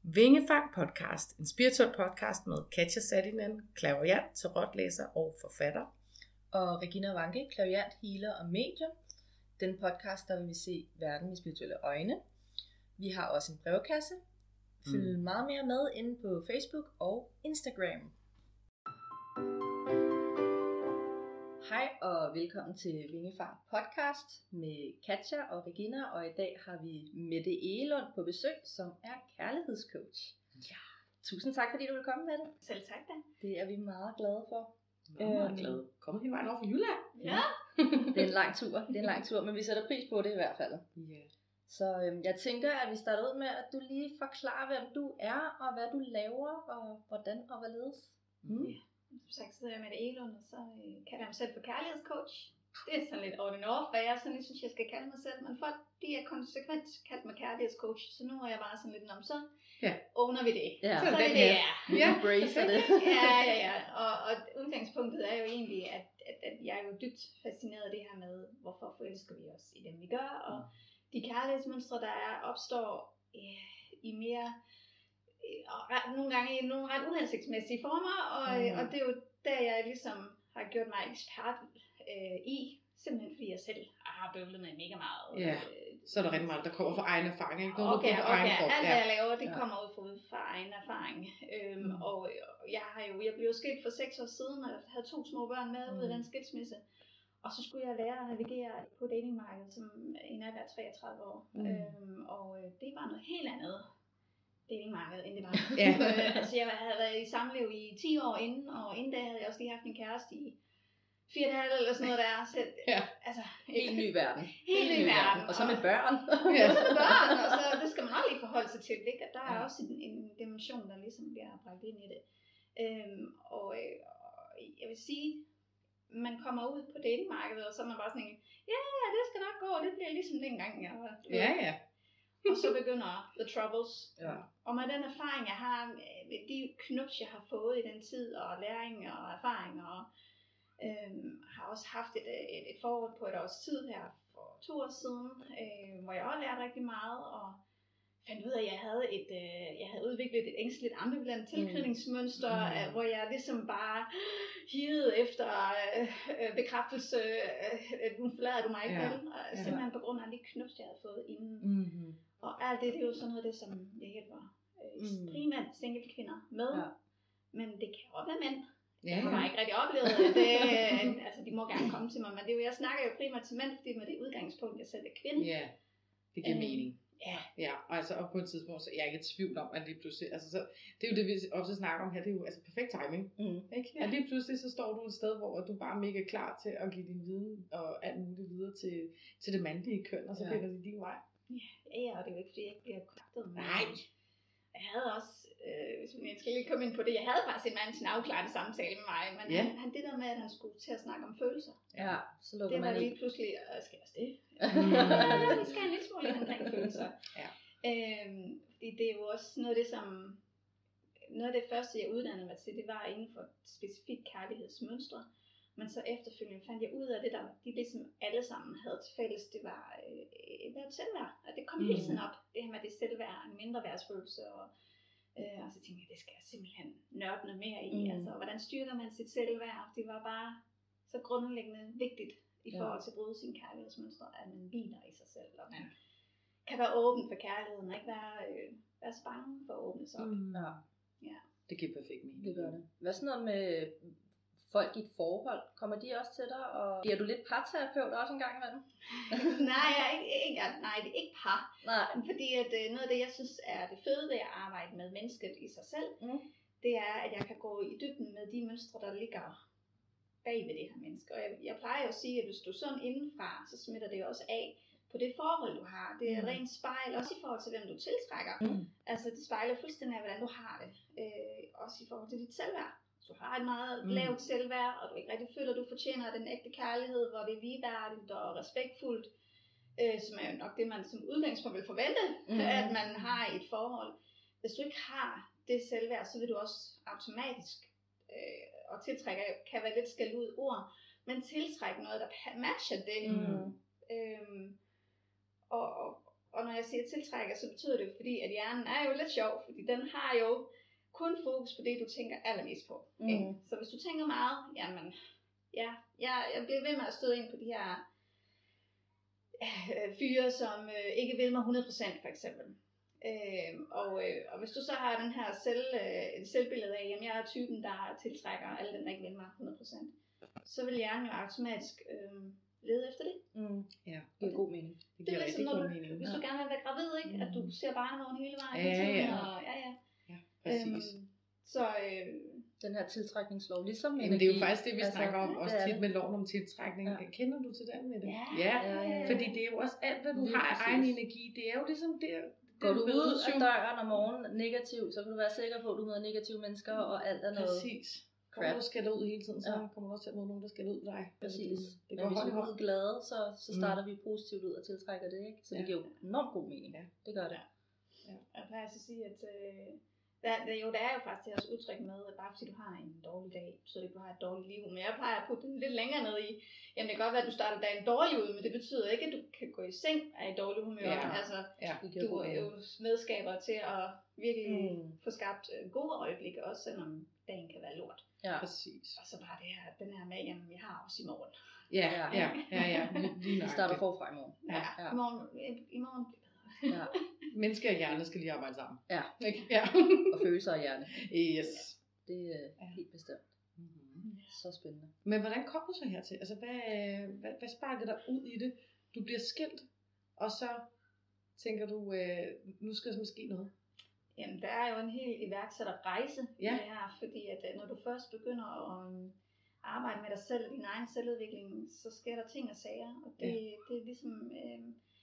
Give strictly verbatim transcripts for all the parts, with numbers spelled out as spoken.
Vingefang podcast, en spirituel podcast med Katja Satinen, clairvoyant, tarotlæser og forfatter. Og Regina Wanke, clairvoyant, healer og medium. Den podcast, der vil vi se verden med spirituelle øjne. Vi har også en brevkasse. Følg mm. meget mere med inde på Facebook og Instagram. Hej og velkommen til Vingefang podcast med Katja og Regina, og i dag har vi Mette Egelund på besøg, som er kærlighedscoach. Ja. Tusind tak, fordi du vil komme med det. Selv tak da. Det er vi meget glade for. Meget, meget glade. Kommer hele vejen over fra Jylland. Ja. Det er en lang tur, det er en lang tur, men vi sætter pris på det i hvert fald. Ja. Så øhm, jeg tænker, at vi starter ud med, at du lige forklarer, hvem du er, og hvad du laver, og hvordan og hvorledes. Mm. Ja. Som sagt, så hedder jeg Mette Egelund, og så øh, kalder jeg mig selv for kærlighedscoach. Det er sådan lidt on and off, hvad jeg sådan lidt synes, jeg skal kalde mig selv. Men folk, de er konsekvent kaldt mig kærlighedscoach, så nu er jeg bare sådan lidt om, så ja. owner vi det. Ja. Så er det det, er. Vi embracer det. ja, ja, ja. Og, og udgangspunktet er jo egentlig, at, at, at jeg er jo dybt fascineret af det her med, hvorfor forelsker vi os i dem, vi gør. Og de kærlighedsmønstre, der er, opstår øh, i mere... og ret, nogle gange i nogle ret uhensigtsmæssige former, og, mm. og det er jo der, jeg ligesom har gjort mig ekspert øh, i, simpelthen fordi jeg selv har bøvlet med mega meget. Ja, øh, så er der rigtig meget, der kommer fra egen erfaring, ikke? Noget, okay, okay, egen alt hvad ja. jeg laver, det ja. kommer ud fra, fra egen erfaring. Øhm, mm. Og jeg har jo, jeg blev jo skilt for seks år siden, og jeg havde to små børn med mm. ud af den skilsmisse. Og så skulle jeg lære at navigere på datingmarkedet, som en af hver treogtredive år. Mm. Øhm, og det var noget helt andet datingmarked, end det var. Ja. øh, altså jeg havde været i samliv i ti år inden, og inden da havde jeg også lige haft en kæreste i fire og et halvt eller sådan noget der. Så, ja. Altså, helt ny verden. Helt ny verden. Og så med børn. ja, så med børn, og så det skal man også lige forholde sig til. Ikke? At der er ja. også en, en dimension, der ligesom bliver bragt ind i det. Øhm, og, øh, og jeg vil sige, man kommer ud på datingmarkedet, og så er man bare sådan, ja, ja, det skal nok gå, det bliver ligesom dengang jeg var. Ja, ja. Og så begynder the troubles. Ja. Og med den erfaring, jeg har, de knups, jeg har fået i den tid, og læring og erfaring, og øhm, har også haft et, et, et forhold på et års tid her for to år siden, øh, hvor jeg også lærte rigtig meget, og fandt ud af, at jeg havde, et, øh, jeg havde udviklet et ængsteligt ambivalent tilknytningsmønster, mm. øh, hvor jeg ligesom bare hivede efter øh, bekræftelse, øh, nu forlader du mig ikke, ja. vel? Ja. Simpelthen på grund af de knups, jeg havde fået inden. Mm-hmm. Og alt det, det er jo sådan noget det, som jeg hjælper øh, mm. primært single kvinder med, ja. Men det kan også være mænd. Ja. Jeg har ikke rigtig oplevet, at det, altså de må gerne komme til mig, men det er jo, jeg snakker jo primært til mænd, fordi med det udgangspunkt, jeg selv er kvinde. Ja, det giver um, mening. Ja. Ja, og altså og på et tidspunkt, så jeg er ikke i tvivl om, at lige pludselig, altså så, det er jo det, vi også snakker om her, det er jo altså perfekt timing, mm. ikke? Ja. At lige pludselig, så står du et sted, hvor du bare er mega klar til at give din viden og alt muligt videre til, til det mandlige køn, og så ja. finder de din vej. Ja, ja, og det er jo ikke, fordi jeg ikke bliver kontaktet. Nej. Jeg havde også, øh, hvis jeg skal lige komme ind på det, jeg havde faktisk en mand til en afklarende samtale med mig, men ja. han, han det der med, at han skulle til at snakke om følelser. Ja, så lukker det man var lige lige pludselig, øh, skal jeg også det? Vi skal en lille smule lidt omkring følelser. Ja. Øhm, fordi det er jo også noget af det, som, noget af det første, jeg uddannede mig til, det var inden for specifikt kærlighedsmønstre. Men så efterfølgende fandt jeg ud af det, der de ligesom alle sammen havde til fælles, det var øh, et selvværd. Og det kom mm. hele tiden op, det her med det selvværd, en mindre værdsfølelse. Og, øh, og så tænkte jeg, det skal jeg simpelthen nørde noget mere i. Mm. Altså, hvordan styrker man sit selvværd? Det var bare så grundlæggende vigtigt i forhold til at bryde sine kærlighedsmønstre, at man hviler i sig selv. Og man ja. kan være åben for kærligheden, og ikke være, øh, være så bange for at åbne sig op. Mm. Ja. Ja. Det giver perfekt mening. Det gør det. Hvad sådan noget med folk i et forhold? Kommer de også til dig? Og bliver du lidt parterapeut også en gang imellem? nej, jeg er ikke, ikke, nej, det er ikke par. Nej. Fordi at, noget af det, jeg synes er det fede ved at arbejde med mennesket i sig selv, mm. det er, at jeg kan gå i dybden med de mønstre, der ligger bag ved det her menneske. Og jeg, jeg plejer jo at sige, at hvis du er sådan indenfra, så smitter det også af på det forhold, du har. Det er mm. rent spejl, også i forhold til, hvem du tiltrækker. Mm. Altså, det spejler fuldstændig af, hvordan du har det. Øh, også i forhold til dit selvværd. Du har et meget mm. lavt selvværd, og du ikke rigtig føler, at du fortjener den ægte kærlighed, hvor det er ligeværdigt og respektfuldt, øh, som er jo nok det, man som udgangspunkt vil forvente, mm. at man har i et forhold. Hvis du ikke har det selvværd, så vil du også automatisk, øh, og tiltrække kan være lidt skældt ud ord, men tiltrække noget, der matcher det. Mm. Øhm, og, og, og når jeg siger tiltrækker, så betyder det jo, fordi at hjernen er jo lidt sjov, fordi den har jo kun fokus på det, du tænker allermest på. Mm. Så hvis du tænker meget, jamen, ja, jeg, jeg bliver ved med at støde ind på de her øh, fyre, som øh, ikke vil mig hundrede procent for eksempel. Øh, og, øh, og hvis du så har den her selv, øh, selvbillede af, at jeg er typen, der tiltrækker alle dem, der ikke vil mig hundrede procent, så vil hjernen jo automatisk øh, lede efter det. Mm. Ja, det er god mening. Det, det er ligesom, når du, mening. Hvis du gerne vil være gravid, ikke? Mm. At du ser barnevogn hele vejen. Ja, ja, ja. Og, ja, ja. ja præcis. Øhm, så øh, den her tiltrækningslov, ligesom energi. Men det er jo faktisk det, vi altså, snakker om, også tit med loven om tiltrækning. Ja. Kender du til den med det? Ja. Ja, ja, ja. Fordi det er jo også alt, hvad du ja, har af egen energi. Det er jo ligesom det. Går du ud af døren om morgenen negativ, så kan du være sikker på, at du møder negative mennesker, og alt er noget. Præcis. Når du skal ud hele tiden, så ja. kommer du også til at møde nogen, der skal ud dig. Præcis. Det, det Men hvis vi er glade, så, så starter mm. vi positivt ud og tiltrækker det, ikke? Så ja. det giver jo enormt god mening. Ja. Det gør det. Ja. Jeg plejer at sige, at øh, der, der, jo, der er jo faktisk det også udtryk med, at bare fordi du har en dårlig dag, så det du har et dårligt liv. Men jeg plejer at putte den lidt længere ned i, jamen det kan godt være, at du starter dagen dårlig ud, men det betyder ikke, at du kan gå i seng af et dårligt humør. Ja. Altså, ja. du er jo medskaber til at virkelig mm. få skabt gode øjeblikke, også selvom dagen kan være lort. Ja, præcis. Og så bare det her, den her med, jamen jeg har også i morgen. Ja, ja, ja, ja, ja. Vi starter forfra i morgen. Ja, ja. I morgen, i morgen bliver bedre. Ja. Mennesker og hjerne skal lige arbejde sammen. Ja, ja. og følelser og hjerne. Yes. Ja. Det er ja. helt bestemt. Mm-hmm. Så spændende. Men hvordan kom du så hertil? Altså, hvad, hvad, hvad sparker dig ud i det? Du bliver skilt, og så tænker du, øh, nu skal der ske noget. Jamen, der er jo en helt iværksætterrejse ja. i det her, fordi at når du først begynder at arbejde med dig selv og din egen selvudvikling, så sker der ting og sager, og det, ja. det er ligesom øh,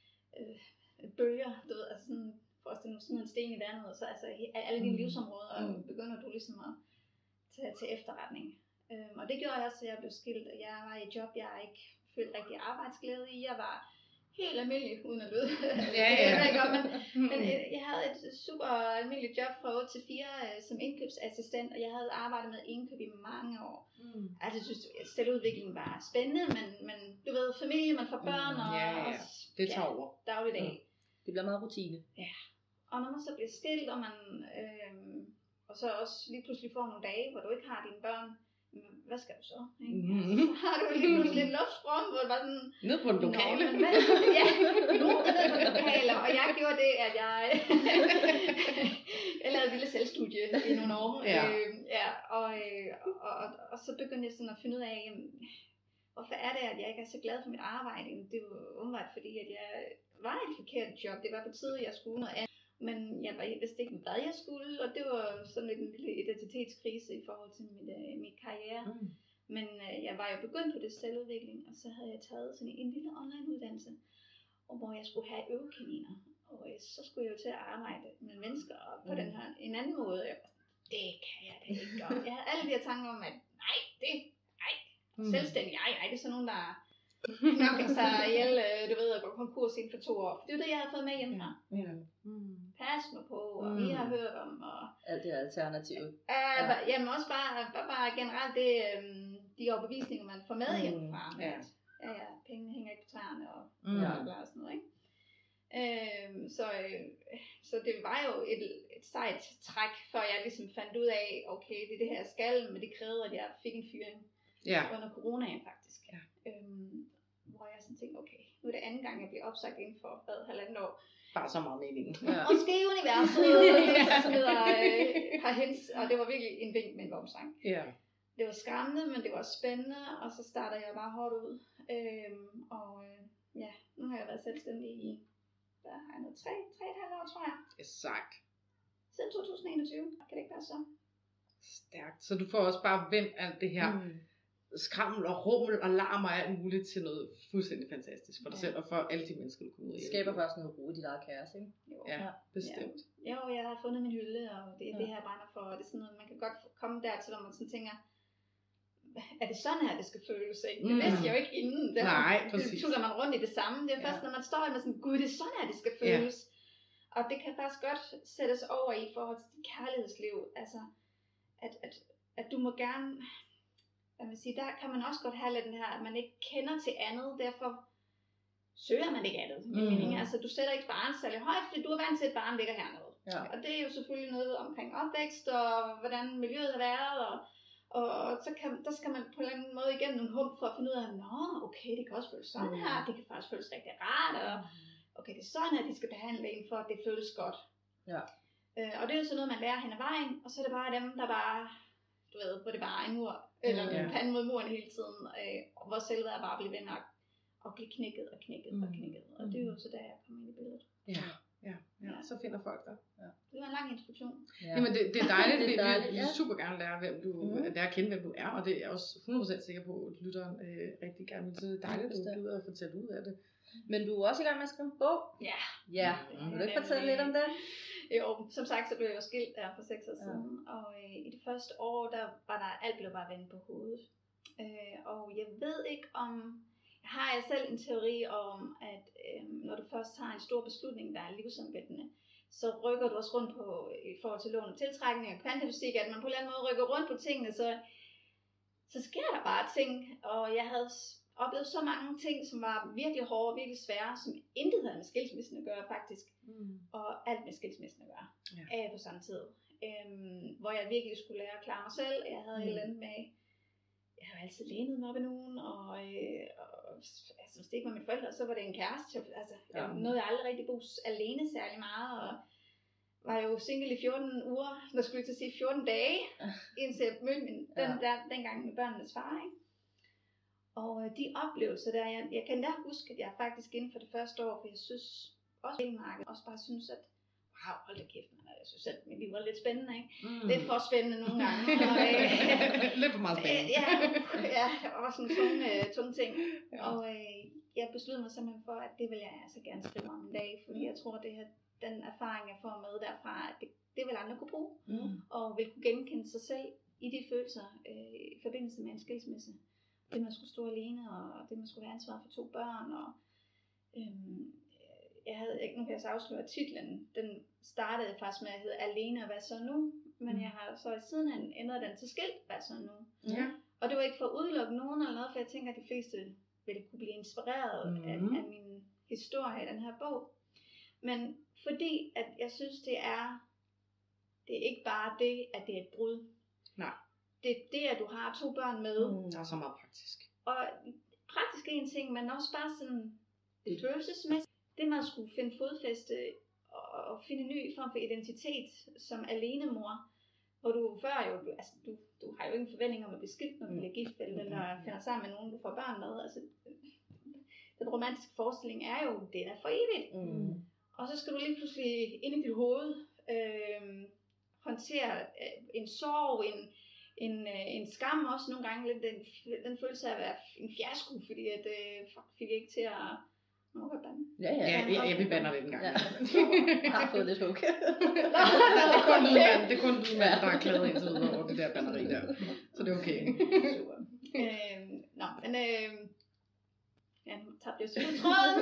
øh, bølger, du ved, altså sådan, forestille dig sådan en sten i vandet, og så altså alle dine mm. livsområder, mm. begynder du ligesom at tage til efterretning. Øh, og det gjorde jeg også, at jeg blev skilt, og jeg var i et job, jeg ikke følte rigtig arbejdsglæde i. Jeg var helt almindelig, uden at lyde. Ja, ja. men, men jeg havde et super almindeligt job fra otte til fire uh, som indkøbsassistent, og jeg havde arbejdet med indkøb i mange år. Mm. Altså, jeg synes, selvudviklingen var spændende, men, men du ved, familie, man får børn, mm, ja, ja. og det tager over. Ja, dagligdag. Mm. Det bliver meget rutine. Ja. Og når man så bliver skilt, og man øh, og så også lige pludselig får nogle dage, hvor du ikke har dine børn, hvad skal du så? Ikke? Mm. Altså, så har du lige pludselig et luftrum, hvor det var sådan... Ned på en lokale. Nå, men hvad? Ja, nogen ned på en lokale, og jeg gjorde det, at jeg... jeg lavede et lille selvstudie i nogle år. Ja. Øh, ja, og, og, og, og så begyndte jeg sådan at finde ud af, jamen, hvorfor er det, at jeg ikke er så glad for mit arbejde? Det var umiddelbart, fordi at jeg var i et forkert job. Det var på tide, at jeg skulle noget andet. Men jeg vidste ikke, hvad jeg skulle, og det var sådan lidt en lille identitetskrise i forhold til mit, uh, mit karriere. Mm. Men uh, jeg var jo begyndt på det selvudvikling, og så havde jeg taget sådan en lille online uddannelse, og hvor jeg skulle have øvekaniner. Og uh, så skulle jeg jo til at arbejde med mennesker på mm. den her, en anden måde. Jeg var, det kan jeg da ikke gøre. Jeg havde alle de her tanker om, at nej, det, nej, mm. selvstændig, nej, nej, det er sådan nogen, der knokker sig ihjel, du ved, at gå konkurs inden for to år. Det var det, jeg havde fået med hjemmefra. Ja. Mm. Pas nu på, og mm. vi har hørt om. Og alt det alternative. Uh, ja. Jamen også bare, bare, bare generelt det, um, de overbevisninger, man får med mm. hjemmefra. Ja. At, ja, ja, pengene hænger ikke på træerne, og mm. bla, bla, og sådan noget, ikke? Uh, så, uh, så det var jo et, et sejt træk, før jeg ligesom fandt ud af, okay, det er det her jeg skal, men det krævede, at jeg fik en fyring ja. under coronaen faktisk. Ja. Um, hvor jeg sådan tænkte, okay, nu er det anden gang, jeg bliver opsagt inden for hvad, halvandet år. Bare så meget meningen. Ja. Måske universet smider øh, par hens, og det var virkelig en vink med en vognstang. Ja. Det var skræmmende, men det var spændende, og så starter jeg bare hårdt ud. Øhm, og øh, ja, nu har jeg været selvstændig i, hvad har jeg noget, tre, tre et halvt år, tror jeg. Det er sagt. Siden to tusind og enogtyve, kan det ikke være så? Stærkt. Så du får også bare vendt alt det her mm. skrammel og rummel og larm og alt muligt til noget fuldstændig fantastisk for dig ja. selv og for alle de mennesker, du kommer ud i. Det skaber faktisk noget ro i dit eget kaos, ikke? Jo. Ja, bestemt. Ja. Jo, jeg har fundet min hylde, og det er ja. det her, jeg brænder for. Og det er sådan noget, man kan godt komme dertil, hvor man sådan tænker, er det sådan her, det skal føles, ikke? Det mm. vidste jeg jo ikke inden. Derfor Nej, præcis. tuller man rundt i det samme. Det er først, ja. når man står med sådan, gud, det er sådan her, det skal føles. Ja. Og det kan faktisk godt sættes over i forhold til dit kærlighedsliv. Altså, at, at, at du må gerne... Jeg vil sige, der kan man også godt have lidt den her, at man ikke kender til andet, derfor søger man ikke andet. Mm. Mening. Altså, du sætter ikke barnet særlig højt, fordi du er vant til, at barnet ligger hernede. Ja. Og det er jo selvfølgelig noget omkring opvækst, og hvordan miljøet har været, og, og så kan, der skal man på en eller anden måde igennem nogle hump for at finde ud af, nå, okay, det kan også føles sådan her, det kan faktisk føles rigtig rart, og okay, det er sådan, at de skal behandle en, for at det føles godt. Ja. Øh, og det er jo sådan noget, man lærer hen ad vejen, og så er det bare dem, der bare, du ved, hvor det bare er en mur, eller ja. en pande mod muren hele tiden, øh, hvor selvværd bare bliver ved med at blive knækket og knækket mm. og knækket. Og det er jo så der, jeg kommer ind i billedet. Ja. Ja, ja, så finder folk dig. Ja. Det var en lang introduktion. Ja. Jamen det, det er dejligt, det er dejligt. Vi vil super gerne lære, hvem du, mm. lære at kende, hvem du er, og det er jeg også hundrede procent sikker på, at lytteren øh, rigtig gerne vil. Så det er dejligt, at du gider at fortælle ud af det. Men du er også i gang med at skrive en bog. Ja. Ja, mm. vil du ikke fortælle lidt om det? Jo, som sagt, så blev jeg jo skilt der for seks år siden, ja. og øh, i det første år, der var der, alt blev bare vendt på hovedet. Øh, og jeg ved ikke om... har jeg selv en teori om, at øh, når du først tager en stor beslutning, der er livsomvæltende, så rykker du også rundt på, i forhold til lån og tiltrækning og kvantefysik, at man på en eller anden måde rykker rundt på tingene, så, så sker der bare ting. Og jeg havde oplevet så mange ting, som var virkelig hårde og virkelig svære, som intet havde med skilsmissen at gøre faktisk, mm. og alt med skilsmissen at gøre ja. øh, på samme tid. Øhm, hvor jeg virkelig skulle lære at klare mig selv. Jeg havde mm. et eller andet med... Jeg har altid lænet mig op af nogen, og, øh, og altså, hvis det ikke var mine forældre, så var det en kæreste. Altså, ja. Jeg nåede jeg aldrig rigtig bo alene særlig meget, og var jo single i fjorten uger, der skulle jeg til at sige fjorten dage, indtil jeg mødte min, den, ja. der, dengang med børnenes far. Ikke? Og øh, de oplevelser der, jeg, jeg kan da huske, at jeg faktisk inden for det første år, for jeg synes også, at også bare synes, at wow, hold da kæft, man. Jeg synes, at mit liv var lidt spændende, ikke? Mm. Lidt for spændende nogle gange. Og, øh, lidt for meget spændende. ja, ja, og sådan nogle tunge, øh, tunge ting. Ja. Og øh, jeg besluttede mig simpelthen for, at det vil jeg altså gerne skrive om en dag, fordi jeg tror, at det her, den erfaring, jeg får med derfra, at det, det vil andre kunne bruge, mm. og vil kunne genkende sig selv i de følelser øh, i forbindelse med en skilsmisse. Det, man skulle stå alene, og det, man skulle have ansvar for to børn, og øh, jeg havde ikke, nu kan jeg så afsløre titlen, den startede faktisk med at hedde Alene, og hvad så nu? Men mm. jeg har så i siden ændret den til Skilt, hvad så nu? Ja. Og det var ikke for at udelukke nogen eller noget, for jeg tænker, at de fleste ville kunne blive inspireret mm. af, af min historie i den her bog. Men fordi, at jeg synes, det er, det er ikke bare det, at det er et brud. Nej. Det er det, at du har to børn med. Mm. Det er så meget praktisk. Og praktisk er en ting, men også bare sådan det følelsesmæssigt. Det man skulle finde fodfæste og finde en ny form for identitet som alenemor, hvor du før jo, altså du, du har jo ingen forventning om at blive skilt, når du bliver gift, eller, eller finder sammen med nogen, du får børn med. Altså, den romantiske forestilling er jo, det er for evigt. Mm. Og så skal du lige pludselig ind i dit hoved øh, håndtere øh, en sorg, en, en, øh, en skam også nogle gange, lidt den, den følelse af at være en fiasko, fordi at, øh, fik jeg ikke til at må jeg bande? Ja, ja, ja, ja, ja vi bander lidt en gang. Ja. Jeg har fået lidt hug. Det er kun lydmand, det er kun lydmand, der har klædet indtil videre over det der banderi der. Så det er okay. Super. øhm, nå, men øhm, ja, nu tabte jeg selvfølgelig tråden.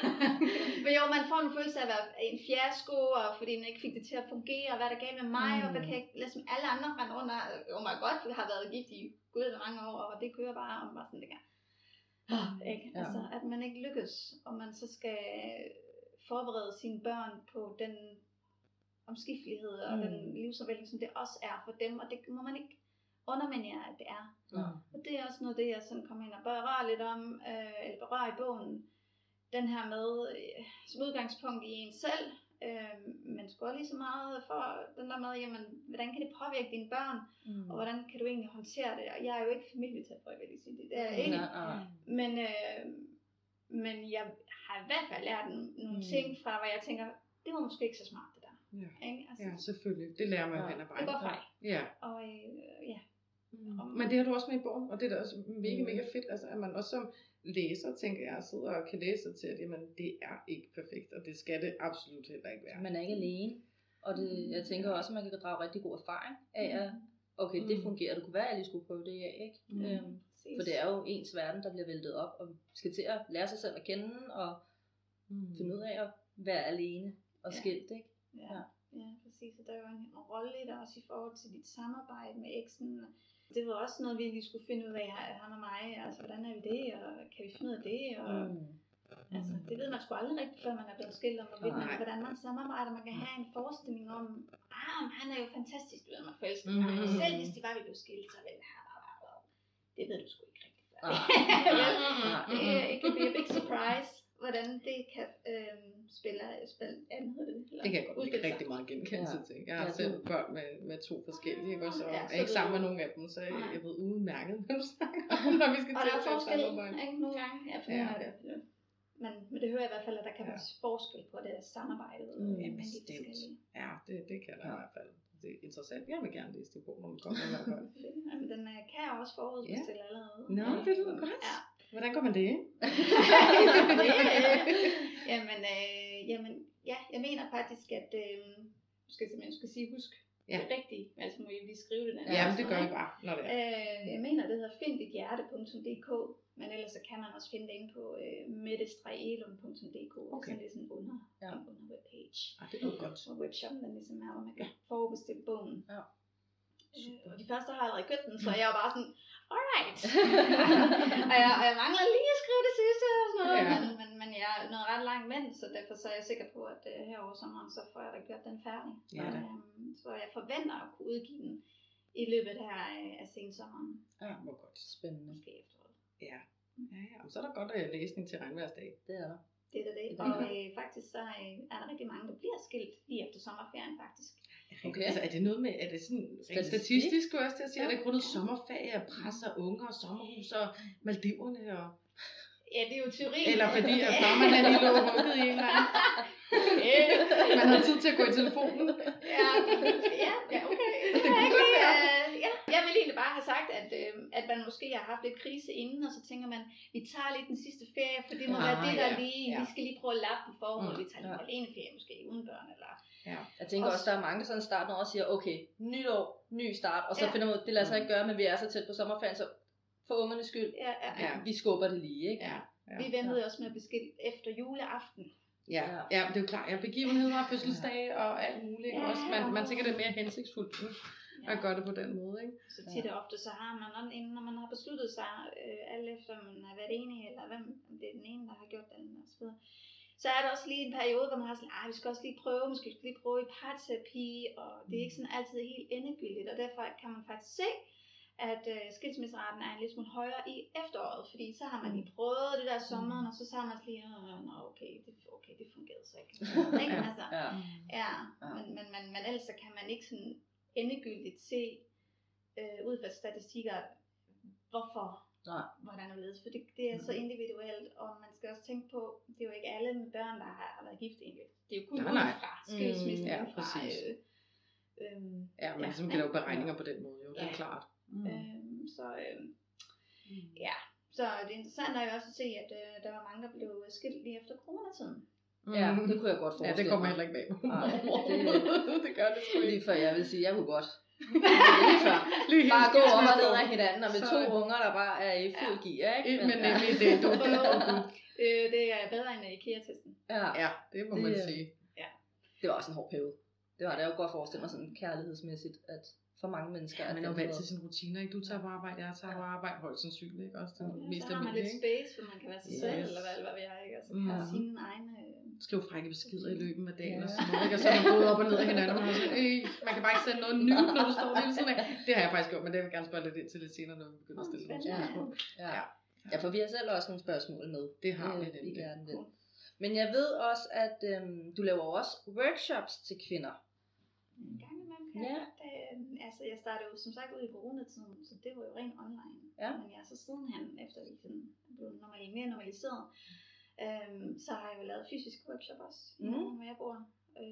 Men jo, man får en følelse af at være en fiasko, og fordi man ikke fik det til at fungere, og hvad der gav med mig, mm. og hvad kan jeg, ligesom alle andre rende under. Oh my god, vi har været gift i gud mange år, og det kører bare om bare sådan det der. Oh, ikke? Ja. Altså, at man ikke lykkes, og man så skal forberede sine børn på den omskiftelighed og mm. den livsomvæltning, som det også er for dem, og det må man ikke underminere, at det er. Mm. Og det er også noget det, jeg sådan kommer ind og berører lidt om, øh, eller berører i bogen, den her med, øh, som udgangspunkt i en selv, øh, men sgu lige så meget for den der med, jamen, hvordan kan det påvirke dine børn, mm. og hvordan kan du egentlig håndtere det, og jeg er jo ikke familieterapeut, vil jeg sige, det er ikke, mm. men, øh, men jeg har i hvert fald lært nogle mm. ting fra, hvor jeg tænker, det var måske ikke så smart det der. Ja, ikke? Altså, ja selvfølgelig, det lærer man jo hen ad vejen. Det går fejl. Ja. Og øh, ja. Mm. Men det har du også med i bogen, og det er da også mega, mega fedt, altså, at man også som læser, tænker jeg, sidder og kan læse sig til, at jamen, det er ikke perfekt, og det skal det absolut heller ikke være. Man er ikke alene, og det, jeg tænker også, at man kan drage rigtig god erfaring af, at okay, det fungerer, det kunne være, at jeg lige skulle prøve det af, ikke? Mm. Øhm, for det er jo ens verden, der bliver væltet op, og skal til at lære sig selv at kende, og mm. finde ud af at være alene og ja. skilt, ikke? Ja. Ja. Ja, præcis, og der er jo en rolle i det også i forhold til dit samarbejde med eksen. Det var også noget, vi lige skulle finde ud af, ham og mig, altså hvordan er vi det, og kan vi finde ud af det, og mm. Altså, det ved man sgu aldrig rigtigt, før man er blevet skilt om, hvorvidt man, hvordan man samarbejder. Man kan have en forestilling om, ah, han er jo fantastisk, du ved, man forelsker. Mm-hmm. Selv hvis de bare vil blive skilt, så vil det her bare, det ved du sgu ikke rigtigt før. Det kan blive a big surprise, hvordan det kan øh, spille, spille andet. Det kan jeg godt ikke rigtig meget genkendelse ja. til. Jeg har ja, selv børn med, med to forskellige, ikke? Og så ja, er ikke sammen med nogen af dem, så jeg, jeg ved udmærket, hvad du snakker om, når vi skal og til at tage forskel, ikke nogle gange. Ja, for ja. Det. Men, men det hører jeg i hvert fald, at der kan ja. være forskel på det samarbejde. Mm, ja, bestemt. Ja, det, det kan der ja. i hvert fald. Det er interessant. Jeg vil gerne læse det på, når vi kommer i hvert fald. Jamen, den uh, kan jeg også forudbestille ja. allerede. Nå, det lyder godt. Ja. Hvordan går man det? jamen, øh, jamen, ja, jeg mener faktisk, at øh, skal jeg skal sige, husk ja. det rigtige, altså må I lige skrive det der. Ja, men det gør I bare, når det er. Øh, jeg mener, det hedder find dit hjerte punktum d k, men ellers så kan man også finde det inde på øh, mette elund punktum d k, okay. Så det er sådan under, ja. under webpage. Ah, det er godt. Og webshoppen, den ligesom er, hvor man kan forudbestille bogen. Ja. Øh, og de første har jeg allerede købt den, så jeg var bare sådan, alright. og, jeg, og jeg mangler lige at skrive det sidste og sådan noget, ja. men, men, men jeg er noget ret langt med så derfor så er jeg sikker på, at uh, her over sommeren, så får jeg da gjort den færdig. Ja, um, så jeg forventer at kunne udgive den i løbet her uh, af sensommeren. Ja, hvor godt. Spændende. Måske efteråret. Ja. Ja, ja, så er der godt uh, læsning til regnværsdag. Det er der. Det er det. Og øh, faktisk så øh, er der rigtig mange, der bliver skilt lige efter sommerferien faktisk. Okay. Altså er det noget med, er det sådan statistisk, statistisk du også til at sige, ja. Er det grundet sommerferie, presser unger, sommerhus og Maldiverne og... Ja, det er jo teori. Eller fordi at farmand han lige lå hugget i en eller anden. Man har tid til at gå i telefonen. Ja, ja, ja okay. Det er ikke lige, uh, ja. Jeg vil egentlig bare have sagt, at, øh, at man måske har haft lidt krise inden, og så tænker man, vi tager lige den sidste ferie, for det må ah, være det, der ja, lige, ja. Vi skal lige prøve at lappe på forhold, mm, vi tager lige ja. alene ferie, måske uden børn, eller... Ja. Jeg tænker også, også, der er mange, der sådan starter og siger, okay, nytår, ny start, og så ja. finder man ud, det lader sig ikke gøre, men vi er så tæt på sommerferien, så for ungernes skyld, ja, ja, ja. vi skubber det lige, ikke? Ja. Ja. Vi ventede ja. også med at beskilte efter juleaften. Ja, ja, det er jo klart. Ja, begivenheder, fødselsdage og alt muligt. Ja, også. Man, man tænker, det er mere hensigtsfuldt ja. at gøre det på den måde. Ikke? Så tit og ofte, så har man, inden når man har besluttet sig, øh, alt efter man har været enig, eller hvem det er den ene, der har gjort det, og så videre. Så er der også lige en periode, hvor man har sådan, vi skal også lige prøve, måske skal lige prøve i parterapi, og det er ikke sådan altid helt endegyldigt, og derfor kan man faktisk se, at øh, skilsmisseraten er en lille smule højere i efteråret, fordi så har man lige prøvet det der sommeren, og så har man lige, nå okay, det, okay, det fungerede så ikke. ikke? Altså, ja, ja. Men, men, men, men ellers så kan man ikke sådan endegyldigt se øh, ud fra statistikker, hvorfor, nej. Hvordan det ledes, for det, det er så individuelt, og man skal også tænke på, det er jo ikke alle med børn, der har, har været gift egentlig. Det er jo kun nej, nej. fra skilsmissen, mm, ja, fra... Øh, øh, ja, men ja, ligesom kan lave beregninger på den måde, jo, det er ja. klart. Mm. Øhm, så øhm, mm. ja, så det interessante er jo også at se, at øh, der var mange, der blev skilt lige efter coronatiden. Mm. Ja, det kunne jeg godt forestille mig. Ja, det kommer heller ikke bag på. Nej, det, det gør det sgu ikke. Lige før jeg vil sige, jeg kunne godt. Lige før. Lige bare gå op og ned af hinanden, og med så... to unger, der bare er i fuld ja. gear, ikke? Men, men nemlig det, du, du, du. Øh, det er bedre end IKEA-testen. Ja, ja, det må det, man sige. Ja. Det var også en hård periode. Det var det, jeg jo godt forestille mig sådan kærlighedsmæssigt, at for mange mennesker. Ja, man er jo vant til sine rutiner, ikke? Du tager på arbejde, jeg tager på arbejde, højst sandsynligt, ikke? Også det ja, mest så har man lidt space, hvor man kan være sig yes. selv, eller hvad, hvad ved jeg, ikke? Altså, mm. have sine egne... Skriv frække beskeder i løbet af dagen, ja. og sådan noget, ikke? Og så er man gået op og ned af hinanden, og man, sådan, man kan bare ikke sende noget nyt, når du står hele tiden. Det har jeg faktisk gjort, men det vil jeg gerne spørge lidt ind til lidt senere, når vi begynder at stille nogle spørgsmål. Ja. Ja. ja, for vi har selv også nogle spørgsmål med. Det har vi nemlig. Men jeg ved også, at øhm, du laver også workshops til kvinder. En gang imellem kan ja. jeg. Øh, altså, jeg startede jo som sagt ud i coronatiden, så det var jo rent online. Ja. Men jeg er så sidenhen, efter vi sådan blev normali- mere normaliseret, øhm, så har jeg jo lavet fysiske workshop også, mm. hvor jeg bor.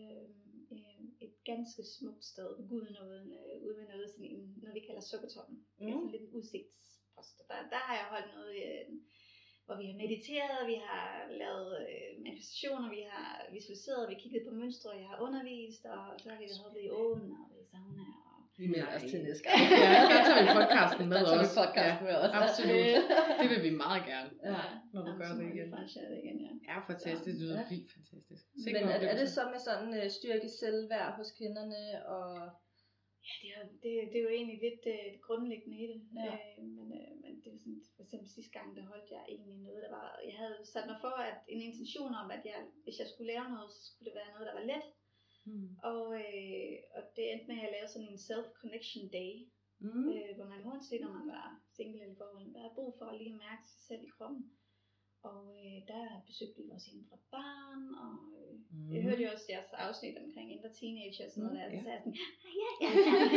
Øhm, et ganske smukt sted ved Gudenåden, øh, ude ved noget, sådan en, noget vi kalder Sukkertoppen. Mm. Det er sådan lidt en udsigtspost. Der, der har jeg holdt noget... Øh, hvor vi har mediteret, vi har lavet øh, manifestationer, vi har visualiseret, vi har kigget på mønstre, jeg har undervist, og så har vi hoppet i åen og i sauna. Og... Vi melder os til næste gang. Ja, der tager vi podcasten med der også. Der podcasten ja, med også. Absolut. Det vil vi meget gerne, ja, når du gør det igen. det igen. Ja, ja fantastisk. Det lyder ja. Vildt fantastisk. Men er, er det så med sådan uh, styrke selvværd hos kvinderne? Og... Ja, det er det, det er jo egentlig lidt uh, det grundlæggende i det. Ja. Øh, men, uh, men det er sådan, for eksempel sidste gang, der holdt jeg egentlig noget, der var, jeg havde sat mig for, at en intention om, at jeg, hvis jeg skulle lave noget, så skulle det være noget, der var let. Mm. Og, øh, og det endte med, at jeg lavede sådan en self-connection day, mm. øh, hvor man uanset når man var single eller forhold, der havde brug for at lige mærke sig selv i kroppen. Og øh, der besøgte vi vores indre barn, og øh, mm. jeg hørte jo også jeres afsnit omkring indre teenager og sådan noget, mm, der, ja. Så sagde jeg sådan, ah, ja, ja,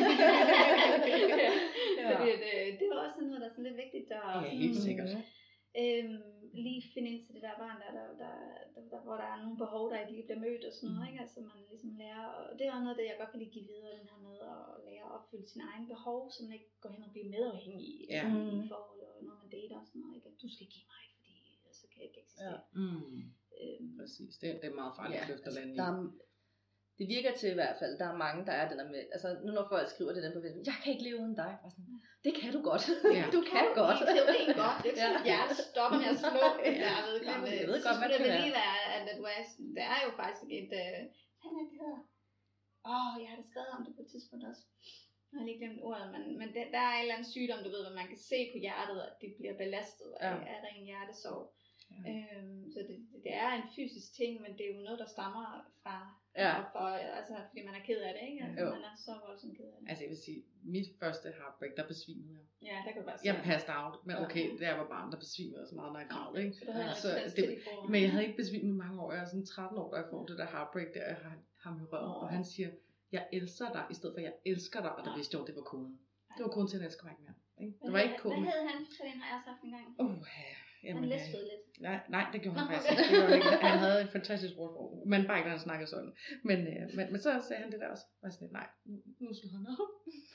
ja. ja. Fordi det, det var også sådan noget, der er sådan lidt vigtigt, og ja, sådan, helt sikkert. Øhm, lige finde ind til det der barn, der, der, der, der, der, hvor der er nogle behov, der ikke lige bliver mødt og sådan noget, mm. ikke? Altså man ligesom lærer, og det er noget, det jeg godt kan lige give videre, den her med at lære at opfylde sine egne behov, så man ikke går hen og bliver medafhængig ja. i forhold, og når man dater og sådan noget, ikke? At du skal give mig, fordi så kan jeg ikke eksistere. Ja. Mm. Øhm, Præcis, det, det er meget farligt ja, kløft at lande i. Det virker til i hvert fald, der er mange, der er den der med, altså nu når folk skriver det der på Facebook, jeg kan ikke leve uden dig, og sådan, det kan du godt, ja. du kan oh, godt. Det er jo godt, det er sådan, ja. hjertet stopper med at slå, hvis jeg ved godt, jeg ved godt, hvad det vil lige være, at du er, der er jo faktisk et, øh, hvad er det, det hedder? Åh, oh, jeg har da skrevet om det på et tidspunkt også. Jeg har lige glemt ordet, men, men det, der er en eller anden sygdom, du ved, hvor man kan se på hjertet, at det bliver belastet af, ja. af ren hjertesorg. Ja. Øhm, så det, det er en fysisk ting, men det er jo noget, der stammer fra, ja. for, altså, fordi man er ked af det, ikke? Altså, man er så voldsomt ked af det. Altså jeg vil sige, mit første heartbreak, der besvimede jeg. Ja, der kan du bare sige. Jeg passede out, men okay, da jeg var barn, der besvimede jeg så meget, når jeg græd, ikke? Så, ja. så det, men jeg havde ikke besvimet i mange år, jeg er sådan tretten år, da jeg får det der heartbreak, der jeg har ham i røven, oh. og han siger, jeg elsker dig, i stedet for jeg elsker dig, og der vidste jeg jo, det var koden. Det var koden til, at jeg elsker mig ikke mere. Ikke? Det var ikke koden. Hvad hed han, så den har jeg sagt en gang? Åh, oh, ja. Jamen, han læste lidt. Nej, nej, det gjorde han faktisk ikke. Det var ikke. Han havde et fantastisk ordsprog, men bare ikke, når han snakkede sådan. Men, øh, men, men så sagde han det der også. Og sådan, nej, nu slår han op.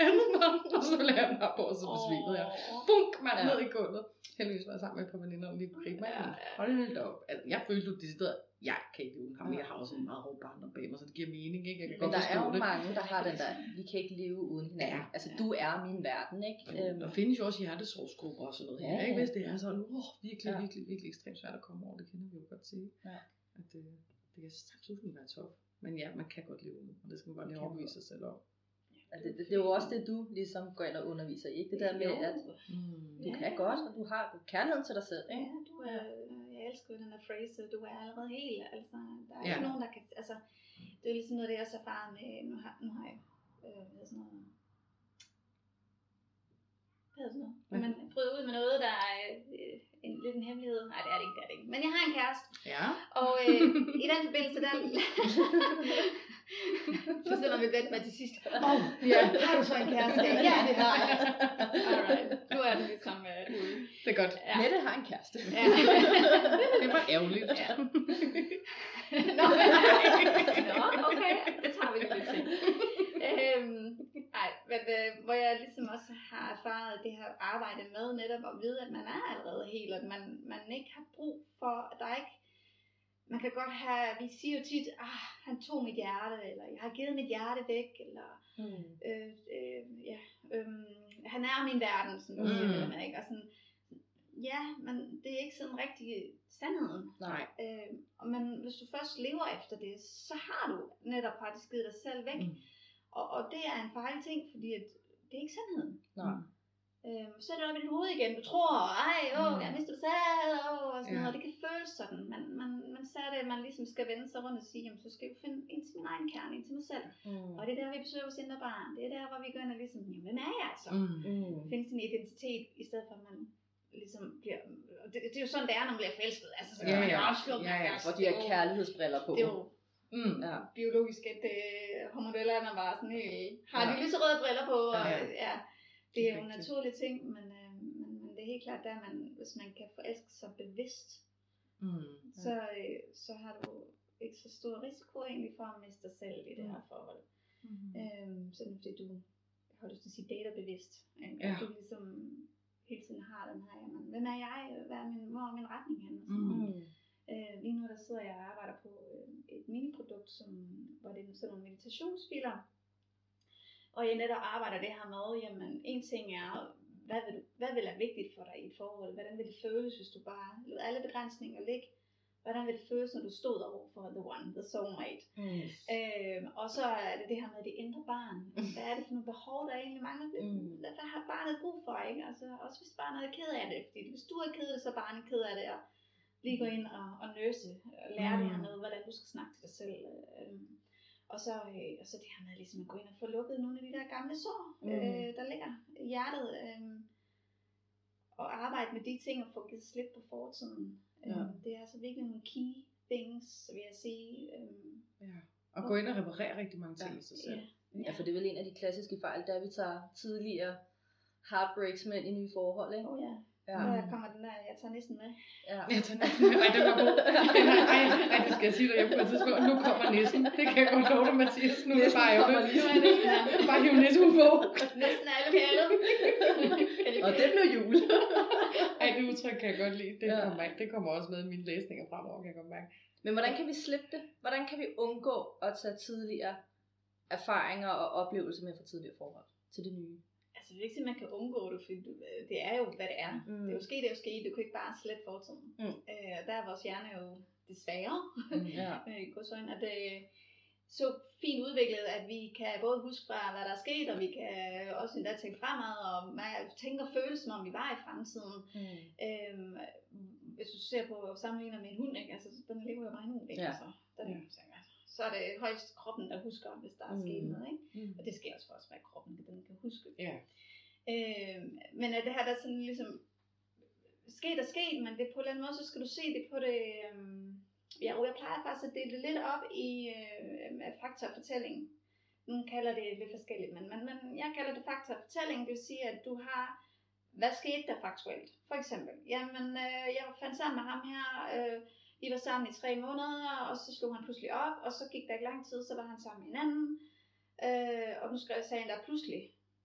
Og så lagde han bare på, og så besvimede jeg. Bunk, man ja. ned i gulvet. Heldigvis var jeg sammen med et par veninder og lige gribe mig. Hold det op. Altså, jeg følte jo det sted, jeg kan ikke uden ham. Jeg har også en meget hård barndom bag mig, så det giver mening, ikke? Jeg kan men godt der er jo det. mange, der har den der, vi kan ikke leve uden hinanden. Ja. Altså, du er min verden, ikke? Ja. Der findes jo også hjertesorgsgrupper og sådan noget her, ja, ikke? Hvis det er sådan, åh, oh, virkelig, ja. virkelig, virkelig ekstremt svært at komme over, det kender vi jo godt til. Ja. At det, det kan absolut være tof. Men ja, man kan godt leve uden, og det skal man bare lige overbevise sig selv om. Ja, det, det, det er jo også det, du ligesom går ind og underviser i, ikke? Det der med, at mm. du kan godt, og du har kærligheden til dig selv, ikke? Ja, du er, jeg elsker den der phrase, du er allerede helt, altså, der er ja. ikke nogen, der kan, altså, det er ligesom noget, det jeg også erfaret med, nu har, nu har jeg, øh, hvad sådan noget, hvad hedder sådan noget, når man bryder ud med noget, der er øh, en, lidt en hemmelighed, nej det er det ikke, det er det ikke, men jeg har en kæreste, ja. og øh, i den forbindelse, der, så sidder man ved vente mig til sidst, åh, oh, ja, har du så en kæreste? Ja, det har jeg. Alright, nu er det ligesom uh, ude. Det er godt. Ja. Mette har en kæreste. Ja. Det var ærgerligt. Ja. Nå, Nå, okay, det tager vi lidt til. Øhm, ej, men øh, hvor jeg ligesom også har erfaret det her arbejde med netop at vide, at man er allerede helt, at man, man ikke har brug for, at der ikke, man kan godt have, vi siger jo tit, ah, han tog mit hjerte, eller jeg har givet mit hjerte væk, eller mm. øh, øh, ja, øh, han er min verden, sådan noget, mm. siger man ikke, og sådan, ja, men det er ikke sådan rigtig sandheden. Nej. Øh, men hvis du først lever efter det, så har du netop faktisk givet dig selv væk, mm. og, og det er en farlig ting, fordi at det er ikke sandheden. Nej. Øhm, så er det op i dit hoved igen, du tror, ej, åh, mm. jeg mister det sad, åh, og sådan ja. noget, det kan føles sådan, men, men, men så er det, at man ligesom skal vende sig rundt og sige, jamen, så skal jeg finde ind til min egen kerne, ind til mig selv, mm. og det er der, vi besøger vores indre barn, det er der, hvor vi går ind og ligesom, jamen, hvem er jeg altså? Mm. Finde sin identitet, i stedet for, at man ligesom bliver, det, det er jo sådan, det er, når man bliver forelsket, altså, så kan ja, man jo også slå ja, ja, for de har kærlighedsbriller på. Det er jo mm. ja. biologisk, at øh, hormonellerne bare sådan helt, har ja. de lyserøde briller på, og ja, ja. Det er jo en naturlig ting, men, øh, men, men det er helt klart, at man, hvis man kan forelske sig bevidst, mm, ja. så, øh, så har du ikke så stor risiko egentlig for at miste dig selv i det her forhold. Mm. Øhm, sådan fordi du, jeg har lyst til at sige, dater bevidst. Ikke? Ja. At du ligesom hele tiden har den her, jamen, hvem er jeg? Hvad er min, hvor er min retning hen? Mm. Øh, lige nu der sidder jeg og arbejder på øh, et miniprodukt, som, hvor det er sådan nogle meditationsfiler. Og jeg netop arbejder det her med, jamen en ting er, hvad vil, du, hvad vil være vigtigt for dig i et forhold? Hvordan vil det føles, hvis du bare lader alle begrænsninger ligge, hvordan vil det føles, når du stod over for the one, the soulmate. Mm. Øhm, og så er det det her med det indre barn. Hvad er det for nogle behov, der egentlig mangler? Mm. Hvad har barnet brug for, ikke? Altså, også hvis barnet er ked af det. Fordi hvis du er ked af det, så er barnet ked af det. Og lige gå ind og, og nøse og lære mm. det her med, hvordan du skal snakke til dig selv. Øhm, og, så, øh, og så det her med ligesom at gå ind og få lukket nogle af de der gamle sår, mm. øh, der ligger i hjertet. Øh, og arbejde med de ting og få givet slip på fortiden. Ja. Øhm, det er altså virkelig nogle key things, vil jeg sige. Øhm, ja. Og gå ind og reparere rigtig mange ting ja. i sig selv. Ja. ja, for det er vel en af de klassiske fejl, der vi tager tidligere heartbreaks med i nye forhold, ikke? Oh ja. Ja. Der kommer den der, jeg tager næsten med. Ja. Jeg tager næsten med. Ej, det var god. Ej, ej, det skal jeg sige derhjemme på et tidspunkt. Nu kommer næsten. Det kan jeg godt love dig, Mathias. Nu er det bare jo det. Nu bare hive næsten på. Næsten er lokalet. Og det blev jul. Ej, det udtryk kan jeg godt lide. Det, ja. kommer, det kommer også med i mine læsninger fremover, kan jeg godt mærke. Men hvordan kan vi slippe det? Hvordan kan vi undgå at tage tidligere erfaringer og oplevelser med fra tidligere forhold til det nye? Altså det er ikke, at man kan undgå det, fordi du, det er jo, hvad det er. Mm. Det er jo sket, det er jo sket. Du kan ikke bare slette fortiden. Mm. Øh, der er vores hjerne jo desværre. Mm, ja. øh, at det er så fint udviklet, at vi kan både huske fra, hvad der er sket, og vi kan også endda tænke fremad, og tænke og føle, som om vi var i fremtiden. Mm. Øh, hvis du ser på sammenligner med en hund, ikke? Altså, den lever jo bare nu. Ikke? Ja. Altså, den, ja. Så er det højst kroppen, der husker, hvis der er mm. sket noget. Ikke? Mm. Og det sker også for os, hvad kroppen den kan huske. Yeah. Øh, men at det her, der er sådan ligesom sket og sket, men det på en eller anden måde, så skal du se det på det. Øh, ja, og jeg plejer faktisk at dele det lidt op i øh, fakta og fortælling. Nogle kalder det lidt forskelligt, men, men, men jeg kalder det fakta og fortælling. Det vil sige, at du har, hvad skete der faktuelt? For eksempel, jamen, øh, jeg fandt sammen med ham her. Øh, Vi var sammen i tre måneder, og så slog han pludselig op, og så gik der ikke lang tid, så var han sammen med en anden. Øh, og nu skal jeg sige, der pludselig.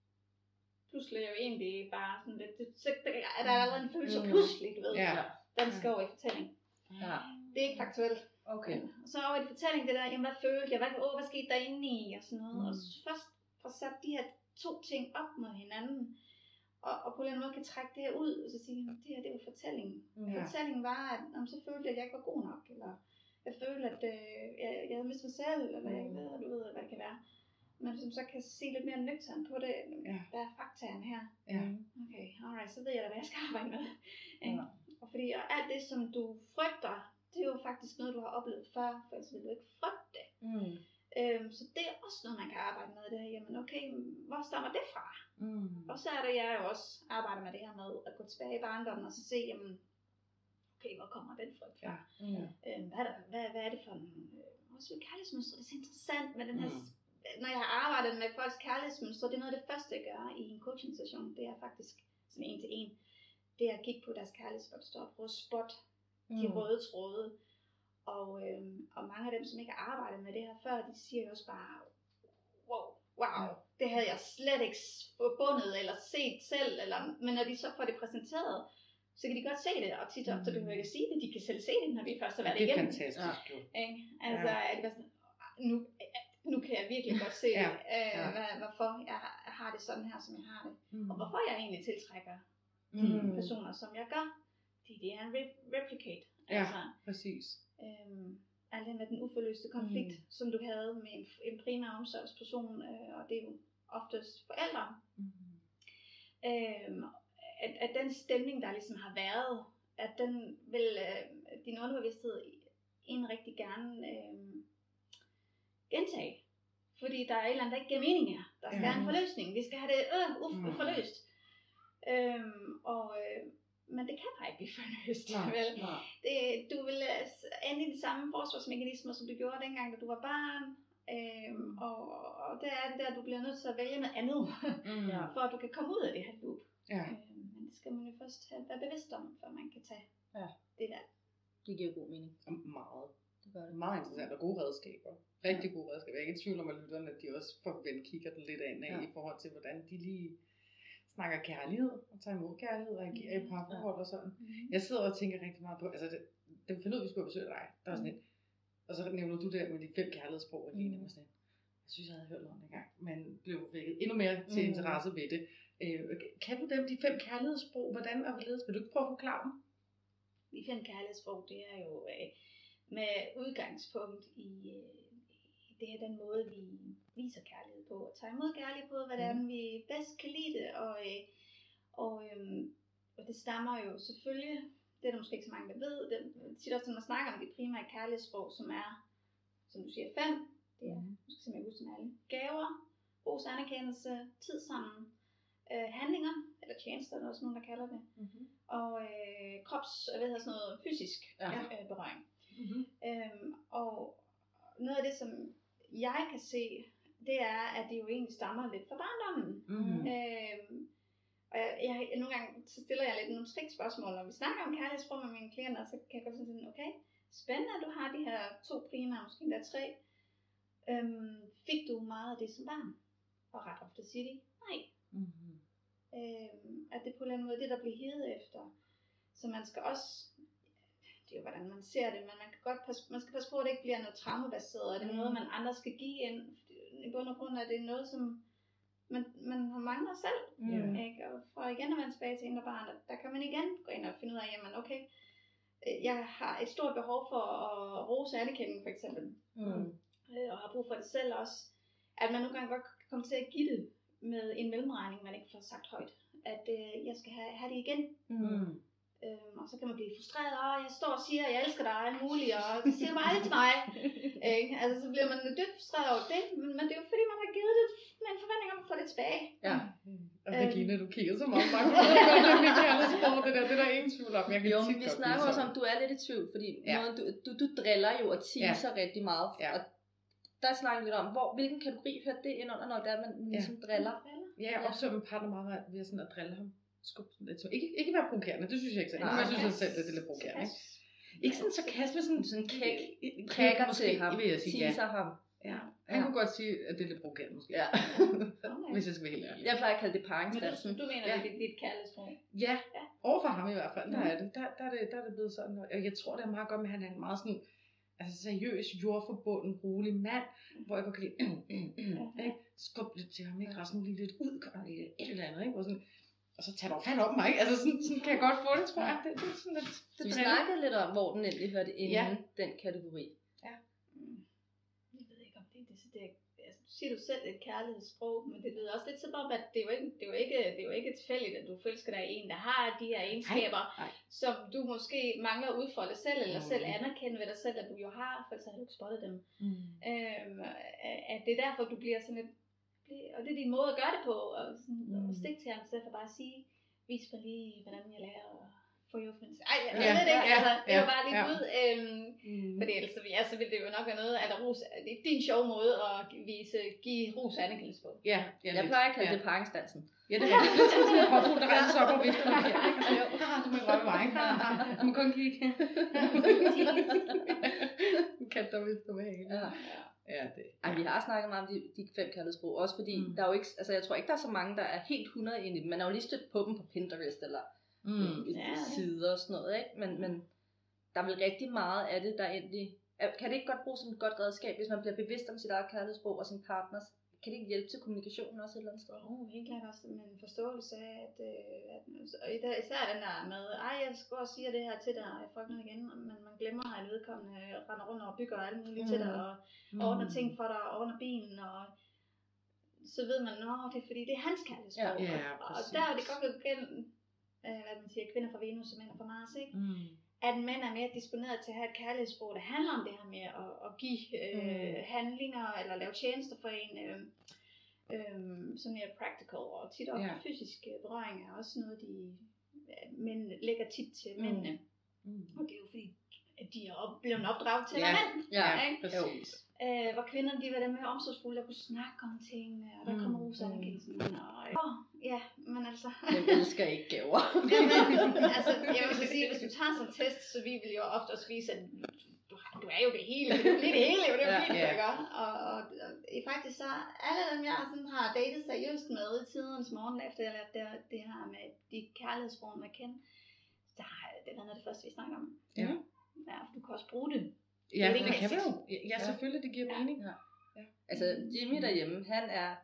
Pludselig er jo egentlig bare sådan lidt, det, så er der allerede en følelse mm. pludselig, du ved. Ja. Den skal over i fortælling. Ja. Det er ikke faktuelt. Okay. Og så over i fortælling, det der, jamen hvad følte jeg, hvad, åh, hvad skete der inde i, og sådan noget. Mm. Og først får sat de her to ting op mod hinanden, Og, og på en eller anden måde kan trække det her ud, og så sige, at det her, det var fortællingen. Ja. Fortællingen var, at om, så følte jeg, at jeg ikke var god nok, eller jeg følte, at øh, jeg, jeg havde mistet mig selv, eller jeg ikke ved, du ved, hvad det kan være. Men som så kan se lidt mere nøgternt på det, ja. Hvad er faktaerne her? Ja. Okay, alright, så ved jeg da, hvad jeg skal arbejde med. Ja. Og fordi og alt det, som du frygter, det er jo faktisk noget, du har oplevet før, for ellers vil du ikke frygte det. Mm. Øhm, så det er også noget, man kan arbejde med det her. Jamen okay, hvor stammer det fra? Mm. Og så er det, jeg jo også arbejder med det her med at gå tilbage i barndommen og så se, jamen, okay, hvor kommer den frygt fra? Mm. Øhm, hvad, er der, hvad, hvad er det for en... Øh, også ved kærlighedsmønstre, det er så interessant med den her... Mm. Når jeg har arbejdet med folks kærlighedsmønstre, det er noget af det første, jeg gør i en coaching session. Det er faktisk sådan en til en. Det er at kigge på deres kærlighedsmønstre og prøve at spotte mm. de røde tråde. Og, øhm, og mange af dem, som ikke har arbejdet med det her før, de siger jo også bare, wow, wow, det havde jeg slet ikke forbundet eller set selv. Eller, men når de så får det præsenteret, så kan de godt se det. Og tit ofte behøver jeg ikke sige det, de kan selv se det, når vi først har været igennem. Det er fantastisk. Ja. Altså, ja. At de sådan, nu, nu kan jeg virkelig godt se, ja. øh, ja. Hvad, hvorfor jeg har det sådan her, som jeg har det. Mm. Og hvorfor jeg egentlig tiltrækker de mm. personer, som jeg gør. Det, det er en re- replicate. Ja, altså, præcis. Øhm, alt det med den uforløste konflikt, mm. som du havde med en, en primær omsorgsperson, øh, og det er jo oftest forældre. Mm. Øhm, at, at den stemning, der ligesom har været, at den vil øh, din underbevidsthed en rigtig gerne øh, gentage. Fordi der er et eller andet, der ikke giver mening her. Der skal være en forløsning. Vi skal have det øh, uf, mm. forløst. Øhm, og, øh, men det kan bare ikke blive forløst. Nej, vel? Nej. Det, du vil ende i de samme forsvarsmekanismer, som du gjorde dengang, da du var barn. Øhm, og, og det er det der, du bliver nødt til at vælge noget andet, mm. for at du kan komme ud af det her loop. Ja. Øhm, men det skal man jo først have, være bevidst om, før man kan tage ja. Det der. Det giver god mening. Meget. Det gør det. Meget interessant og gode redskaber. Rigtig gode redskaber. Jeg er ikke i tvivl om, at lytterne de også får vendt kigger den lidt af ja. I forhold til, hvordan de lige snakker kærlighed og tager imod kærlighed og agerer i parforhold og sådan. Mm-hmm. Jeg sidder og tænker rigtig meget på, altså det, det finder ud, vi skulle besøge dig. Der er sådan et, og så nævner du der med de fem kærlighedssprog, og lige mm. sådan, jeg synes, jeg havde hørt om det engang, men blev vækket endnu mere til mm. interesse ved det. Øh, kan du dem, de fem kærlighedssprog, hvordan og hvorledes? Vil du ikke prøve at forklare dem? de fem kærlighedssprog, det er jo øh, med udgangspunkt i, øh, i det her, den måde, vi viser kærlighed på, og tager imod kærlighed på, hvordan mm. vi bedst kan lide det, og, øh, og, øh, og det stammer jo selvfølgelig, det er der måske ikke så mange, der ved, det er tit også, når man snakker om de primære kærlighedssprog, som er, som du siger, fem, det er, nu skal jeg huske dem alle, gaver, ros, anerkendelse, tid sammen, øh, handlinger, eller tjenester, der er også nogen, der kalder det, mm-hmm. og øh, krops, hvad hedder sådan noget, fysisk ja. øh, berøring. Mm-hmm. Øhm, og noget af det, som jeg kan se, det er, at det jo egentlig stammer lidt fra barndommen. Mm-hmm. Øhm, og jeg, jeg, nogle gange så stiller jeg lidt nogle trikspørgsmål, når vi snakker om kærlighedssprog med mine klienter, så kan jeg godt sådan, okay, spændende, at du har de her to primære, måske endda tre. Øhm, fik du meget af det som barn? Og ret ofte siger de, nej. Mm-hmm. Øhm, at det på en eller anden måde, det der bliver hedet efter. Så man skal også, det er jo hvordan man ser det, men man kan godt passe, man skal passe på, at det ikke bliver noget traumabaseret, og det er mm. noget, man andre skal give ind. I bund og grund er det noget, som man, man har manglet selv. Mm. Ikke? Og for igen at vende tilbage til indre barn, der, der kan man igen gå ind og finde ud af, jamen okay, jeg har et stort behov for at rose anerkendelse for eksempel, mm. og har brug for det selv også, at man nogle gange godt kan komme til at give det med en mellemregning, man ikke får sagt højt, at øh, jeg skal have, have det igen. Mm. Øhm, og så kan man blive frustreret, og jeg står og siger, at jeg elsker dig, alt muligt, og det siger du bare aldrig til mig. Ikke? Altså, så bliver man dybt frustreret over det, men det er jo fordi, man har givet det med en forventning om at få det tilbage. Ja. Og Regina, du kigger så meget bare, det er godt, at vi kalder sport, det der, det er der ingen tvivl om. Jeg kan jo, vi snakker også om, du er lidt i tvivl, fordi ja. noget, du, du, du driller jo og teaser ja. rigtig meget, ja. og der snakker vi lidt om, hvor, hvilken kategori hører det ind under, når det er, man ligesom ja. driller? Ja, og så en partner meget ved at, sådan at drille ham. Skub lidt så. Ikke, ikke være provokerende, det synes jeg ikke så. Jeg synes jeg selv, at det er lidt provokerende. Ikke, ikke sådan sarkasme, sådan sådan kæk, prikker til ham, vil jeg sige, teaser ham. Ja, han ja. kunne godt sige, at det er lidt provokerende måske. Ja. Hvis jeg skal være helt ærlig. Jeg plejer at kalde det paringsdansen. Men du, du mener, ja. det er dit kærlighedssprog? Ja, overfor ham i hvert fald, der er det. Der, der, er det, der er det blevet sådan, og jeg tror, det er meget godt med, at han er en meget sådan, altså seriøs, jordforbunden, rolig mand, hvor jeg godt kan lide, øh, øh, øh, ikke? Skub lidt til ham, ikke? Resten lige lidt ud, gør lige et eller andet, ikke? Og, sådan, og så tager du fat op mig, ikke? Altså sådan, sådan kan jeg godt få det, tror jeg. Det, det er sådan lidt... Så vi snakkede lidt om, hvor den endelig hørte inden ja. den kategori. Ja. Mm. Jeg ved ikke, om det er det, det er, altså, du siger du selv et kærlighedssprog, men det lyder også lidt som om, at det er jo ikke, det er jo ikke, det er jo ikke tilfældigt, at du forelsker dig i en, der har de her egenskaber, ej, ej. som du måske mangler at udfolde selv, eller mm. selv anerkende ved dig selv, at du jo har, for ellers har du ikke spottet dem. Mm. Øhm, at det er derfor, du bliver sådan lidt, og det er din måde at gøre det på, og, sådan, mm. og stikke til ham, i stedet for bare at sige, vis mig lige, hvordan jeg lærer at få jordfindelse. Ej, jeg ja, ved det ikke, ja, altså, det var bare lige ja. ud, øhm, mm. fordi ellers ja, så ville det jo nok være noget, at ros, det er din sjove måde at vise, give ros og anerkendelse på. Ja, ja jeg plejer at kalde ja. det paringsdansen. Ja, det er det. Lidt sådan en påfugl, der rejser sig op og vifter med her, ikke? Og så jo, du må røve mig, ikke? Du må kun kigge. Du kan da vifte med hele. Ja. Ja, det, ja. Ej, vi har snakket meget om de, de fem kærlighedssprog, også fordi mm. der er jo ikke, altså jeg tror ikke der er så mange, der er helt hundrede ind i dem. Man har jo lige stødt på dem på Pinterest eller mm. i ja. sider og sådan noget, ikke? Men, men der er vel rigtig meget af det, der endelig, kan det ikke godt bruges som et godt redskab, hvis man bliver bevidst om sit eget kærlighedssprog og sin partners? Kan det ikke hjælpe til kommunikationen også et eller andet sted? Oh, helt klart også med en forståelse af, at, at og især den der med, ej, jeg skal og sige det her til dig, jeg får noget igen, men man glemmer, at vedkommende render rundt og bygger alt muligt mm. til dig, og mm. ordner ting for dig, og ordner bilen, og så ved man, nå, det er fordi, det er hans kærlighedssprog. Ja, ja, og der er det godt igen, hvad man siger, kvinder fra Venus og mænd fra Mars, ikke? Mm. At mænd er mere disponeret til at have et kærlighedssprog, der handler om det her med at, at give øh, mm. handlinger, eller lave tjenester for en, øh, øh, som mere practical, og tit også yeah. fysiske berøring er også noget, de øh, mænd lægger tit til mm. mændene. Mm. Og det er jo fordi, at de er op, blevet opdraget til at være mænd. Ja, ikke? Præcis. Øh, hvor kvinderne de var dem mere omsorgsfulde, der kunne snakke om tingene, og der kommer ros og anerkendelsen. Og ja, men altså... Jeg elsker ikke gaver. Altså, jeg vil så sige, hvis du tager sådan en test, så vi vil jo ofte også vise, at du, du er jo det hele. Du bliver det hele, det er jo fint, du gør. Og, og, og faktisk så, alle dem jeg sådan har datet seriøst med i tidens morgen, efter jeg lærte det, det her med de kærlighedssprog, man kender, så har det været noget af det første, vi snakker om. Ja. Ja, for du kan også bruge det. Ja, det, det kan vi jo. Ja, selvfølgelig, det giver ja. mening. Ja. Ja. Altså, Jimmy derhjemme, han er,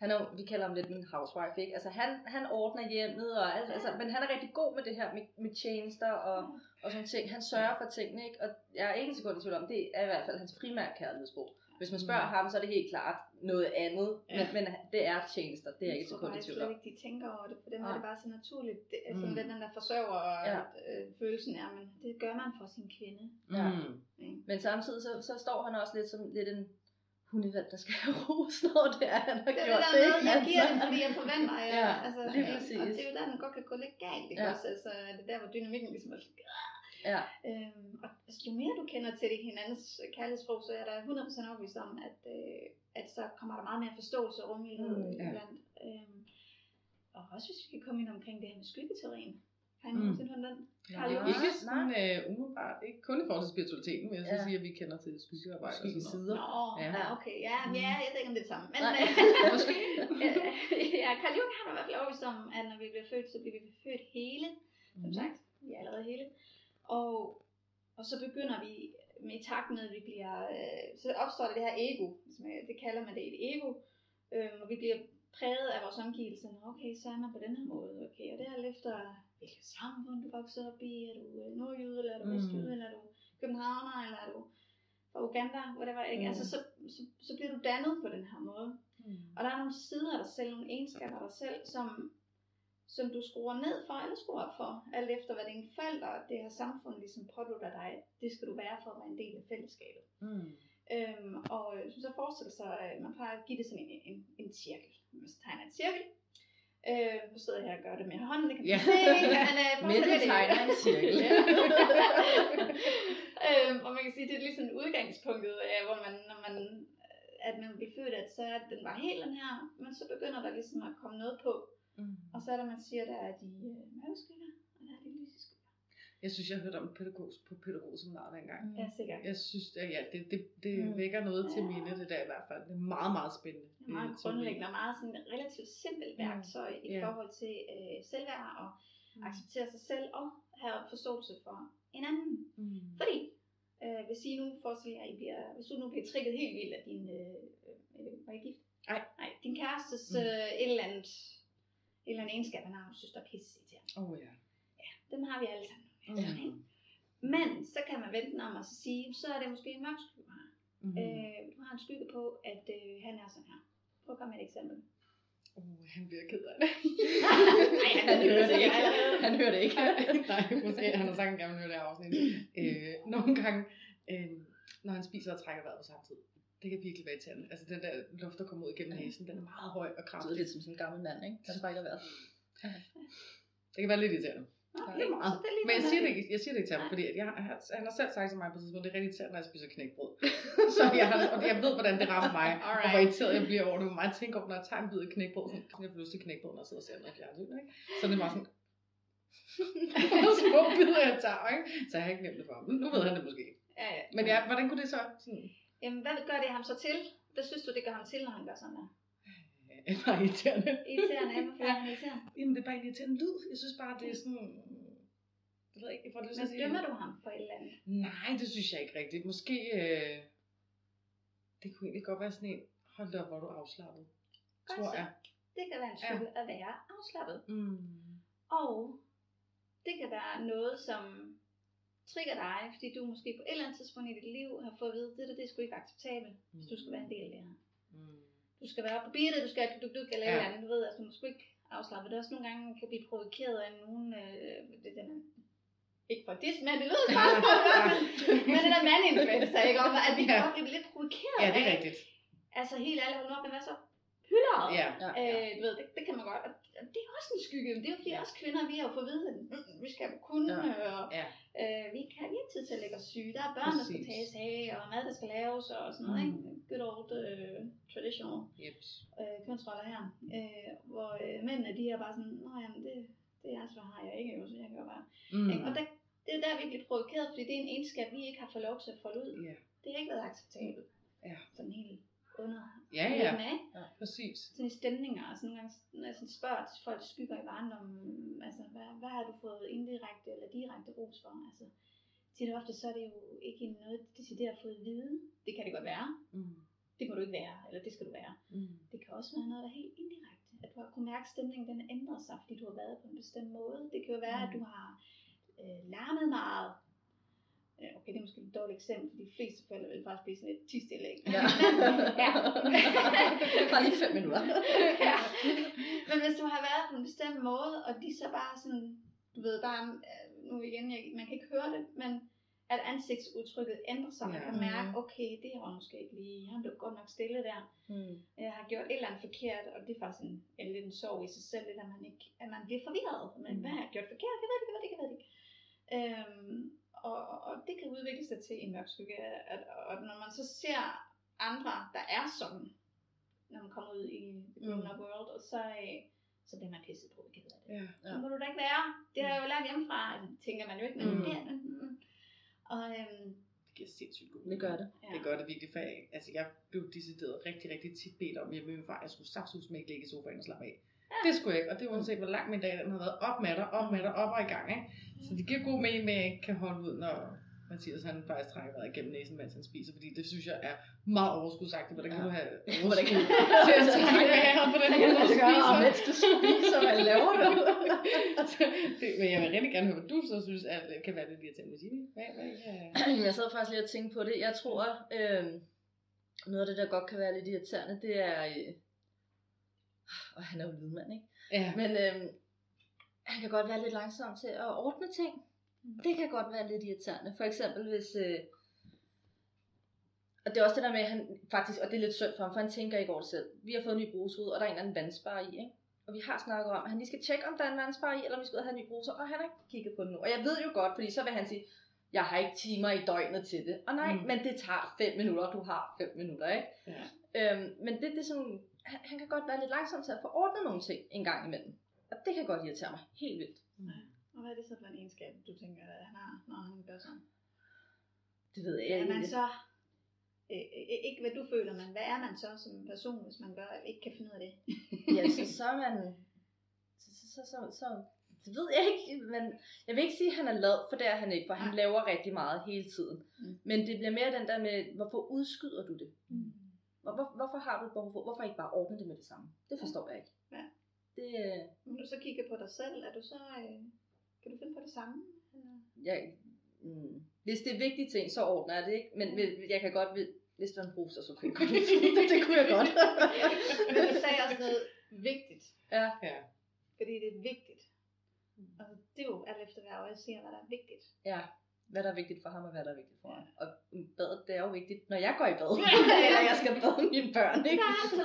han er, vi kalder ham lidt en housewife, ikke? Altså han, han ordner hjemmet, og, altså, men han er rigtig god med det her med, med tjenester og, og sådan ting. Han sørger for tingene, ikke? Og jeg er ikke så godt i tvivl om, det er i hvert fald hans primære kærlighedssprog. Hvis man spørger mm. ham, så er det helt klart noget andet, ja. men, men det er tjenester, det er jeg ikke så godt i tvivl om. Jeg tror bare ikke, de tænker over det, for dem ja. er det bare så naturligt. Det er sådan mm. den der forsørger ja. øh, følelsen er, men det gør man for sin kvinde. Ja. Mm. Ja. Men samtidig så, så står han også lidt som lidt en hundevalg, der skal have ros, når det er, han har det gjort det. Det jeg giver det, fordi jeg forventer, jeg, ja, altså, lige ja, præcis. og det er jo der, den godt kan gå lidt galt, ikke ja. også? Altså, det er der, hvor dynamikken ligesom er ja. øhm, og altså, jo mere du kender til det hinandens kærlighedssprog, så er der hundrede procent overbevist om, at, øh, at så kommer der meget mere forståelse og rummelighed mm, ja. iblandt. Øhm, og også hvis vi kan komme ind omkring det her med skyggeteorien. Har I nogensinde hørt den? Nej, ikke sådan uh, umiddelbart. Ikke kun i forhold til spiritualiteten, men jeg skal ja. sige, at vi kender til skyggearbejde og sådan sider. Nå, ja. ja, okay. Ja, mm. ja, jeg ved ikke om det er det samme. Men, måske. ja, Carl Jung har i hvert fald overbevist om, at når vi bliver født, så bliver vi født hele. Som mm. sagt, vi er allerede hele. Og, og så begynder vi med i takt med, at vi bliver, øh, så opstår det det her ego, som jeg, det kalder man det et ego, øh, og vi bliver præget af vores omgivelser. Okay, så er man på den her måde, okay, og det er efter hvilket samfund du vokser op i, er du nordjyde, eller er du vestjyde, mm. eller er du københavner, eller er du fra Uganda, whatever, ikke? Mm. Altså, så, så, så bliver du dannet på den her måde. Mm. Og der er nogle sider af dig selv, nogle egenskaber af dig selv, som som du skruer ned for, eller skruer op for, alt efter hvad dine forældre og det her samfund ligesom pådutter dig, det skal du være for at være en del af fællesskabet. Mm. Øhm, og så, så forestiller sig, at man plejer at give det sådan en, en, en cirkel. Man tegner en cirkel. Øh, nu sidder jeg her og gør det med hånden, det kan man ja. se. Men øh, det tegner en cirkel. øhm, og man kan sige, det er ligesom udgangspunktet af, hvor man, når man, at man bliver født, at så er den var helt den her, men så begynder der ligesom at komme noget på. Mm. Og så er der, man siger, der er de øh, maveskygger, og der er de lyseskygger. Jeg synes, jeg har hørt om pædagog, på pædagogseminaret engang. Mm. Ja, sikkert. Jeg synes, at ja, det, det, det mm. vækker noget til minde, det der i hvert fald. Det er meget, meget spændende. Det er meget grundlæggende og meget sådan relativt simpelt værktøj mm. i yeah. forhold til øh, selvværd og mm. acceptere sig selv og have forståelse for en anden. Mm. Fordi, øh, hvis I nu forestiller jer, I bliver, hvis du nu bliver trigget helt vildt af din, øh, øh, var I gift? Nej. Nej, din kærestes mm. øh, et eller andet en eller anden egenskab, han har, du synes, der er pisse til. Åh oh, ja. Ja, dem har vi alle sammen. Mm. Men så kan man vente om og sige, så er det måske en mørk skygge her. Mm. Øh, du har en skygge på, at øh, han er sådan her. Prøv at komme med et eksempel. Åh, oh, han bliver ked af det. Nej, han, han hører det ikke. Han hører det ikke. Nej, måske han har sagt, at han gerne vil høre det her afsnit. øh, nogle gange, øh, når han spiser og trækker vejret på samme tid. Det kan virkelig være irriterende. Altså den der luft, der kommer ud gennem næsen, den er meget høj og kraftig. Det er lidt som sådan en gammel mand, ikke? Der trækker vejret. Det kan være lidt irriterende. Okay, det er meget. Men jeg siger det ikke, jeg siger det ikke til ham, fordi at jeg, han har selv sagt til mig på tidspunkt, det er rigtig irriterende, når jeg spiser knækbrød. Så jeg, har, og jeg ved, hvordan det rammer mig, Alright. og hvor irriteret jeg bliver over det. Hvor meget jeg tænker over, når jeg tager en bid af knækbrød, så jeg får lyst til knækbrød, når jeg sidder og ser noget fjernsyn, ikke? Så det er bare sådan, små bidder jeg tager, ikke? Så jeg har ikke nemt det for ham. Nu ved han det måske. Ja, ja. Men ja, hvordan kunne det så sådan? Jamen, hvad gør det ham så til? Hvad synes du, det gør ham til, når han gør sådan der? Det er bare irriterende. Irriterende, ja, hvorfor er han irriterende? Jamen, det er bare en irriterende lyd. Jeg synes bare, det er sådan... Jeg ved ikke, jeg får det lyst til at sige... Men dømmer du ham for et eller andet? Nej, det synes jeg ikke rigtigt. Måske... Øh... Det kunne egentlig godt være sådan en... Hold da op, hvor du er afslappet. Godt tror så. jeg. Det kan være en skygge ja. At være afslappet. Mm. Og det kan være noget, som trigger dig, fordi du måske på et eller andet tidspunkt i dit liv har fået at vide, det der, det er sgu ikke acceptabelt, mm. hvis du skal være en del af det her. Mm. Du skal være på beatet, du skal have duk duk eller ja. Eller andet, du ved, altså du må sgu ikke afslappe. Det er også nogle gange, kan blive provokeret af nogen, øh, det den er, ikke for det, men det lyder bare men det der mandinfluencer, ikke om, at vi kan godt blive lidt provokeret af. Ja, det er rigtigt. Altså helt ærligt, hold op, men hvad så? Hylderet. Ja, ja, ja. Øh, du ved, det, det kan man godt. Og det er også en skygge. Det er jo fordi ja. Os kvinder, vi har jo fået at vide, at mm, vi skal kunne, ja. Og ja. Øh, vi kan ikke have tid til at lægge os syge. Der er børn, Præcis. Der skal tages af, og mad, der skal laves, og sådan noget, mm. ikke? Good old uh, traditional yep. øh, kønsroller her. Øh, hvor øh, mændene, de er bare sådan, nå jamen, det, det er altså, har jeg ikke, jo, så jeg gør bare. Mm. Og der, det er der, vi bliver provokeret, fordi det er en egenskab, vi ikke har fået lov til at folde ud. Yeah. Det har ikke været acceptabelt. Ja. Sådan helt under. Ja, ja. Ja, præcis. Sådan i stemninger, altså nogle gange, når jeg sådan spørger til folk, skygger i barndommen, altså hvad, hvad har du fået indirekte eller direkte ros for? Altså, tit og ofte så er det jo ikke noget, decideret fået at vide. Det kan det godt være. Mm. det må du ikke være, eller det skal du være. Mm. Det kan også være noget, der er helt indirekte. At du har kunnet mærke, at stemningen den ændrer sig, fordi du har været på en bestemt måde. Det kan jo være, mm. at du har øh, larmet meget. Okay, det er måske et dårligt eksempel, fordi de fleste forældre vil faktisk blive sådan et tistille, ikke? Ja. ja. Bare lige fem minutter. ja. Men hvis du har været på en bestemt måde, og de så bare sådan, du ved, bare, nu igen, jeg, man kan ikke høre det, men at ansigtsudtrykket ændrer sig, man kan mærke, okay, det var måske ikke lige, han blev godt nok stille der. Mm. Jeg har gjort et eller andet forkert, og det er faktisk en, en lidt en sorg i sig selv, at man, ikke, at man bliver forvirret. Men mm. hvad har jeg gjort forkert? Jeg ved det, jeg ved det, jeg ved det ikke. Øhm, Og, og det kan udvikle sig til en mørk skygge, at, og når man så ser andre, der er sådan, når man kommer ud i the grown-up world, og så, så bliver man pisset på, ikke ved det. Ja, ja. Så må du da ikke være. Det har jeg jo lært hjemmefra, det tænker man jo ikke, men mm. det er mm, mm. Og øhm, det giver sindssygt god. Det gør det. Ja. Det gør det virkelig, for jeg, altså jeg blev decideret rigtig, rigtig tit bedt om hjemme med min far, jeg skulle saftsus med ikke ligge i sofaen og slappe af. Ja. Det skulle jeg ikke, og det var uanset hvor lang min dag den har været op med dig, op med dig, op og i gang, ikke? Så det giver god mening med, at jeg kan holde ud, når Mathias han faktisk trækker vejret igennem næsen, mens han spiser, fordi det synes jeg er meget overskudsagtigt. Hvordan kan ja. du have overskud til at trække vejret på den her måde, du spiser? Og mens du spiser, hvad laver du? det, men jeg vil rigtig gerne høre, hvad du så synes, at det kan være lidt irriterende med Gini. Hvad, hvad, ja. Jeg sad faktisk lige og tænkte på det. Jeg tror, øh, noget af det, der godt kan være lidt irriterende, det er... Øh, og han er jo lydmand, ikke? Ja. Men øh, han kan godt være lidt langsom til at ordne ting. Det kan godt være lidt irriterende. For eksempel hvis... Øh, og det er også det der med, at han faktisk... Og det er lidt synd for ham, for han tænker ikke over det selv. Vi har fået en ny bruser ud, og der er en eller anden vandspar i, ikke? Og vi har snakket om, at han lige skal tjekke, om der er en vandspar i, eller om vi skal ud og have en ny bruser. Og han har ikke kigget på den nu. Og jeg ved jo godt, fordi så vil han sige, jeg har ikke timer i døgnet til det. Og nej, mm. men det tager fem minutter, du har fem minutter, ikke? Ja. Øhm, men det, det er sådan... Han, han kan godt være lidt langsom til at få ordnet nogle ting en gang imellem. Og det kan godt irritere mig helt vildt. Ja. Og hvad er det så for en egenskab, du tænker, at han har, når han gør sådan? Det ved jeg ikke. Er man så, øh, ikke hvad du føler, men hvad er man så som person, hvis man gør, ikke kan finde ud af det? ja, så, så er man, så, så, så, så, det ved jeg ikke, men jeg vil ikke sige, at han er lad, for det er han ikke, for han ja. laver rigtig meget hele tiden. Mm. Men det bliver mere den der med, hvorfor udskyder du det? Mm. Hvor, hvorfor har du et behov for, hvorfor ikke bare ordne det med det samme? Det forstår jeg ikke. Ja. Det, Når du så kigger på dig selv, er du så, øh, kan du finde på det samme? Eller? Ja, mm, hvis det er vigtige ting, så ordner jeg det ikke. Men ja. jeg kan godt, hvis der er en bruser, så kunne jeg godt det, det kunne jeg godt. Men du sagde også noget vigtigt. Ja. ja. Fordi det er vigtigt. Og det er jo alt efter hver øje siger, hvad der er vigtigt. Ja. Hvad der er vigtigt for ham, og hvad der er vigtigt for ham. Og badet, det er jo vigtigt, når jeg går i bad. Eller jeg skal bade mine børn, ikke?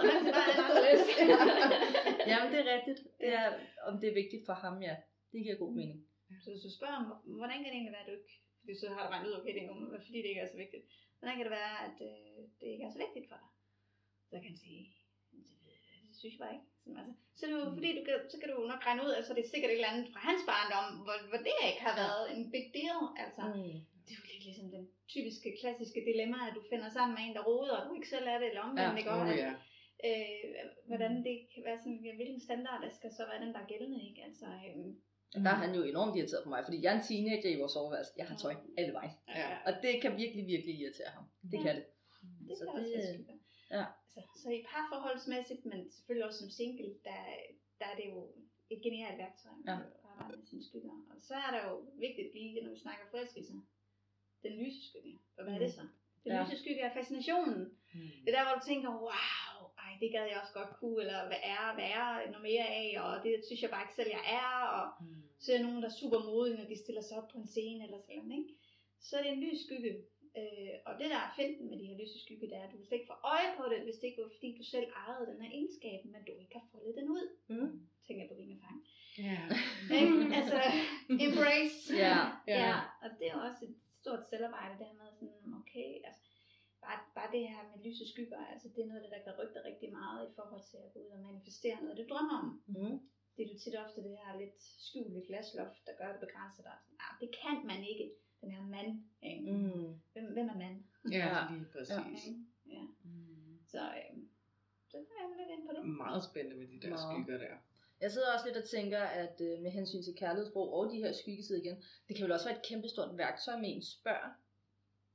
Jamen, det er rigtigt. Det er, om det er vigtigt for ham, ja. Det giver god mening. Så hvis du spørger ham, hvordan kan det egentlig være, at du ikke... Fordi så har du regnet ud, okay, det er jo, fordi det ikke er så vigtigt. Hvordan kan det være, at øh, det ikke er så vigtigt for dig? Så kan han sige, det synes jeg bare ikke. Sådan, altså, så, er det jo, fordi du kan, så kan du nok regne ud, at så er det sikkert et eller andet fra hans barndom, hvor, hvor det ikke har været en big deal. Altså, mm. Det er jo lidt ligesom den typiske, klassiske dilemma, at du finder sammen med en, der roder, og du ikke selv er det, eller omvendt, ja, ikke? Og, at, ja. øh, hvordan det kan være sådan, ja, hvilken standard der skal så være den, der er gældende, ikke? Altså, øh, mm. Der er han jo enormt irriteret på mig, fordi jeg er en teenager i vores soveværelse. Jeg har tøj alle vejen. Ja. Og det kan virkelig, virkelig irritere ham. Det ja. kan det. Det så kan det, også være skylder. Ja. Så, så i parforholdsmæssigt, men selvfølgelig også som single, der, der er det jo et genialt værktøj ja. at arbejde med sine skygger. Og så er der jo vigtigt lige, når vi snakker forelskelse, den lyse skygge. Og hvad mm. er det så? Den ja. lyse skygge er fascinationen. Mm. Det er der, hvor du tænker, wow, ej, det gad jeg også godt kunne, eller hvad er, hvad er noget mere af, og det synes jeg bare ikke selv, jeg er, og mm. så er der nogen, der er super modige, når de stiller sig op på en scene, eller sådan, ikke? Så er det en lys skygge. Øh, og det der er finten med de her lyse skygge, det er, at du vil ikke få øje på det, hvis det ikke var fordi du selv ejede den her egenskab, men du ikke har foldet den ud. Mm. Tænker jeg på vingefang. Ja. Yeah. Altså, embrace. Yeah. Yeah. Ja. Og det er også et stort selvarbejde, det her med sådan, okay, altså, bare, bare det her med lyse skygger, altså det er noget, der kan rykke dig rigtig meget i forhold til at gå ud og manifestere noget, du drømmer om. Mm. Det er jo tit ofte det her lidt skjulte glasloft, der gør det begrænset dig. Ah, det kan man ikke. Den her mand, ikke? Mm. Hvem, hvem er mand? Ja, lige præcis. Ja, ja. Mm. Så, øh, så kan jeg lidt ind på det. Meget spændende med de der wow. skygger der. Jeg sidder også lidt og tænker, at øh, med hensyn til kærlighedsbrug og de her skyggesider igen, det kan vel også være et kæmpestort værktøj med ens børn,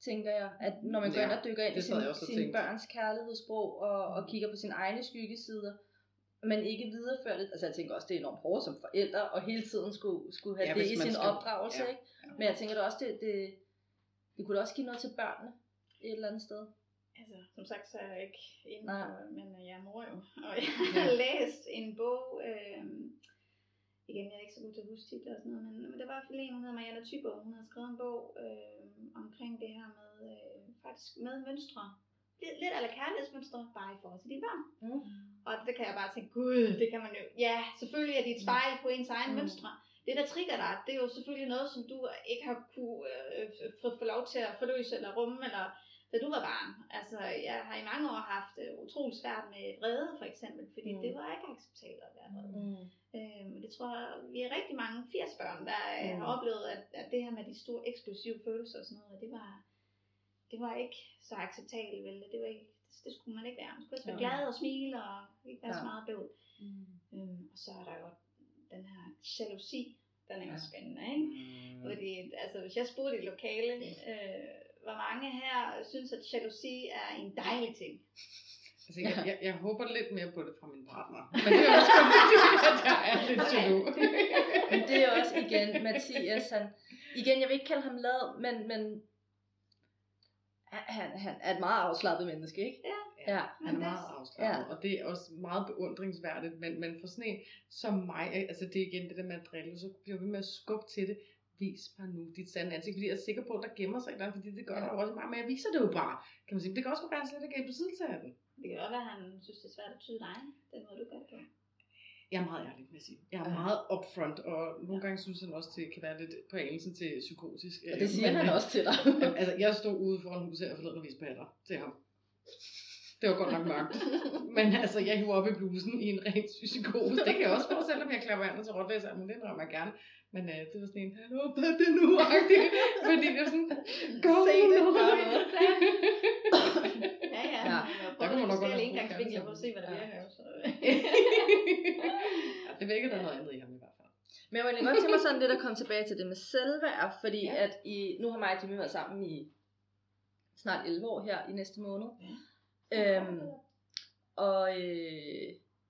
tænker jeg, at når man går ind og dykker ind i sin, sin børns kærlighedssprog og, og kigger på sine egne skyggesider, men ikke viderefører det. Altså jeg tænker også, det er enormt hårdt som forældre, og hele tiden skulle, skulle have ja, det i sin skal... opdragelse, ja. Ikke? Ja. Men jeg tænker da også, det, det, det kunne da også give noget til børnene et eller andet sted. Altså, som sagt, så er jeg ikke indenfor, men jeg er mor jo. Og jeg har ja. læst en bog, øh, igen, jeg er ikke så god til at huske titler og sådan noget, men, men det var i hvert fald en, hun hedder Marianne Thybo, hun har skrevet en bog øh, omkring det her med, øh, faktisk med mønstre. Lidt, lidt eller kærlighedsmønstre, bare i forhold til dine børn. Mm. Og det kan jeg bare tænke, gud, det kan man jo, ja, selvfølgelig er det et spejl på ens egen mm. mønstre. Det, der trigger dig, det er jo selvfølgelig noget, som du ikke har kunne øh, få, få lov til at forløse eller rumme, eller da du var barn. Altså, jeg har i mange år haft uh, utroligt svært med vrede, for eksempel, fordi mm. det var ikke acceptabelt at være vrede. Mm. Øhm, det tror jeg, vi er rigtig mange firs børn, der mm. har oplevet, at, at det her med de store eksplosive følelser og sådan noget, det var, det var ikke så acceptabelt, vel? Det var ikke, det, det skulle man ikke være. Man skulle også være ja. glad og smile og ikke være ja. så meget bøvl. Mm. Øhm, og så er der jo den her jalousi, den er jo ja. spændende, ikke? Mm. Fordi, altså, hvis jeg spurgte i lokale, øh, hvor mange her synes, at jalousi er en dejlig ting? Altså, jeg, jeg, jeg håber lidt mere på det fra min partner. Men det er også fordi, at jeg er lidt jaloux. Men det er også igen, Mathias, han, igen, jeg vil ikke kalde ham lad, men, men han, han er et meget afslappet menneske, ikke? Ja. Ja, han er meget afslappet, ja. Og det er også meget beundringsværdigt, men, men for sådan en som mig, altså det er igen det der med at drille, så bliver vi med at skubbe til det. Vis mig nu dit sande ansigt, fordi jeg er sikker på, at der gemmer sig et eller andet, fordi det gør der jo også meget, men jeg viser det jo bare, kan man sige. Det kan også være, at han slet ikke er i besiddelse af den. Det kan godt være, at han synes, det er svært at tyde dig, den måde du gør det på. Jeg er meget ærlig med at sige. Jeg er meget upfront, og nogle gange synes han også, det kan være lidt på engelsen til psykotisk. Og det siger men, han også til dig. Altså, jeg stod ude foran huset og forleden og viste patter til ham. Det var godt nok mørkt. Men altså, jeg hiver op i blusen i en ren psykose. Det kan jeg også få, selvom jeg klapper andet til rådlæser, men det drømmer jeg gerne. Men øh, det var sådan en, hallo, hvad er det nu? Fordi det var sådan, gå nu noget. Ja, ja. ja. Der kan man nok godt have indgangsvinkler for at se, hvad der virker. Så. Ja, det vækker der noget andet i ham i hvert fald. Men jeg vil godt tænke mig sådan lidt at komme tilbage til det med selvværd, fordi ja. at i, nu har mig og Jimmy været sammen i snart elleve år her i næste måned. Ja. Øhm, og øh,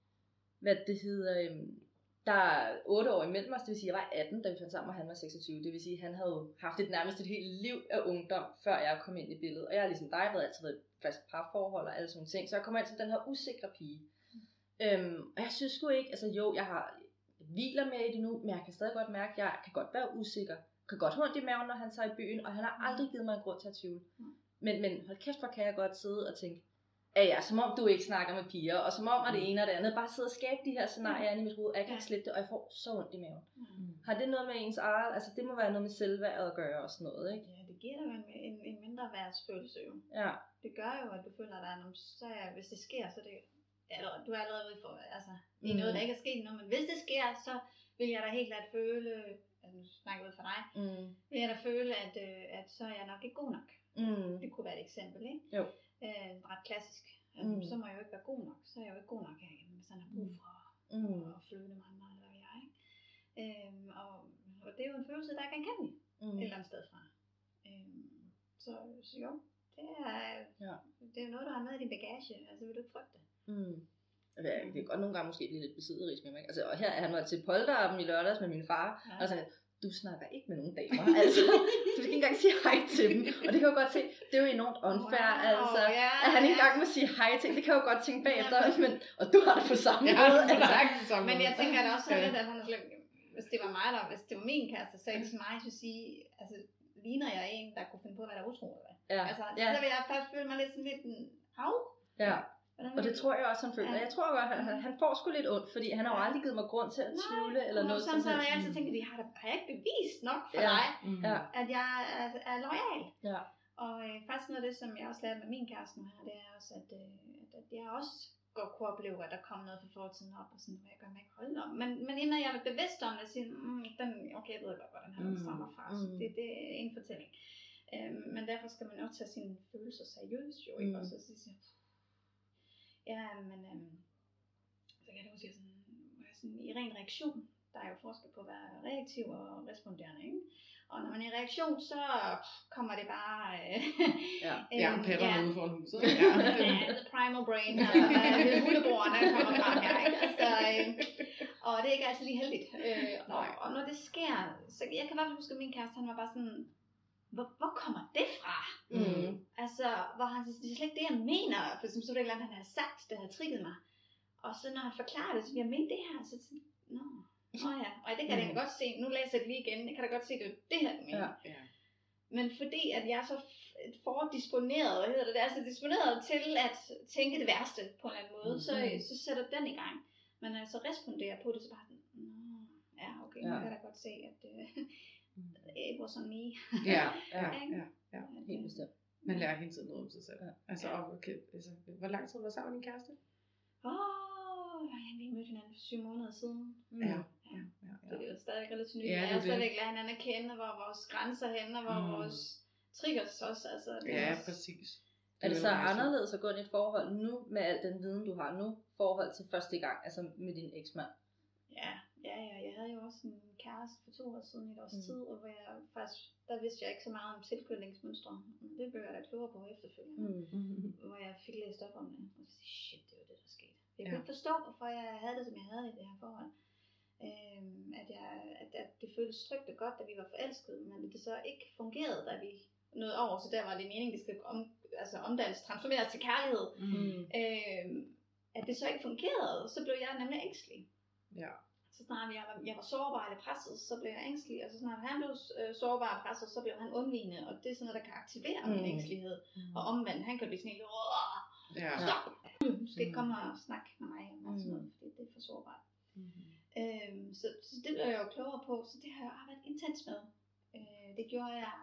hvad det hedder, øh, der er otte år imellem os, det vil sige, jeg var atten, da vi fandt sammen, og han var seksogtyve. Det vil sige, han havde haft et nærmest et helt liv af ungdom, før jeg kom ind i billedet. Og jeg har ligesom dig været altid været et fast parforhold og alle sådan ting. Så jeg kommer ind som den her usikre pige. Mm. Øhm, og jeg synes sgu ikke, altså jo, jeg har hviler med i det nu, men jeg kan stadig godt mærke, at jeg kan godt være usikker. Jeg kan godt have ondt i maven, når han tager i byen, og han har aldrig givet mig en grund til at tvivle. Mm. Men, men hold kæft, hvor kan jeg godt sidde og tænke, ja, ja, som om du ikke snakker med piger, og som om at det ene og det andet, bare sidde og skabe de her scenarier inde i mit hoved, og jeg kan ikke slippe det, og jeg får så ondt i maven. Mm. Har det noget med ens eget, altså det må være noget med selvværd at gøre og sådan noget, ikke? Ja, det giver dig en, en, en mindre værdsfølelse jo. Ja. Det gør jo, at du føler dig, så ja, hvis det sker, så det, eller, du er allerede ude for, altså, det er mm. noget, der ikke er sket noget, men hvis det sker, så vil jeg da helt klart føle, altså nu snakker jeg ud for dig, mm. vil jeg da føle, at, at så er jeg nok ikke god nok. Mm. Det kunne være et eksempel, ikke? Jo. Øh, ret klassisk. Mm. Så må jeg jo ikke være god nok. Så er jeg jo ikke god nok herhjemme, hvis han har brug for mm. at flytte med andre, eller hvad jeg, ikke? Øhm, og, og det er jo en følelse, der er genkendelig mm. et eller andet sted fra. Øhm, så, så jo, det er, ja. det er noget, du har med i din bagage. Altså, vil du ikke frygte det? Mm. Det kan godt nogle gange måske blive lidt besidderisk med mig. Altså, og her er han været til polterappen i lørdags med min far, ja. Og sådan, du snakker ikke med nogen damer, altså, du skal ikke engang sige hej til dem, og det kan jeg jo godt se, det er jo enormt unfair, wow, altså, yeah, at han ikke engang må sige hej til dem, det kan jeg jo godt tænke bagefter, ja, men, og du har det på samme ja, måde, altså. Men jeg tænker da også lidt, at han er slet, hvis det var mig, der, hvis det var min kæreste, så sagde det til mig, så sige, altså, ligner jeg en, der kunne finde på, hvad der er utro, eller hvad? Ja. Altså, ja. Så vil jeg først føle mig lidt sådan lidt, hav? Ja. Og det tror jeg også, han føler. Ja. Jeg tror godt, han, han får sgu lidt ondt, fordi han har jo aldrig givet mig grund til at tvivle eller noget. Sådan, så har jeg altid tænkt, at jeg har, har jeg ikke bevist nok for ja. dig, mm. at jeg er, er loyal. Ja. Og øh, faktisk noget af det, som jeg også lærte med min kæreste nu her, det er også, at, øh, at jeg også godt kunne opleve, at der kom noget fra fortiden op, og sådan, hvad jeg gør mig ikke holde om. Men, men inden jeg er bevidst om det, siger mm, den, okay, jeg ved godt, hvor den her mm. stammer fra, så det, det er en fortælling. Øhm, men derfor skal man også tage sine følelser seriøst, jo, ikke? Mm. Og så sige, ja, men øhm, så kan jeg da huske, sådan, sådan, i ren reaktion, der er jo forskel på at være reaktiv og responderende, ikke? Og når man er i reaktion, så kommer det bare... Øh, ja, ja patterne ja. Ude foran huset. Ja, ja, the primal brain, altså hundebrugerne kommer frem her, ikke? Altså, øh, og det er ikke altid lige heldigt. Øh, og, og når det sker, så jeg kan i hvert fald huske, at min kæreste, han var bare sådan, hvor, hvor kommer det fra? Mm. Altså, hvor han siger, det er slet ikke det, jeg mener, for som så det et eller andet, han havde sagt, der havde trigget mig. Og så når han forklarer det, så jeg mener det her, så sådan, nå, nå ja, og det kan mm. jeg da godt se, nu læser jeg det lige igen, jeg kan da godt se, det er det her, du mener. Ja, ja. Men fordi at jeg er så fordisponeret, hvad hedder det, altså disponeret til at tænke det værste på en eller anden måde, mm. så, så sætter den i gang. Men når jeg så responderer på det, så bare sådan, nå, ja, okay, ja. Nu kan jeg da godt se, at uh, it was on me. Ja, ja, ja, ja, helt bestemt. Man lærer hele tiden noget om sig selv. Ja. Altså, okay, altså, hvor lang tid var du sammen med din kæreste? Åh, oh, ja, vi mødte hinanden for syv måneder siden. Mm. Ja, ja, ja, ja. Så det er jo stadig relativt nyt. Ja, jeg har stadigvæk lært hinanden at kende, hvor vores grænser henne, og hvor mm. vores triggers også. Altså, det ja, også... præcis. Det er det så anderledes at gå ind i et forhold nu, med al den viden, du har nu, forhold til første gang, altså med din eksmand? Ja, ja, ja. Jeg havde jo også en kæreste for to år siden i et års mm. tid, og hvor jeg faktisk, der vidste jeg ikke så meget om tilknytningsmønstre. Det blev jeg da klogere på efterfølgende, mm. hvor jeg fik læst op om det. Og så shit, det var det, der skete. Jeg kunne ja. ikke forstå, hvorfor jeg havde det, som jeg havde i det her forhold. Øhm, at, jeg, at, at det føltes trygt og godt, da vi var forelskede, men det så ikke fungerede, da vi nåede over. Så der var det meningen, det skal om, altså omdannes, transformeres til kærlighed. Mm. Øhm, at det så ikke fungerede, så blev jeg nemlig ængstelig. Ja. Så snart jeg var, jeg var sårbar eller presset, så blev jeg ængstelig, og så snart han blev øh, sårbar og presset, så blev han undvigende, og det er sådan noget, der kan aktivere mm. min ængstelighed. Mm. Og omvendt, han kan blive sådan helt, ja. Stop! Du skal ikke komme og snakke med mig om mm. sådan noget, fordi det er for sårbart. Mm. Øhm, så, så det blev jeg jo klogere på, så det har jeg arbejdet intens med. Øh, det gjorde jeg,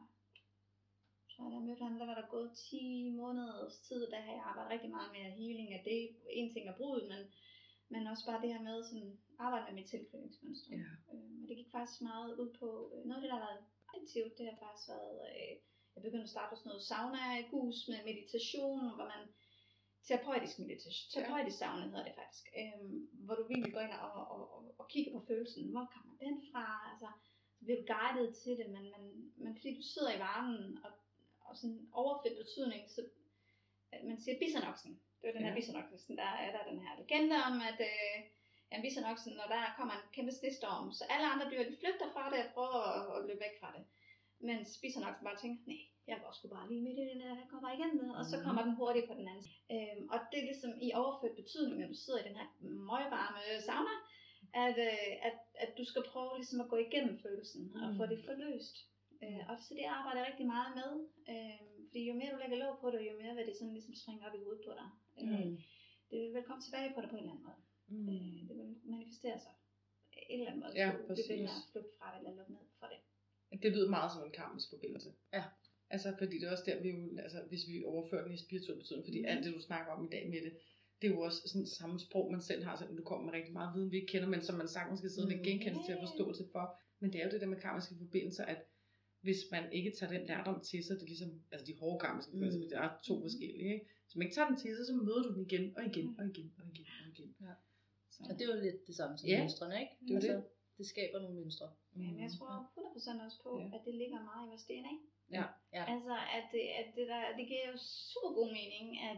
så da jeg mødte ham, der var der gået ti måneders tid, der har jeg arbejdet rigtig meget med healing af det. En ting er brud, men, men også bare det her med sådan, arbejde med mit tilknytningsmønster. Ja. Øh, og det gik faktisk meget ud på, øh, noget af det, der har været aktivt, det har faktisk været, øh, jeg begyndte at starte på sådan noget sauna-gus med meditation, hvor man, terapeutisk meditation, terapeutisk sauna hedder det faktisk, øh, hvor du virkelig går ind og, og, og, og kigger på følelsen, hvor kommer den fra, altså, så bliver du guidet til det, men, men, men fordi du sidder i varmen, og, og sådan overført betydning, så man siger bisonoksen, det er den her ja. bisonoksen, der er der den her legende om, at øh, ja, bisonoksen, når der kommer en kæmpe snestorm, så alle andre dyr, de flygter fra det og prøver at, at løbe væk fra det, mens bisonoksen bare tænker, nej, jeg går sgu bare lige midt i den der, jeg kommer igen med, og så kommer den hurtigt på den anden. Øhm, og det er ligesom i overført betydning, når du sidder i den her møgvarme sauna, at, øh, at, at du skal prøve ligesom at gå igennem følelsen og mm. få det forløst. Øh, og så det arbejder jeg rigtig meget med, øh, fordi jo mere du lægger låg på det, jo mere vil det sådan ligesom springe op i hovedet på dig. Øh, mm. Det vil komme tilbage på dig på en eller anden måde. Mm. Øh, det vil manifestere sig en eller anden måde. Ja, du vil flygte fra det eller lukke ned for det. Det lyder meget som en karmisk forbindelse. Ja. Altså, fordi det er også der, vi jo, altså, hvis vi overfører den i spirituel betydning, fordi mm. alt det, du snakker om i dag med det, det er jo også sådan samme sprog, man selv har, selvom du kommer med rigtig meget viden, vi ikke kender, men som man sagtens skal sidde og mm. genkende til at forståelse for. Men det er jo det der med karmiske forbindelser, at hvis man ikke tager den lærdom til sig, det er ligesom, altså de hårde karmiske forbindelser, mm. der er to forskellige, ikke? Hvis man ikke tager den til sig, så møder du den igen, og igen, og igen, og igen, og igen. Ja. Så. Og det er jo lidt det samme som ja. mønstrene, ikke? Det, altså, det. det skaber nogle mønstre. Mm. Ja, men jeg tror hundrede procent også på, ja. at det ligger meget i vores D N A. Ja. Ja. Altså, at det, at det, der, det giver jo super god mening, at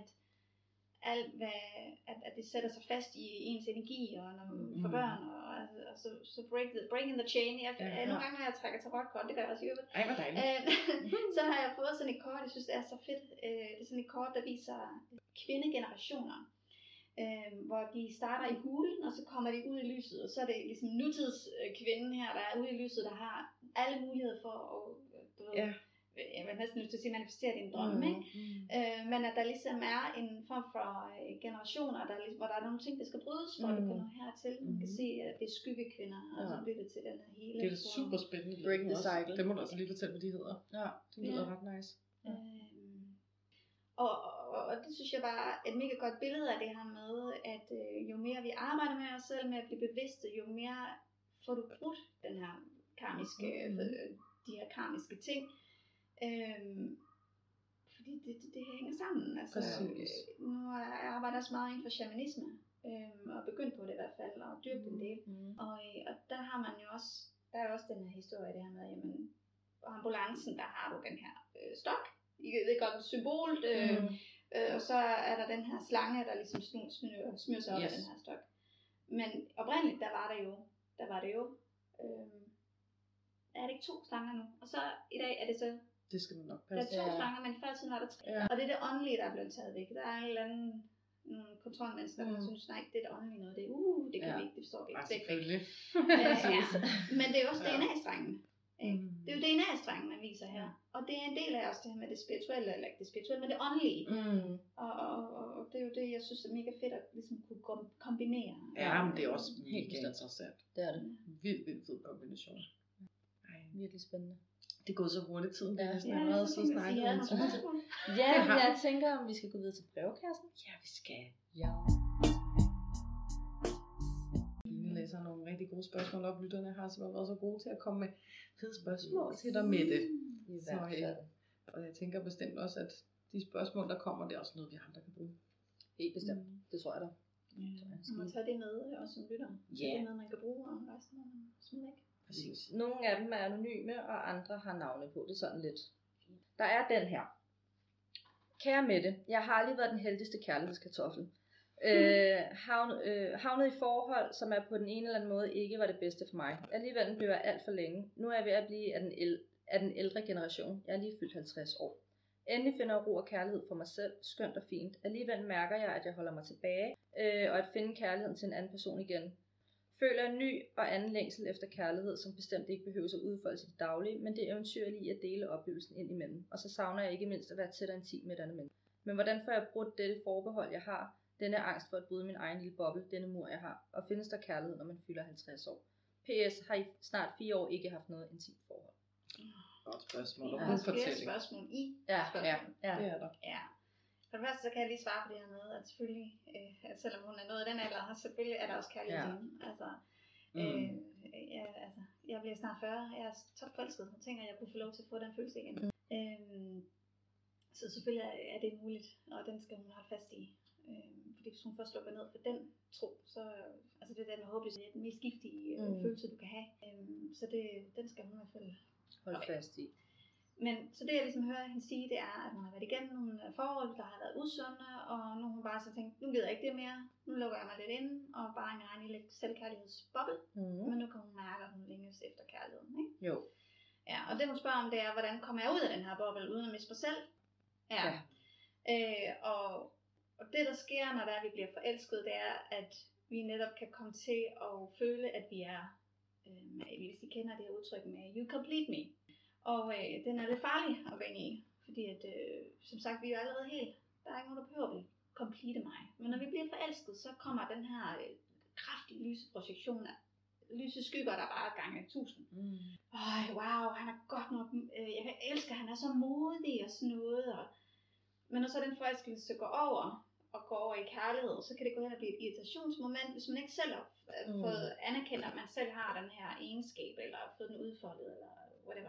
alt hvad, at, at det sætter sig fast i ens energi, og når man mm. får børn, og, altså, og så, så break the, breaking the chain. Jeg, ja, ja. Nogle gange, når jeg trækker tarotkort, det gør jeg også i øvrigt. Ej, hvor dejligt. Så har jeg fået sådan et kort, jeg synes, det er så fedt. Det er sådan et kort, der viser kvindegenerationer. Øh, hvor de starter i hulen, og så kommer de ud i lyset, og så er det ligesom nutidskvinden her, der er ude i lyset, der har alle muligheder for at, du ved, ja. jeg vil næsten lyst til at sige, manifestere din drømme, mm, ikke? Mm. Øh, men at der ligesom er en form for øh, generationer, der, hvor der er nogle ting, der skal brydes, for mm. at du kan nå hertil. Man kan se, at det er skyggekvinder, og så bliver det til den her hele. Det er det super spændende. Break the cycle. Det må du også lige fortælle, hvad de hedder. Ja, det lyder ja. ret nice. Ja. Øh, og, og, og det synes jeg bare er et mega godt billede af det her med, at øh, jo mere vi arbejder med os selv, med at blive bevidste, jo mere får du brudt den her karmiske, mm. øh, de her karmiske ting. Øhm, fordi det, det, det hænger sammen. Altså, øh, nu er jeg arbejder også meget inden for shamanisme, øhm, og begyndt på det i hvert fald, og dyrket en del. Mm. Og, og der har man jo også, der er jo også den her historie, det her med, jamen, på ambulancen, der har du den her øh, stok, I ved godt, symbol, øh, mm. øh, og så er der den her slange, der ligesom smyr, smyr, smyr sig op yes. af den her stok. Men oprindeligt, der var der jo, der var det jo, øh, er det ikke to slanger nu? Og så i dag er det så, det skal man nok passe. Der er to ja. slanger, men før tiden var der tre. Ja. Og det er det åndelige, der er blevet taget væk. Der er en eller anden, nogle kontrolmennesker, mm. der synes, nej, det er det åndelige noget. Det er, uh, det kan ja. vi ikke, det forstår vi ikke. Ja, selvfølgelig. øh, ja. Men det er jo også ja. D N A-strengen. Mm. Det er jo D N A-strengen, man viser her. Og det er en del af også det her med det spirituelle, eller ikke det spirituelle, men det åndelige. Mm. Og, og, og, og det er jo det, jeg synes er mega fedt at ligesom kunne kombinere. Ja, men det er også helt interessant. Det er det. Vildt, vildt fed kombination. Ej. Virkelig spændende. Det er gået så hurtigt tiden. Ja, det er ja, meget så snakket. Ja, men jeg tænker, om vi skal gå videre til brevkassen. Ja, vi skal. Ja. Line læser nogle rigtig gode spørgsmål op. Lytterne har simpelthen været så gode til at komme med fede spørgsmål yes. til dig med det. I hvert fald. Og jeg tænker bestemt også, at de spørgsmål, der kommer, det er også noget, vi andre kan bruge. Helt bestemt. Mm. Det tror jeg da. Mm. Man må tage det med, også som lytter. Ja. Det er noget, man kan bruge, og resten af man smider ikke. Præcis. Nogle af dem er anonyme, og andre har navne på. Det er sådan lidt. Der er den her. Kære Mette, jeg har aldrig været den heldigste kærlighedskartoffel. Mm. Øh, havn, øh, havnet i forhold, som er på den ene eller anden måde ikke var det bedste for mig. Alligevel blev jeg alt for længe. Nu er jeg ved at blive af den, el- af den ældre generation. Jeg er lige fyldt halvtreds år. Endelig finder jeg ro og kærlighed for mig selv. Skønt og fint. Alligevel mærker jeg, at jeg holder mig tilbage. Øh, og at finde kærligheden til en anden person igen. Føler en ny og anden længsel efter kærlighed, som bestemt ikke behøver at udfolde sig i det daglige, men det er eventyrligt i at dele oplevelsen ind imellem. Og så savner jeg ikke mindst at være tæt og intim med et andet menneske. Men hvordan får jeg brudt dette forbehold, jeg har? Denne angst for at bryde min egen lille boble, denne mur, jeg har. Og findes der kærlighed, når man fylder halvtreds år? P S har I snart fire år ikke haft noget intimt forhold. Godt spørgsmål. Der er flere spørgsmål i ja, spørgsmål. Ja, ja, det er der. Ja. For det første, så kan jeg lige svare på det her med, at selvfølgelig, øh, at selvom hun er noget af den alder, så selvfølgelig er der også kærlighed til hende. Altså, mm. øh, ja, altså, jeg bliver snart fyrre, jeg er topforelsket, og tænker, at jeg kunne få lov til at få den følelse igen. Mm. Øh, så selvfølgelig er det muligt, og den skal hun holde fast i. Øh, fordi hvis hun først lukker ned for den tro, så altså det der med håbløshed er den mest giftige øh, mm. følelse, du kan have. Øh, så det, den skal hun i hvert fald holde fast i. Men så det jeg ligesom hører hende sige, det er, at hun har været igennem nogle forhold, der har været usunde, og nu har hun bare så tænkt, nu gider jeg ikke det mere, nu lukker jeg mig lidt ind, og bare en egen lille selvkærlighedsboble, mm. men nu kan hun mærke, at hun længes efter kærligheden, ikke? Jo. Ja, og det hun spørger om, det er, hvordan kommer jeg ud af den her boble, uden at miste mig selv? Ja. ja. Øh, og, og det der sker, når der er, vi bliver forelsket, det er, at vi netop kan komme til at føle, at vi er, øh, hvis I kender det her udtryk med, you complete me. Og øh, den er lidt farlig at gå ind i, fordi at, øh, som sagt, vi er jo allerede helt, der er ikke nogen, der behøver at complete mig. Men når vi bliver forelsket, så kommer den her øh, kraftige lyseprojektion af lyse skygger, der bare er gange tusind. Mm. Øj, wow, han er godt nok, øh, jeg elsker, han er så modig og sådan noget. Og, men når så den forelskelse går over, og går over i kærlighed, så kan det gå hen og blive et irritationsmoment, hvis man ikke selv har mm. fået anerkendt, at man selv har den her egenskab, eller har fået den udfoldet, eller whatever.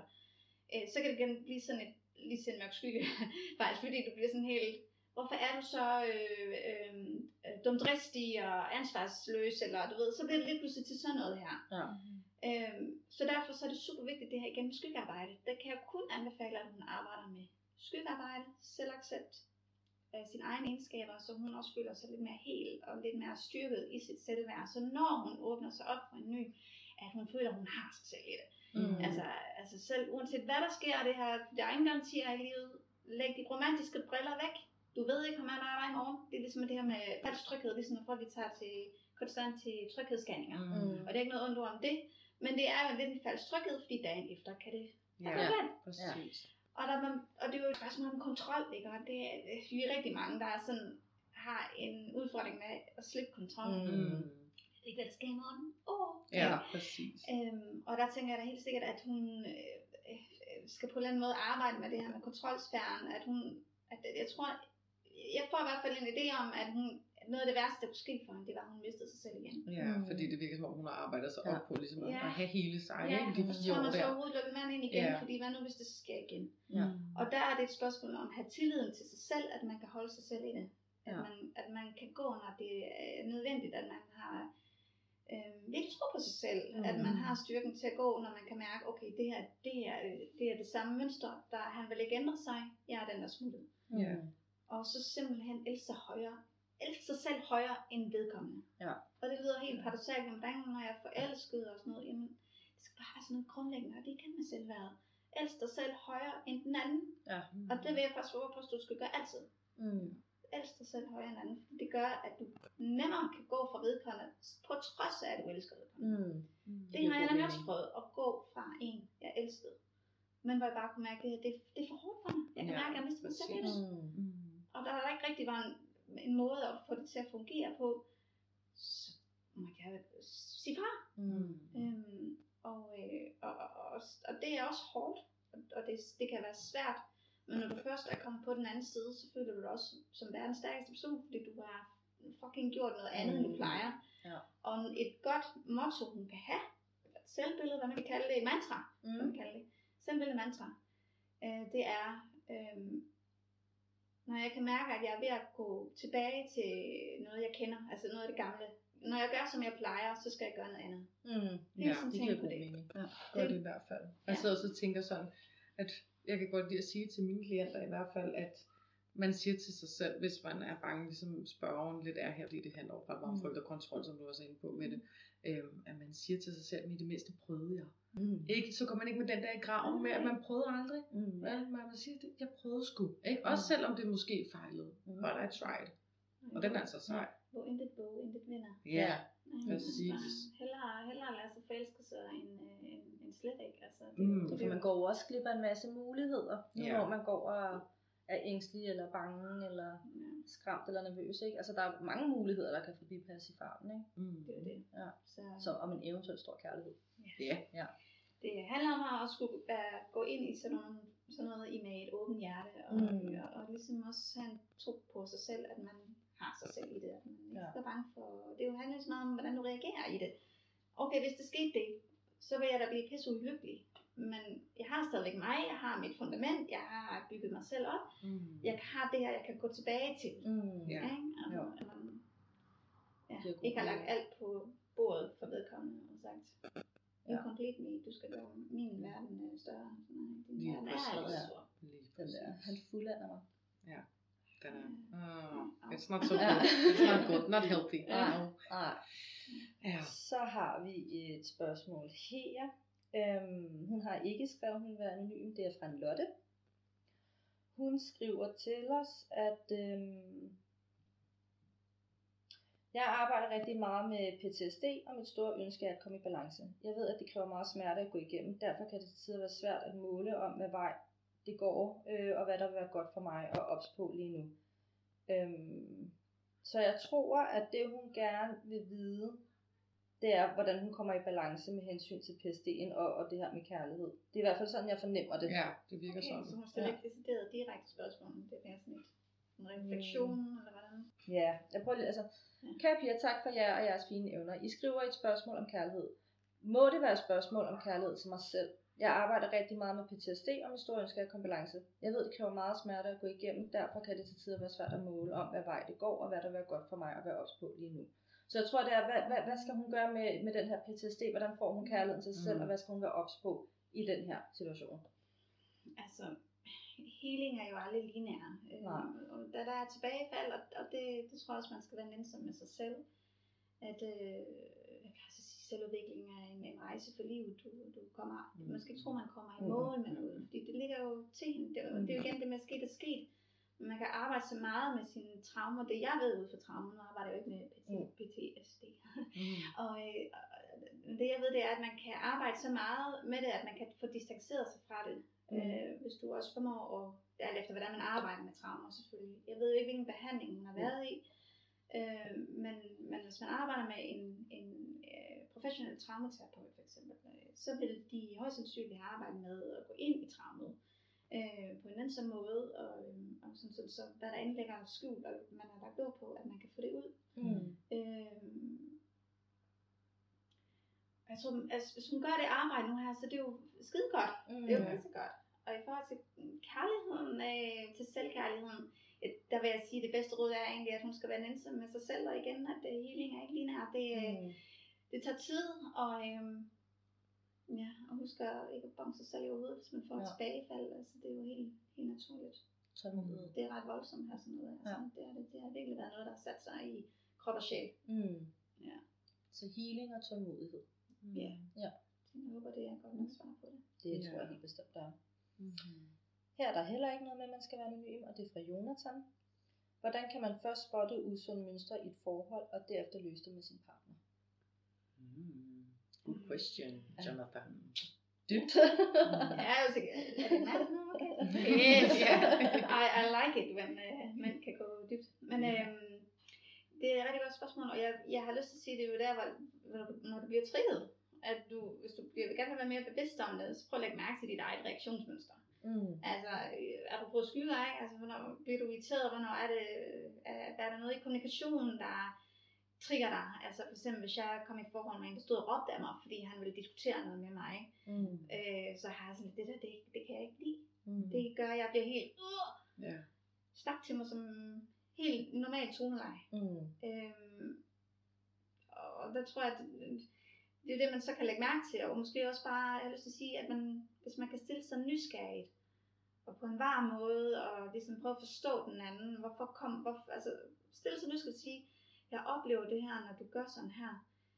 Så kan det igen blive sådan et, lige sådan en mørk skygge, faktisk, fordi du bliver sådan helt, hvorfor er du så øh, øh, dumdristig og ansvarsløs, eller du ved, så bliver det lidt pludselig til sådan noget her. Ja. Øhm, så derfor så er det super vigtigt det her igen med skyggearbejde. Der kan jeg kun anbefale, at hun arbejder med skyggearbejde, selvaccept af sine egne egenskaber, så hun også føler sig lidt mere hel og lidt mere styrket i sit selvværd. Så når hun åbner sig op for en ny, at hun føler, at hun har sig selv i det. Mm. Altså, altså selv uanset hvad der sker, det her, der er ingen garantier i livet. Læg de romantiske briller væk. Du ved ikke, om man er der i morgen. Det er ligesom det her med falsk tryghed, ligesom når folk tager til, konstant til tryghedsscanninger. Mm. Og det er ikke noget ondt ord om det, men det er jo lidt en falsk tryghed, fordi dagen efter kan det være ja, præcis. Og, der, og det er jo et spørgsmål om kontrol, ikke? Og det er, vi er rigtig mange, der er sådan, har en udfordring med at slippe kontrollen. Mm. Det er ikke, hvad der sker i morgen. Oh, ja, ja, præcis. Øhm, og der tænker jeg da helt sikkert, at hun øh, øh, skal på en eller anden måde arbejde med det her med kontrolsfæren. At hun, at jeg tror, jeg får i hvert fald en idé om, at hun, noget af det værste, der kunne ske for hende, det var, at hun mistede sig selv igen. Ja, mm. fordi det virker som om, hun har arbejdet sig ja. op på ligesom at, ja. at have hele sig. Ja, ikke? De så man så overhovedet lukke manden ind igen, ja. fordi hvad nu, hvis det så sker igen? Ja. Og der er det et spørgsmål om at have tilliden til sig selv, at man kan holde sig selv i det. At, ja. man, at man kan gå, når det er nødvendigt, at man har øh, virkelig tro på sig selv, mm. at man har styrken til at gå, når man kan mærke, okay, det her, det er det, er det samme mønster, der han vil ikke ændre sig, jeg er den, der smuttet. Mm. Og så simpelthen elske sig højere, elske sig selv højere end vedkommende. Ja. Og det lyder helt paradoksalt, men når jeg er forelsket og sådan noget, jamen, det skal bare være sådan noget grundlæggende, og det kan man selv være. Elsk dig selv højere end den anden. Ja. Mm. Og det vil jeg faktisk håbe på, at du skal gøre altid. Mm. Elsk dig selv højere end den anden. Det gør, at du nemmere kan gå fra vedkommende, på trods af, at du elsker vedkommende. Mm. Mm. Det har jeg nemlig også prøvet, at gå fra en, jeg elskede. Men hvor jeg bare kunne mærke, at det, det er for hårdt for mig. Jeg kan ja, mærke, at jeg mister mig selv i det. Mm. Og der er ikke rigtig var en, en måde at få det til at fungere på. Så må jeg sige fra. Mm. Øhm, og, øh, og, og, og det er også hårdt. Og det, det kan være svært. Men når du først er kommet på den anden side, så føler du dig også som verdens stærkeste person, fordi du har fucking gjort noget andet, mm. end du plejer. Ja. Og et godt motto, hun kan have, et selvbillede, hvad man kan kalde det, et mantra, mm. hvad man kan kalde det, selvbillede mantra, øh, det er, øh, når jeg kan mærke, at jeg er ved at gå tilbage til noget, jeg kender, altså noget af det gamle. Når jeg gør, som jeg plejer, så skal jeg gøre noget andet. Mm. Ja, det giver god mening. Ja, godt i hvert fald. Ja. Jeg sidder også og tænker sådan, at jeg kan godt lide at sige til mine klienter i hvert fald, at man siger til sig selv, hvis man er bange, ligesom spørgeren lidt er her, fordi det handler om om frygt og kontrol, som du også er inde på med det, øhm, at man siger til sig selv, at i det mindste prøvede jeg. Mm. Ikke, så kommer man ikke med den der i graven med, at man prøvede aldrig. Mm. Ja, man siger, at jeg prøvede sgu. Ikke? Også mm. selvom det måske fejlede. Mm. But I tried. Mm. Og den er altså sej. Hvor intet bog, intet vinder. Ja, mm. præcis. Hellere, hellere lade sig forelske sig end, end, end slet ikke. Altså, det, mm. det, for man går jo også glip af en masse muligheder, yeah. når man går og er ængstelig eller bange eller ja. skræmt eller nervøs. Ikke? Altså der er mange muligheder, der kan forbipasse i farven. Ikke? Mm. Det er det. Ja. Så, så om en eventuelt stor kærlighed. Ja. Yeah. Ja. Det handler om at skulle uh, gå ind i sådan, nogle, sådan noget i med et åbent hjerte og, mm. og, og ligesom også have en tro på sig selv, at man har sig selv i det, at man ikke ja. er bange for, det er jo handler så meget om, hvordan du reagerer i det. Okay, hvis det skete det, så vil jeg da blive pisse ulykkelig, men jeg har stadigvæk mig, jeg har mit fundament, jeg har bygget mig selv op, mm. jeg har det her, jeg kan gå tilbage til, mm. ja. altså, at man ja, ikke har lagt alt på bordet for vedkommende og sagt, ja. Complete me, du skal gøre min verden større, din lige verden er allerede stor. Den der, han fuldender mig. Ja. Oh, it's not so good. It's not good. Not healthy. Nej. Nej. Ja. Så har vi et spørgsmål her. Øhm, hun har ikke skrevet, hun vil være anonym. Det er fra en Lotte. Hun skriver til os, at øhm, jeg arbejder rigtig meget med P T S D, og mit store ønske er at komme i balance. Jeg ved, at det kræver meget smerte at gå igennem. Derfor kan det til tider være svært at måle om, hvad vej det går, øh, og hvad der vil være godt for mig at ops på lige nu. Øhm, så jeg tror, at det hun gerne vil vide, det er, hvordan hun kommer i balance med hensyn til P S D'en og, og det her med kærlighed. Det er i hvert fald sådan, jeg fornemmer det. Ja, det virker okay, sådan. Så hun stiller ja. ikke decideret direkte spørgsmål, det er sådan et, en refleksion, mm. eller hvordan? Ja, jeg prøver lidt, altså, ja. Kære piger, tak for jer og jeres fine evner. I skriver et spørgsmål om kærlighed. Må det være et spørgsmål om kærlighed til mig selv? Jeg arbejder rigtig meget med P T S D, og min store ønske er at komme i balance. Jeg ved, det kræver meget smerte at gå igennem, derfor kan det til tider være svært at måle om, hvad vej det går, og hvad der vil være godt for mig at være ops på lige nu. Så jeg tror, det er, hvad, hvad, hvad skal hun gøre med, med den her P T S D? Hvordan får hun kærligheden til sig selv, mm. og hvad skal hun være ops på i den her situation? Altså, healing er jo aldrig lineær. Nej. Og da der er tilbagefald, og, og det, det tror jeg også, man skal være nænsom med sig selv. At øh, jeg kan altså sige, selvudvikling er en, en rejse for livet. Du, du kommer, mm. man skal ikke tro, man kommer i mål med noget. Fordi det ligger jo til hende. Det, det er jo igen det med at ske, der sket. Man kan arbejde så meget med sine traumer. Det jeg ved ud fra traumer, nu arbejder jeg jo ikke med P T S D. Mm. og, øh, og det jeg ved, det er, at man kan arbejde så meget med det, at man kan få distanceret sig fra det. Mm. Øh, hvis du også formår at, alt efter hvordan man arbejder med traumer selvfølgelig. Jeg ved jo ikke, hvilken behandling hun har været i. Øh, men, men hvis man arbejder med en, en øh, professionel traumaterapeut for eksempel, øh, så vil de højst sandsynligt arbejde med at gå ind i traumet øh, på en anden måde, og, og sådan, så, så hvad der endelig ligger skjult, og man har lagt på, at man kan få det ud. Mm. Øh, jeg tror, altså, hvis hun gør det arbejde nu her, så det er jo skide godt. Mm. Det er jo rigtig godt. Og i forhold til kærligheden, øh, til selvkærligheden, der vil jeg sige, at det bedste råd er egentlig, at hun skal være nænsom med sig selv, og igen, at uh, healing er ikke lineært. Det, mm. det tager tid, og, øhm, ja, og husk at ikke at banke sig selv i hovedet, hvis man får et ja. tilbagefald. Altså, det er jo helt, helt naturligt. Mm. Det er ret voldsomt her, sådan noget. Altså, ja. det, er det, det har virkelig været noget, der har sat sig i krop og sjæl. Mm. Ja. Så healing og tålmodighed. Mm. Ja. ja. Jeg håber, det er godt nok svar på det. Det ja. tror jeg helt bestemt, der er. Mm-hmm. Her er der heller ikke noget med, at man skal være anonym, og det er fra Jonathan. Hvordan kan man først spotte usunde mønstre i et forhold, og derefter løse det med sin partner? Mm. Good question, Jonathan. Dybt. Ja, jeg er sikkert. Yes, yeah. I, I like it, when uh, man kan gå dybt. Men øhm, det er et rigtig godt spørgsmål, og jeg, jeg har lyst til at sige, det er jo der, hvor, når du bliver trigget, at du, hvis du bliver, gerne vil være mere bevidst om det, så prøv at lægge mærke til dit eget reaktionsmønster. Mm. Altså, apropos skylder, ikke? Altså, hvornår bliver du irriteret, hvornår er det, er, er der noget i kommunikationen, der trigger dig? Altså, for eksempel, hvis jeg kom i forhold med en, der stod og råbte af mig, fordi han ville diskutere noget med mig, mm. øh, så har jeg sådan, det der, det, det kan jeg ikke lide. Mm. Det gør, at jeg bliver helt, uh, yeah. stak til mig som helt normal toneleje. Mm. Øhm, og der tror jeg, at det er det, man så kan lægge mærke til, og måske også bare, jeg har lyst til at sige, at man, hvis man kan stille sig nysgerrigt, og på en varm måde, og ligesom prøve at forstå den anden, hvorfor kom, hvorfor, altså stille sig nysgerrigt og sige, jeg oplever det her, når du gør sådan her.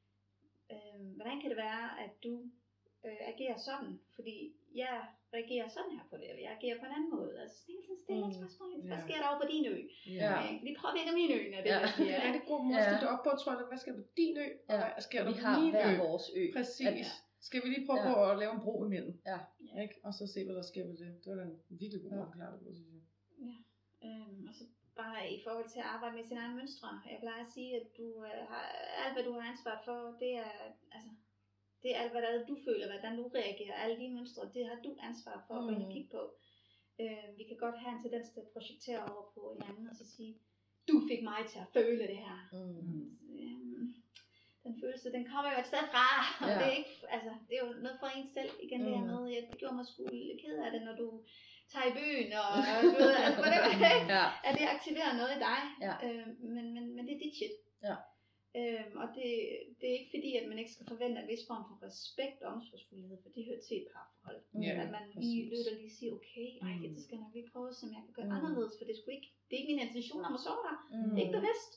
Øh, hvordan kan det være, at du øh, agerer sådan? Fordi jeg reagerer sådan her på det, eller jeg agerer på en anden måde. Altså sådan sådan stille et spørgsmål. Mm. Hvad sker der over på din ø? Ja. Øh, vi prøver ikke min ø, når det ja. er. Det er en rigtig god måde at stille op på, tror jeg. Hvad sker der på din ø? Og ja. hvad sker der på min ø? Vores ø. Præcis. Ja. Skal vi lige prøve ja. på at lave en bro imellem? Ja. Ikke? Og så se, hvad der sker ved det. Det var da en virkelig god måde at klare det på, synes jeg. Ja. Øhm, og så bare i forhold til at arbejde med sine egne mønstre. Jeg plejer at sige, at du øh, har, alt hvad du har ansvar for, det er, altså, det er alt hvad der er, du føler, hvordan du reagerer. Alle de mønstre, det har du ansvar for at gå ind og kigge på. Øh, vi kan godt have en tendens til at projektere over på hinanden og så sige, du fik mig til at føle det her. Mm. Øhm, den følelse, den kommer jo et sted fra. Og ja. det, er ikke, altså, det er jo noget for en selv. Igen mm. det her med, at det gjorde mig sgu ked af det, når du tager i byen, og du ved, altså, ja. at det aktiverer noget i dig, ja. øh, men, men, men det er dit shit. Ja. Øhm, og det, det er ikke fordi, at man ikke skal forvente en vis form for respekt og omsorgsfuldhed, for det hører til et parforhold. Ja, at man lige lytter lige og siger, okay, ej, det skal jeg nok lige prøve, som jeg kan gøre mm. anderledes, for det er, sgu ikke, det er ikke min intention om at sove dig. Mm. Det er ikke bevidst.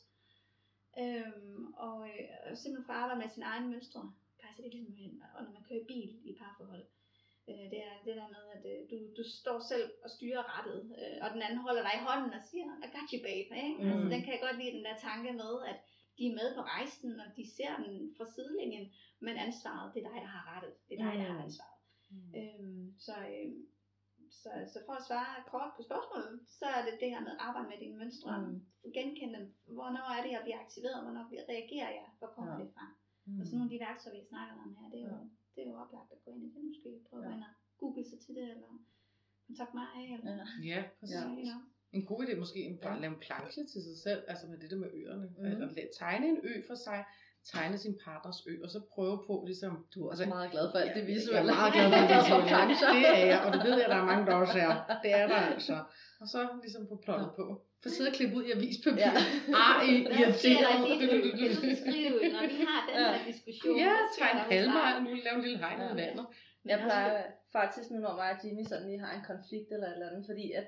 Øhm, og øh, simpelthen for at arbejde med sine egne mønstre, altså det er ligesom, når man kører bil i parforhold. Det er det der med, at du, du står selv og styrer rettet, og den anden holder dig i hånden og siger, I got you, babe. Ikke? Mm. Altså, den kan jeg godt lide, den der tanke med, at de er med på rejsen, og de ser den fra sidelinjen, men ansvaret, det er dig, der har rettet. Det er dig, der har ansvaret. Mm. Øhm, så, øhm, så, så for at svare kort på spørgsmålet, så er det det her med at arbejde med dine mønstre. Mm. Genkende dem. Hvornår er det, jeg bliver aktiveret? Hvornår reagerer jeg? Hvor kommer ja. det fra? Mm. Og så nogle af de værktøjer, vi snakker om her, det er jo ja. Det er jo oplagt at gå ind i det, måske prøve ja. at google sig til det, eller kontakte mig, eller... Ja, ja præcis. Ja, you know. En god idé måske at bare lave en planche til sig selv, altså med det der med øerne. Mm. Altså at tegne en ø for sig, tegne sin partners ø, og så prøve på ligesom... Du er også altså, meget glad for alt det visuelle. Jeg er meget glad for det visuelle. Det er jeg, og det ved jeg, der er mange, der også er. Det er der altså. Og så ligesom få plottet på. For sidde og klippe ud i avispapir. Ja. Ah, i irriteret. Kan du skrive, når vi har den her diskussion? Ja, tegne palmer, og nu lave en lille regn ud af vandet. Jeg plejer faktisk nu, når mig og Jimmy sådan lige har en konflikt eller et eller andet, fordi at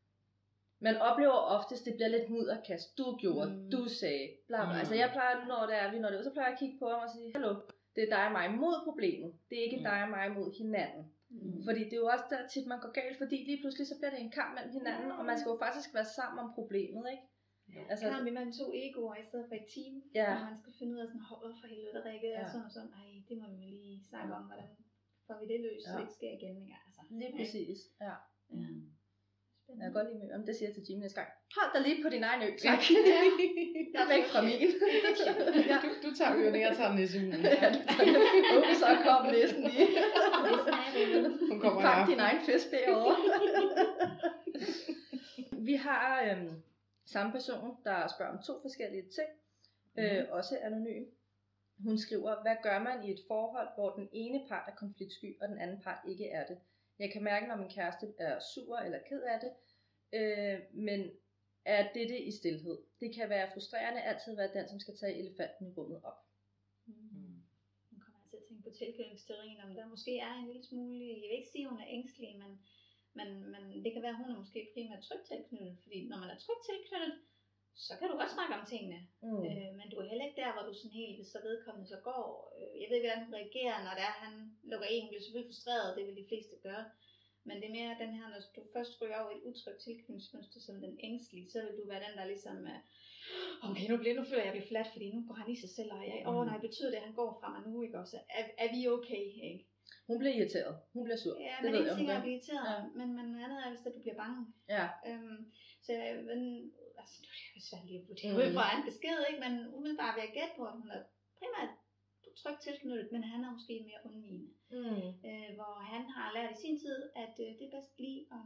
man oplever oftest, det bliver lidt mudderkast. Du gjorde, mm. du sagde, bla bla. Mm. Altså jeg plejer, når det er vi når det er, så plejer jeg at kigge på ham og sige, hallo, det er dig og mig mod problemet. Det er ikke mm. dig og mig mod hinanden. Mm. Fordi det er jo også der tit, man går galt, fordi lige pludselig så bliver det en kamp mellem hinanden, og man skal jo faktisk være sammen om problemet, ikke? Ja. Altså, kamp imellem to egoer i stedet for et team, ja. Og man skal finde ud af sådan, hold for helvede, der reagerer ja. sådan og sådan, ej, det må vi lige snakke om, hvordan får vi det løst, ja. Så det ikke sker igen, ikke? Altså, lige præcis, ja. ja. Jeg kan godt lide med, om det siger jeg til Jimmy næste gang. Hold dig lige på din egen ø, tak. Ja. Jeg er væk fra min. Ja. Du, du tager øerne, jeg tager nissemulen. Ja, du tager øen, så kom næsten lige. Hun kommer Fang din egen fisk derovre. Vi har øhm, samme person, der spørger om to forskellige ting. Mm. Øh, også anonym. Hun skriver, hvad gør man i et forhold, hvor den ene part er konfliktsky, og den anden part ikke er det? Jeg kan mærke, når min kæreste er sur eller ked af det, øh, men er dette i stilhed. Det kan være frustrerende altid at være den, som skal tage elefanten i rummet op. Mm. Nu kommer jeg til at tænke på tilknytningsteorien, om der måske er en lille smule, jeg vil ikke sige, at hun er ængstelig, men, men, men det kan være, at hun er måske primært trygt tilknyttet, fordi når man er trygt tilknyttet, så kan du godt snakke om tingene, mm. øh, men du er heller ikke der, hvor du sådan helt, hvis så vedkommende så går. Øh, jeg ved ikke, hvordan hun reagerer, når det er, han lukker i. Hun bliver selvfølgelig frustreret, det vil de fleste gøre. Men det er mere den her, når du først ryger over et utrygt tilknytningsmønster som den ængstlige, så vil du være den, der ligesom, øh, okay, nu, bliver, nu føler jeg, at jeg bliver flat, fordi nu går han i sig selv, og jeg, åh nej, betyder det, at han går fra mig nu, ikke også? Er, er vi okay, ikke? Hun bliver irriteret. Hun bliver sur. Ja, det men ved en jeg, ting er gør. at blive irriteret, ja. men, men andet er, hvis du bliver bange. Ja. Øhm, så men, altså, det er svært lige at vurdere ud fra en besked, ikke? Men umiddelbart vil jeg gætte på, at hun er primært trygt tilknyttet, men han er måske mere undvigende. Mm. Øh, hvor han har lært i sin tid, at øh, det er bedst lige at,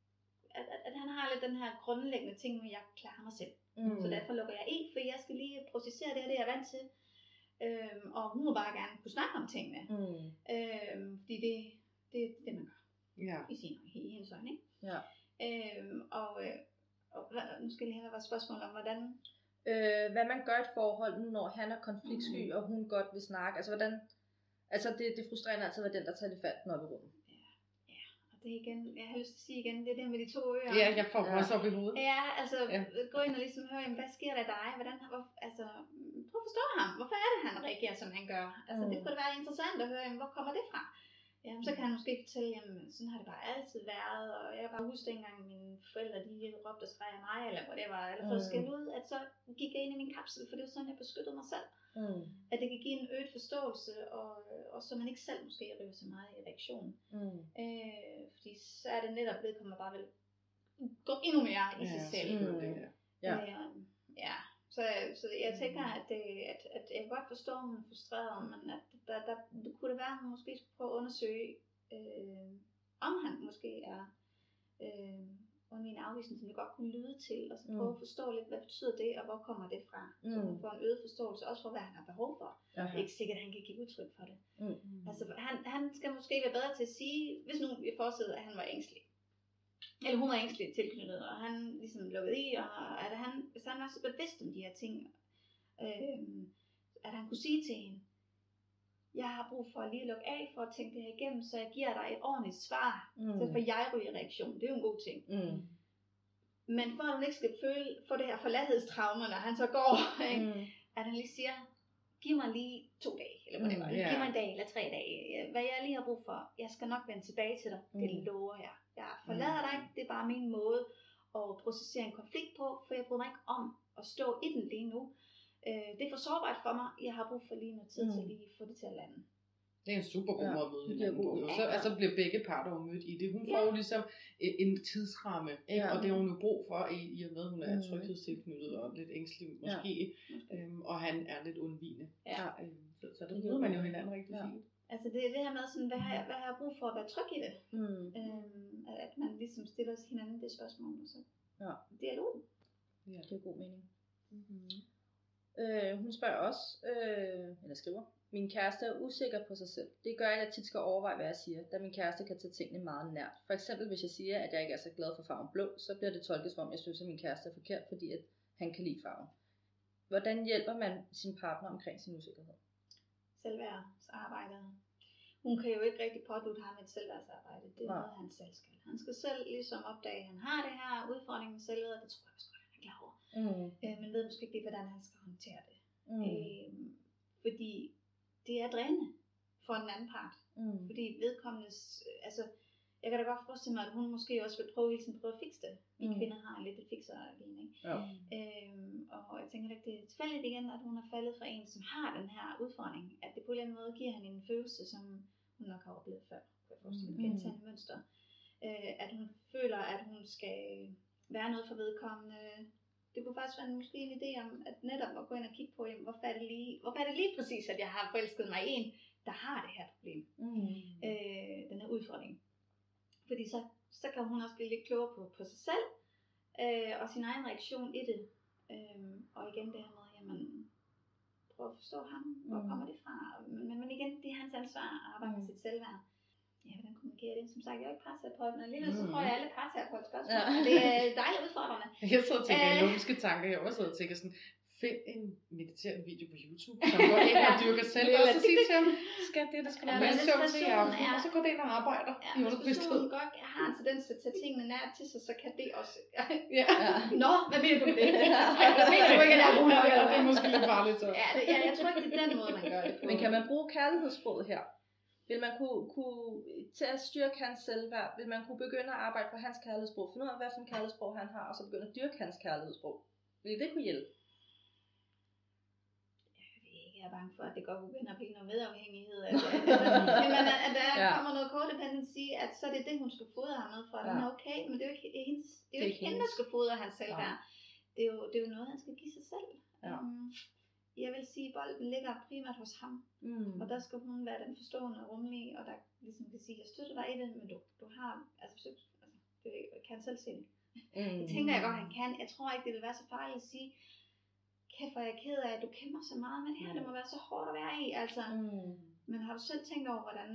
at, at, at han har lidt den her grundlæggende ting, hvor jeg klarer mig selv. Mm. Så derfor lukker jeg i, for jeg skal lige processere det, og det er jeg vant til. Øhm, og hun må bare gerne kunne snakke om tingene. Mm. Øhm, fordi det, det er det, man gør. Ja. I, sin, i hendes øjne, ikke? Ja. Øhm, og, øh, og nu skal jeg lige have et spørgsmål om, hvordan... Øh, hvad man gør i et forhold nu, når han er konfliktsky, mm. og hun godt vil snakke. Altså, hvordan... Altså, det, det frustrerer altid at være den, der tager elefanten op i rummet. Ja, ja. Og det er igen... Jeg har lyst til at sige igen, det er det med de to ører. Ja, jeg får også op i hovedet. Ja, altså, ja. Gå ind og ligesom høre, hvad sker der dig? Hvordan... Hvor, altså, prøv at forstå ham. Hvorfor er det, han reagerer, som han gør? Altså, mm. det kunne være interessant at høre, hvor kommer det fra? Jamen, så kan han måske fortælle, jamen, sådan har det bare altid været, og jeg kan bare huske dengang mine forældre, de råbte og skreg af mig, eller hvor det var, eller fået mm. skæld ud, at så gik jeg ind i min kapsel, for det var sådan, jeg beskyttede mig selv. Mm. At det kan give en øget forståelse, og, og så man ikke selv måske ryger så meget i reaktion. Mm. Øh, fordi så er det netop vedkommende bare vil gå endnu mere i ja, sig selv. Mm. Ja. Øh, ja. Så, så jeg tænker, at, det, at, at jeg kan godt forstå, at hun er frustreret, men at der, der, der kunne det være, at man måske skulle prøve at undersøge, øh, om han måske er øh, under en afvisning, som det godt kunne lyde til, og så prøve at forstå lidt, hvad betyder det, og hvor kommer det fra, mm. så man får en øget forståelse, også for, hvad han har behov for. Aha. Det er ikke sikkert, at han kan give udtryk for det. Mm. Altså, han, han skal måske være bedre til at sige, hvis nu vi forestiller, at han var ængstelig, eller hun var ængstelig tilknyttet, og han ligesom lukkede i, og at han, hvis han var så bevidst om de her ting, øh, at han kunne sige til hende, jeg har brug for at lige lukke af, for at tænke det her igennem, så jeg giver dig et ordentligt svar, mm. så for jeg ryger reaktion, det er jo en god ting. Mm. Men for at hun ikke skal føle, få det her forladhedstraume, når han så går, ikke? Mm. At han lige siger, giv mig lige to dage, eller hvad det var, mm, yeah. giv mig en dag eller tre dage, hvad jeg lige har brug for, jeg skal nok vende tilbage til dig, mm. det lover jeg. Jeg forlader dig ikke, det er bare min måde at processere en konflikt på, for jeg bryder mig ikke om at stå i den lige nu. Øh, det er for sårbart for mig, jeg har brug for lige noget tid mm. til lige at få det til at lande. Det er en super god måde at møde hinanden på. Og så altså, bliver begge parter jo mødt i det. Hun får jo ja. ligesom en tidsramme, ikke? Ja. Og det har hun jo brug for, i, i og med, at hun er tryghedstilknyttet og lidt ængstelig måske, ja. øhm, og han er lidt undvigende. Ja. Øhm, så, så der møder man jo hinanden rigtig ja. fint. Altså det er det her med, sådan, hvad, har jeg, hvad har jeg brug for at være tryg i det? Mm. Øhm, at man ligesom stiller hinanden det spørgsmål, og så ja. dialog. Ja, det er god mening. Mm-hmm. Øh, hun spørger også, øh, eller skriver, min kæreste er usikker på sig selv. Det gør, at jeg tit skal overveje, hvad jeg siger, da min kæreste kan tage tingene meget nært. For eksempel, hvis jeg siger, at jeg ikke er så glad for farven blå, så bliver det tolket som om, jeg synes, at min kæreste er forkert, fordi at han kan lide farven. Hvordan hjælper man sin partner omkring sin usikkerhed? Selvværdsarbejdet. Hun kan jo ikke rigtig pådutte ham et selvværdsarbejde. Det er ja. noget, han selv skal. Han skal selv ligesom opdage, at han har det her udfordring med selvværd. Det tror jeg også godt, han er klar over. Mm. Øh, men ved måske ikke lige, hvordan han skal håndtere det. Mm. Øh, fordi det er drænende for den anden part. Mm. Fordi vedkommendes, altså, jeg kan da godt forestille mig, at hun måske også vil prøve hele tiden prøve at fikse det. Vi mm. kvinder har lidt et fikser-gen, ikke? Ja. Øhm, og jeg tænker ikke, det er tilfældigt igen, at hun har faldet fra en, som har den her udfordring. At det på en eller anden måde giver hende en følelse, som hun nok har oplevet før. Kan jeg forestille mig, mm. gentagende mønster. Øh, at hun føler, at hun skal være noget for vedkommende. Det kunne faktisk være måske en idé om, at netop at gå ind og kigge på, jamen, hvorfor, er det lige, hvorfor er det lige præcis, at jeg har forelsket mig i en, der har det her problem. Mm. Øh, den her udfordring. Fordi så, så kan hun også blive lidt klogere på, på sig selv, øh, og sin egen reaktion i det. Øh, og igen det her med, jamen, prøv at forstå ham, hvor mm. kommer det fra? Men, men igen, det er hans ansvar at arbejde mm. med sit selvværd. Ja, hvordan kommunikerer det? Som sagt, jeg er ikke parterapeut, men alligevel så tror jeg, at alle parterapeut spørgsmål. Ja. Det er dejligt udfordrende. Jeg sidder og tænker en lumske tanke. Jeg også sidder og tænker sådan, find en mediterende video på YouTube, som går ind og dyrker selv, og så siger til ham, skal det, der skal du være sjovt til i aften, og så går det ind og arbejder ja, i underbevidsthed. Hvis personen godt har en tendens til at tage tingene nær til sig, så kan det også... ja. Nå, hvad mener du med det? Hvad mener du ikke, at jeg er god nok? Ja, det er måske lidt farligt så. Ja, det, ja, jeg tror ikke, det er den måde, man gør det på. Men kan man bruge kærlighedssproget her? Vil man kunne, kunne til at styrke hans selvværd, vil man kunne begynde at arbejde på hans kærlighedssprog, finde ud af, hvad for en kærlighedssprog han har, og så begynde at dyrke hans kærlighedssprog? Vil det kunne hjælpe? Jeg er bange for, at det går uvenner og bliver noget medafhængighed. At, at, at, at, at der ja. kommer noget codependency, at så er det det, hun skal fodre ham med for, at ja. han er okay. Men det er jo ikke, det er hendes, det er jo ikke hende, der skal fodre hans selvværd. Ja. Det, er jo, det er jo noget, han skal give sig selv. Ja. Um, jeg vil sige, at bolden ligger primært hos ham. Mm. Og der skal hun være den forstående og rummelige, og der ligesom kan sige, at jeg støtter dig i det, men du, du har, altså, altså det kan han selv se det. Mm. Det tænker jeg godt, han kan. Jeg tror ikke, det vil være så farligt at sige, kæft, hvor jeg er ked af, at du kæmper så meget med det her, det må være så hårdt at være i, altså. Mm. Men har du selv tænkt over, hvordan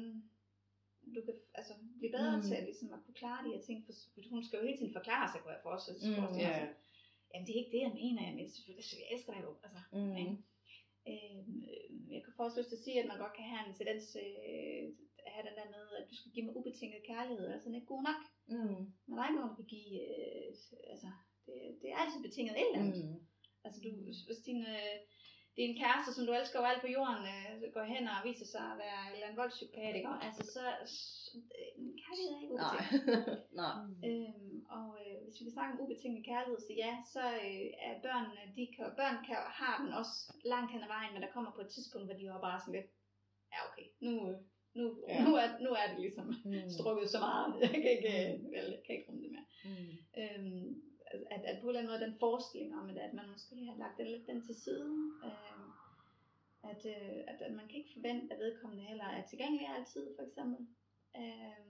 du kan altså, blive bedre mm. til ligesom, at kunne klare de her ting? For hun skal jo hele tiden forklare sig, kunne jeg forestille sig. Mm, yeah. altså, jamen, det er ikke det, jeg mener, men selvfølgelig, jeg elsker dig jo. Altså, mm. ikke? Øhm, jeg kan få også lyst til at sige, at man godt kan have en tendens øh, at have den der med, at du skal give mig ubetinget kærlighed, altså den er ikke god nok. Mm. Men der er ikke nogen, der kan give, øh, altså, det, det er altid betinget et eller andet. Mm. Altså du, hvis din, øh, din kæreste, som du elsker overalt på jorden, øh, går hen og viser sig at være en eller anden voldspsykopat, altså så, så kærlighed er ikke ubetinget. Nej. øhm, og øh, hvis vi kan snakke om ubetinget kærlighed, så ja, så øh, er børnene, de kan, børn kan, har den også langt hen ad vejen, men der kommer på et tidspunkt, hvor de er bare sådan lidt, ja okay, nu, nu, ja. nu, er, nu er det ligesom mm. strukket så meget, jeg kan ikke, vel, jeg kan ikke rumme det mere. Mm. Øhm, At, at på en eller anden måde den forestilling om, at, at man måske har lagt den lidt den til side, øh, at, øh, at, at man kan ikke forvente, at vedkommende heller er tilgængelig altid, for eksempel, øh,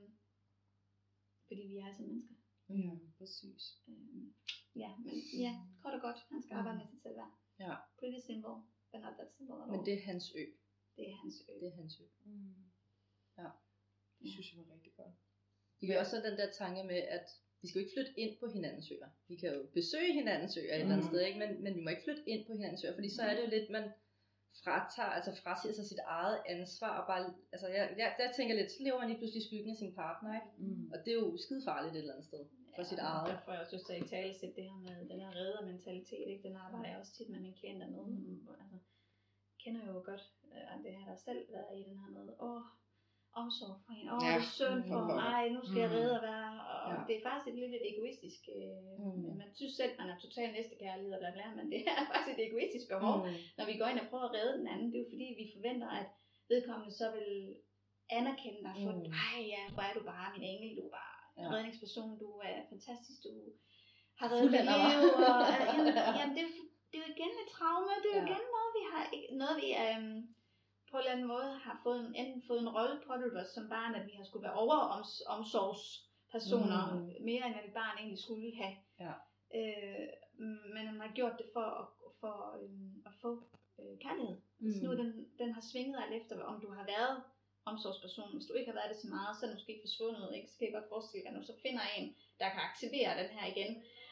fordi vi er altså mennesker. Ja, præcis. Øh, ja, men ja, kort og godt, han skal arbejde med sit selvværd. Ja. Pretty simple, but not that simple at all. Men det er hans ø. Det er hans ø. Det er hans ø. Mm. Ja. Det synes jeg var rigtig godt. Det er også den der tanke med, at vi skal jo ikke flytte ind på hinandens øer. Vi kan jo besøge hinandens øer et eller andet sted, ikke? Men, men vi må ikke flytte ind på hinandens øer, fordi så er det jo lidt, man fratager, altså frasiger sig sit eget ansvar, og bare, altså jeg, jeg, jeg tænker lidt, så lever man lige pludselig i skyggen af sin partner, ikke? Mm. Og det er jo skide farligt et eller andet sted, for ja, sit eget. Derfor får jeg også lyst til at tale lidt det her med den her reddermentalitet, ikke? Den arbejder jeg også tit med mine klienter med. Mm. Altså, jeg kender jo godt, at det har der selv været i den her med, åh, omsorg for hende. Åh, oh, ja. Det er synd for mig. Ej, nu skal jeg redde og være. Og ja. Det er faktisk et lidt egoistisk. Øh, mm. Man synes selv, man er totalt næstekærlighed, og bla bla, men det er faktisk et egoistisk behov, mm. når vi går ind og prøver at redde den anden. Det er jo fordi, vi forventer, at vedkommende så vil anerkende dig for, mm. ej ja, hvor er du bare min engel, du er bare en ja. redningsperson, du er fantastisk, du har reddet mit liv. Og, jamen, jamen det, er, det er jo igen et traume, det er jo ja. igen noget, vi har, noget vi er... Um, på en eller anden måde har fået en, enten fået en rolle på det som barn, at vi har skulle være overomsorgspersoner, mm. mere end at et barn egentlig skulle have. Ja. Øh, men man har gjort det for at, for, øh, at få øh, kærlighed. Mm. Så nu den, den har svinget alt efter, om du har været omsorgsperson. Hvis du ikke har været det så meget, så er det måske forsvundet. Ikke? Så kan jeg godt forestille dig, at når du så finder en, der kan aktivere den her igen,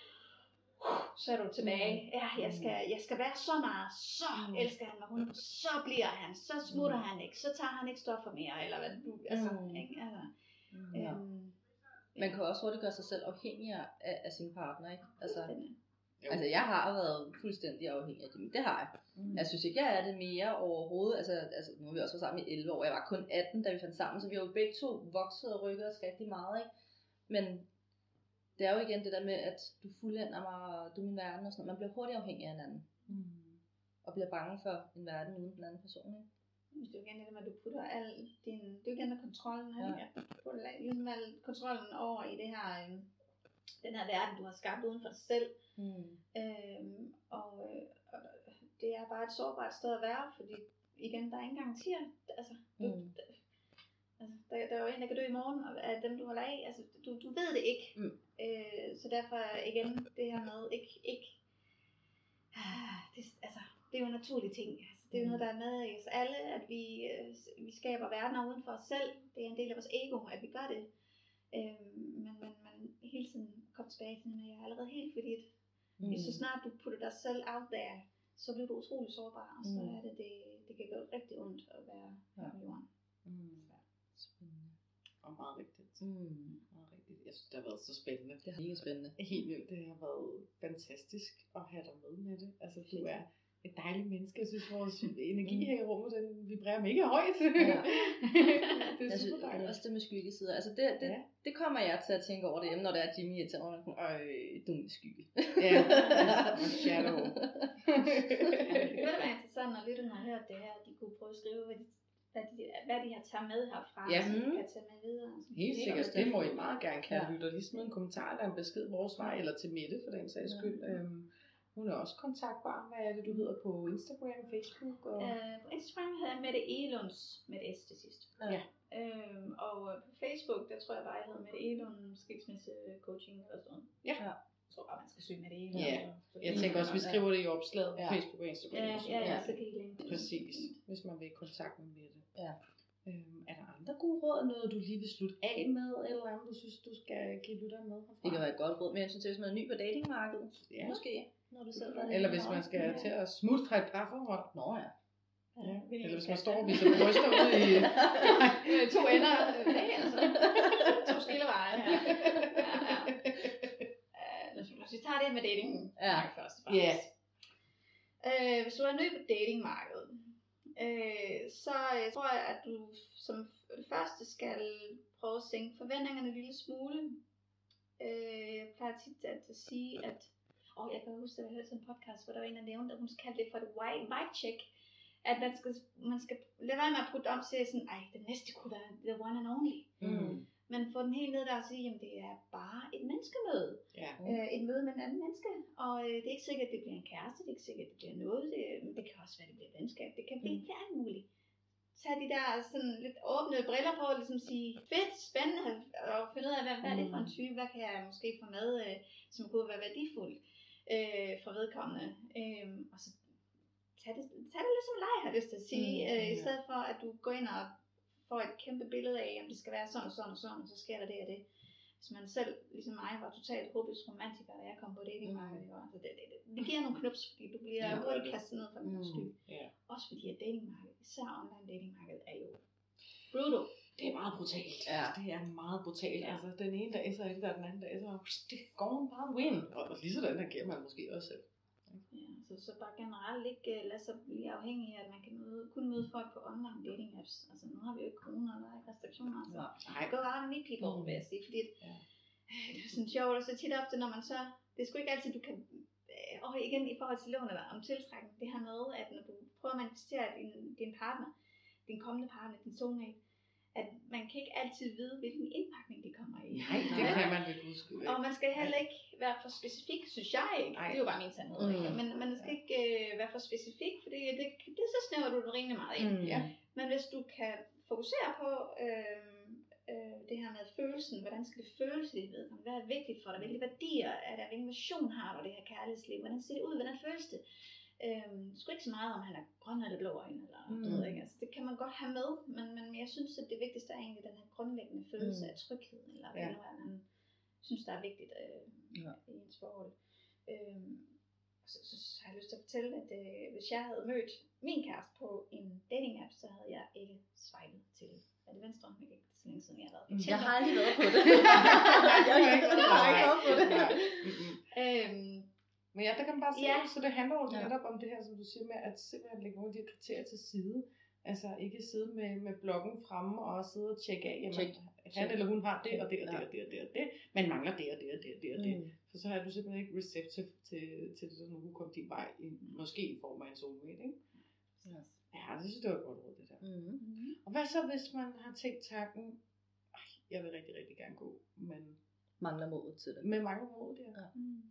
så er du tilbage. Ja, jeg skal, jeg skal være så meget. Så mm. elsker han mig. Hun, så bliver han. Så smutter mm. han ikke. Så tager han ikke stoffer mere. Eller hvad du... Altså, mm. ikke? Altså, mm. ja. øhm, Man kan også hurtigt gøre sig selv afhængig af, af sin partner. Ikke? Altså, altså, jeg har været fuldstændig afhængig af dem. Det har jeg. Mm. Jeg synes ikke, jeg er det mere overhovedet. Altså, altså, nu har vi også været sammen i elleve år. Jeg var kun atten, da vi fandt sammen. Så vi har jo begge to vokset og rykket os rigtig meget. Ikke? Men... det er jo igen det der med, at du fuldender mig, og du er min verden og sådan noget. Man bliver hurtigt afhængig af hinanden. Mm. Og bliver bange for en verden uden den anden person, ikke? Det er jo igen det der med, at du putter al din... det er jo igen med kontrollen, ja. Ikke? At du putter ligesom al kontrollen over i det her, øh, den her verden, du har skabt uden for dig selv. Mm. Øhm, og, og det er bare et sårbart sted at være, fordi igen, der er ingen garantier. Altså, du, mm. Altså, der, der er jo en, der kan dø i morgen, og af dem, du holder af. Altså, du, du ved det ikke. Mm. Øh, så derfor igen, det her med, ikke... ikke det, altså, det er jo en naturlig ting. Altså, Det er jo noget, der er med i os alle, at vi, øh, vi skaber verdener uden for os selv. Det er en del af vores ego, at vi gør det. Øh, men man, man hele tiden kommer tilbage til, at jeg er allerede helt, fordi at, mm. så snart du putter dig selv out there, så bliver du utrolig sårbar, og så mm. er det, det, det kan gå rigtig ondt at være ja. på jorden. Mm. Spændende. Og meget rigtigt. Mm. Meget rigtigt. Jeg synes, det har været så spændende. Det har været spændende. Helt vildt. Det har været fantastisk at have dig med med det. Altså, du er et dejligt menneske. Jeg synes, vores energi her i rummet, den vibrerer mega højt. Ja. Det er super dejligt. Også det med skyggesider. Altså, det, det, ja. det kommer jeg til at tænke over det hjemme, når det er Jimmy i tænder. Øj, du er skygge. Ja, og shadow. Det kunne være interessant, når lytterne har hørt det her, de kunne prøve at skrive, hvad de Hvad de, hvad de har taget med herfra, ja. som de kan tage med videre. Altså, helt sikkert, det må I meget gerne kan ja. lytte. Lige smide en kommentar eller en besked vores vej, eller til Mette for den sags skyld. Ja. Øhm, hun er også kontaktbar. Hvad er det, du hedder på Instagram, Facebook? Og... Øh, på Instagram hedder jeg Mette Elunds med et S til sidst. Ja. ja. Øhm, og på Facebook, der tror jeg bare, jeg hedder Mette Elund skilsmisse coaching eller sådan. Ja. ja. Jeg tror bare, man skal søge Mette Elund. Ja, jeg tænker også, vi skriver det i opslaget på ja. Facebook og Instagram. Ja, ja, ja, så kan I længe. Præcis, hvis man vil i kontakt med Mette. Ja. Øhm, er der andre gode råd, noget du lige vil slutte af med, eller andet du synes, du skal give lytteren med herfra? Det kan være et godt råd, men jeg synes, hvis man er ny på datingmarkedet, ja. måske, når du selv var det. Eller hvis man skal ja. til at smutte fra et parforhold. Nå ja. ja. Eller hvis man står og viser bryster ude i to ender, hey, altså. to skilleveje. Ja. Ja, ja. Uh, hvis vi tager det med datingen ja. først. Ja. Yeah. Uh, hvis du er ny på datingmarkedet, Øh, så jeg tror jeg, at du som det første skal prøve at sænke forventningerne en lille smule. Øh, jeg plejer tit at, at sige, at åh, jeg kan huske, at jeg hørte sådan en podcast, hvor der var en, der nævnte, at hun kaldte det for et white, white check. At man skal, man skal lade være med at putte op til sådan, ej, det næste kunne være the one and only. Mm. Men få den helt ned der og sige, jamen det er bare et menneskemøde. Ja. Øh, et møde med en anden menneske. Og øh, det er ikke sikkert, at det bliver en kæreste, det er ikke sikkert, at det bliver noget. Det, det kan også være, at det bliver et venskab. Det kan blive mm. alt muligt. Tag de der sådan lidt åbne briller på og ligesom sige, fedt, spændende, og finde ud af, hvad, hvad er det for en type, hvad kan jeg måske få med, øh, som kunne være værdifuldt øh, for vedkommende. Øh, og så tag det, tag det lidt som leg, har jeg lyst til at sige, mm, øh, i stedet for at du går ind og får et kæmpe billede af, om det skal være sådan og sådan og sådan, og så sker der det og det. Hvis man selv, ligesom mig, var totalt håbløs romantiker, da jeg kom på datingmarkedet, mm. altså det, det, det, det giver nogle knups, fordi du bliver ja, hurtigt kastet ned fra den mm. sky. Yeah. Også fordi at datingmarkedet, især online datingmarkedet, er jo brutal. Det er meget brutalt. Ja. Det er meget brutalt. Ja. Altså den ene dag så er det der, den anden dag så det går bare win. Og lige sådan der giver man måske også selv. Ja, så, så bare generelt ikke uh, lade sig blive afhængig af, at man kan møde, kun møde folk på online dating apps. Altså nu har vi jo ikke corona, og der er ikke restriktioner. Så ja. Go out and meet people, mm. vil jeg sige. Fordi ja. øh, det er sådan sjovt, og så tit ofte, når man så, det er sgu ikke altid, du kan, øh, og igen i forhold til lån eller om tiltrækning, det her med, at når du prøver at manifestere din, din partner, din kommende partner, din soulmate, at man kan ikke altid vide, hvilken indpakning de kommer i. Nej, det kan man ikke huske. Og man skal heller ikke være for specifik, synes jeg ikke. Det er jo bare min sandhed. Mm. Men man skal ikke øh, være for specifik, fordi det, det så snæver du det rimelig meget ind. Mm. Ja. Men hvis du kan fokusere på øh, øh, det her med følelsen, hvordan skal det føles i dit vedkommende? Hvad er vigtigt for dig? Hvilke værdier er der? Hvilken version har du det her kærlighedsliv? Hvordan ser det ud? Hvordan føles det? Øhm, sgu ikke så meget om han er grøn eller blå øjne eller mm. noget, ikke? Altså, det kan man godt have med, men, men jeg synes at det vigtigste er egentlig den her grundlæggende følelse mm. af tryghed, eller ja. Hvad man synes der er vigtigt øh, ja. i ens forhold. Øhm, så, så, så har jeg lyst til at fortælle, at øh, hvis jeg havde mødt min kæreste på en dating app, så havde jeg ikke swipet til er det venstre? Jeg kan ikke så længe siden jeg har været på. Jeg har aldrig været på det. Jeg har ikke været på det. Øhm, Men ja, der kan man bare se, ja. Så det handler jo ja. netop om det her, som du siger med, at simpelthen lægge nogle af de her kriterier til side. Altså ikke sidde med, med bloggen fremme og sidde og tjekke af, jamen, Check. han Check. eller hun har det og det og det og det og det og det, men mangler det og det og det og det og det. Mm. Så så er du simpelthen ikke receptive til, til det, når hun kommer din vej, i, måske i form af en soulmate, ikke? Yes. Ja, det synes jeg var et godt råd, det der. Mm. Og hvad så, hvis man har tænkt tanken, ej, jeg vil rigtig, rigtig gerne gå, men mangler modet til det. Men mangler modet, ja. ja. Mm.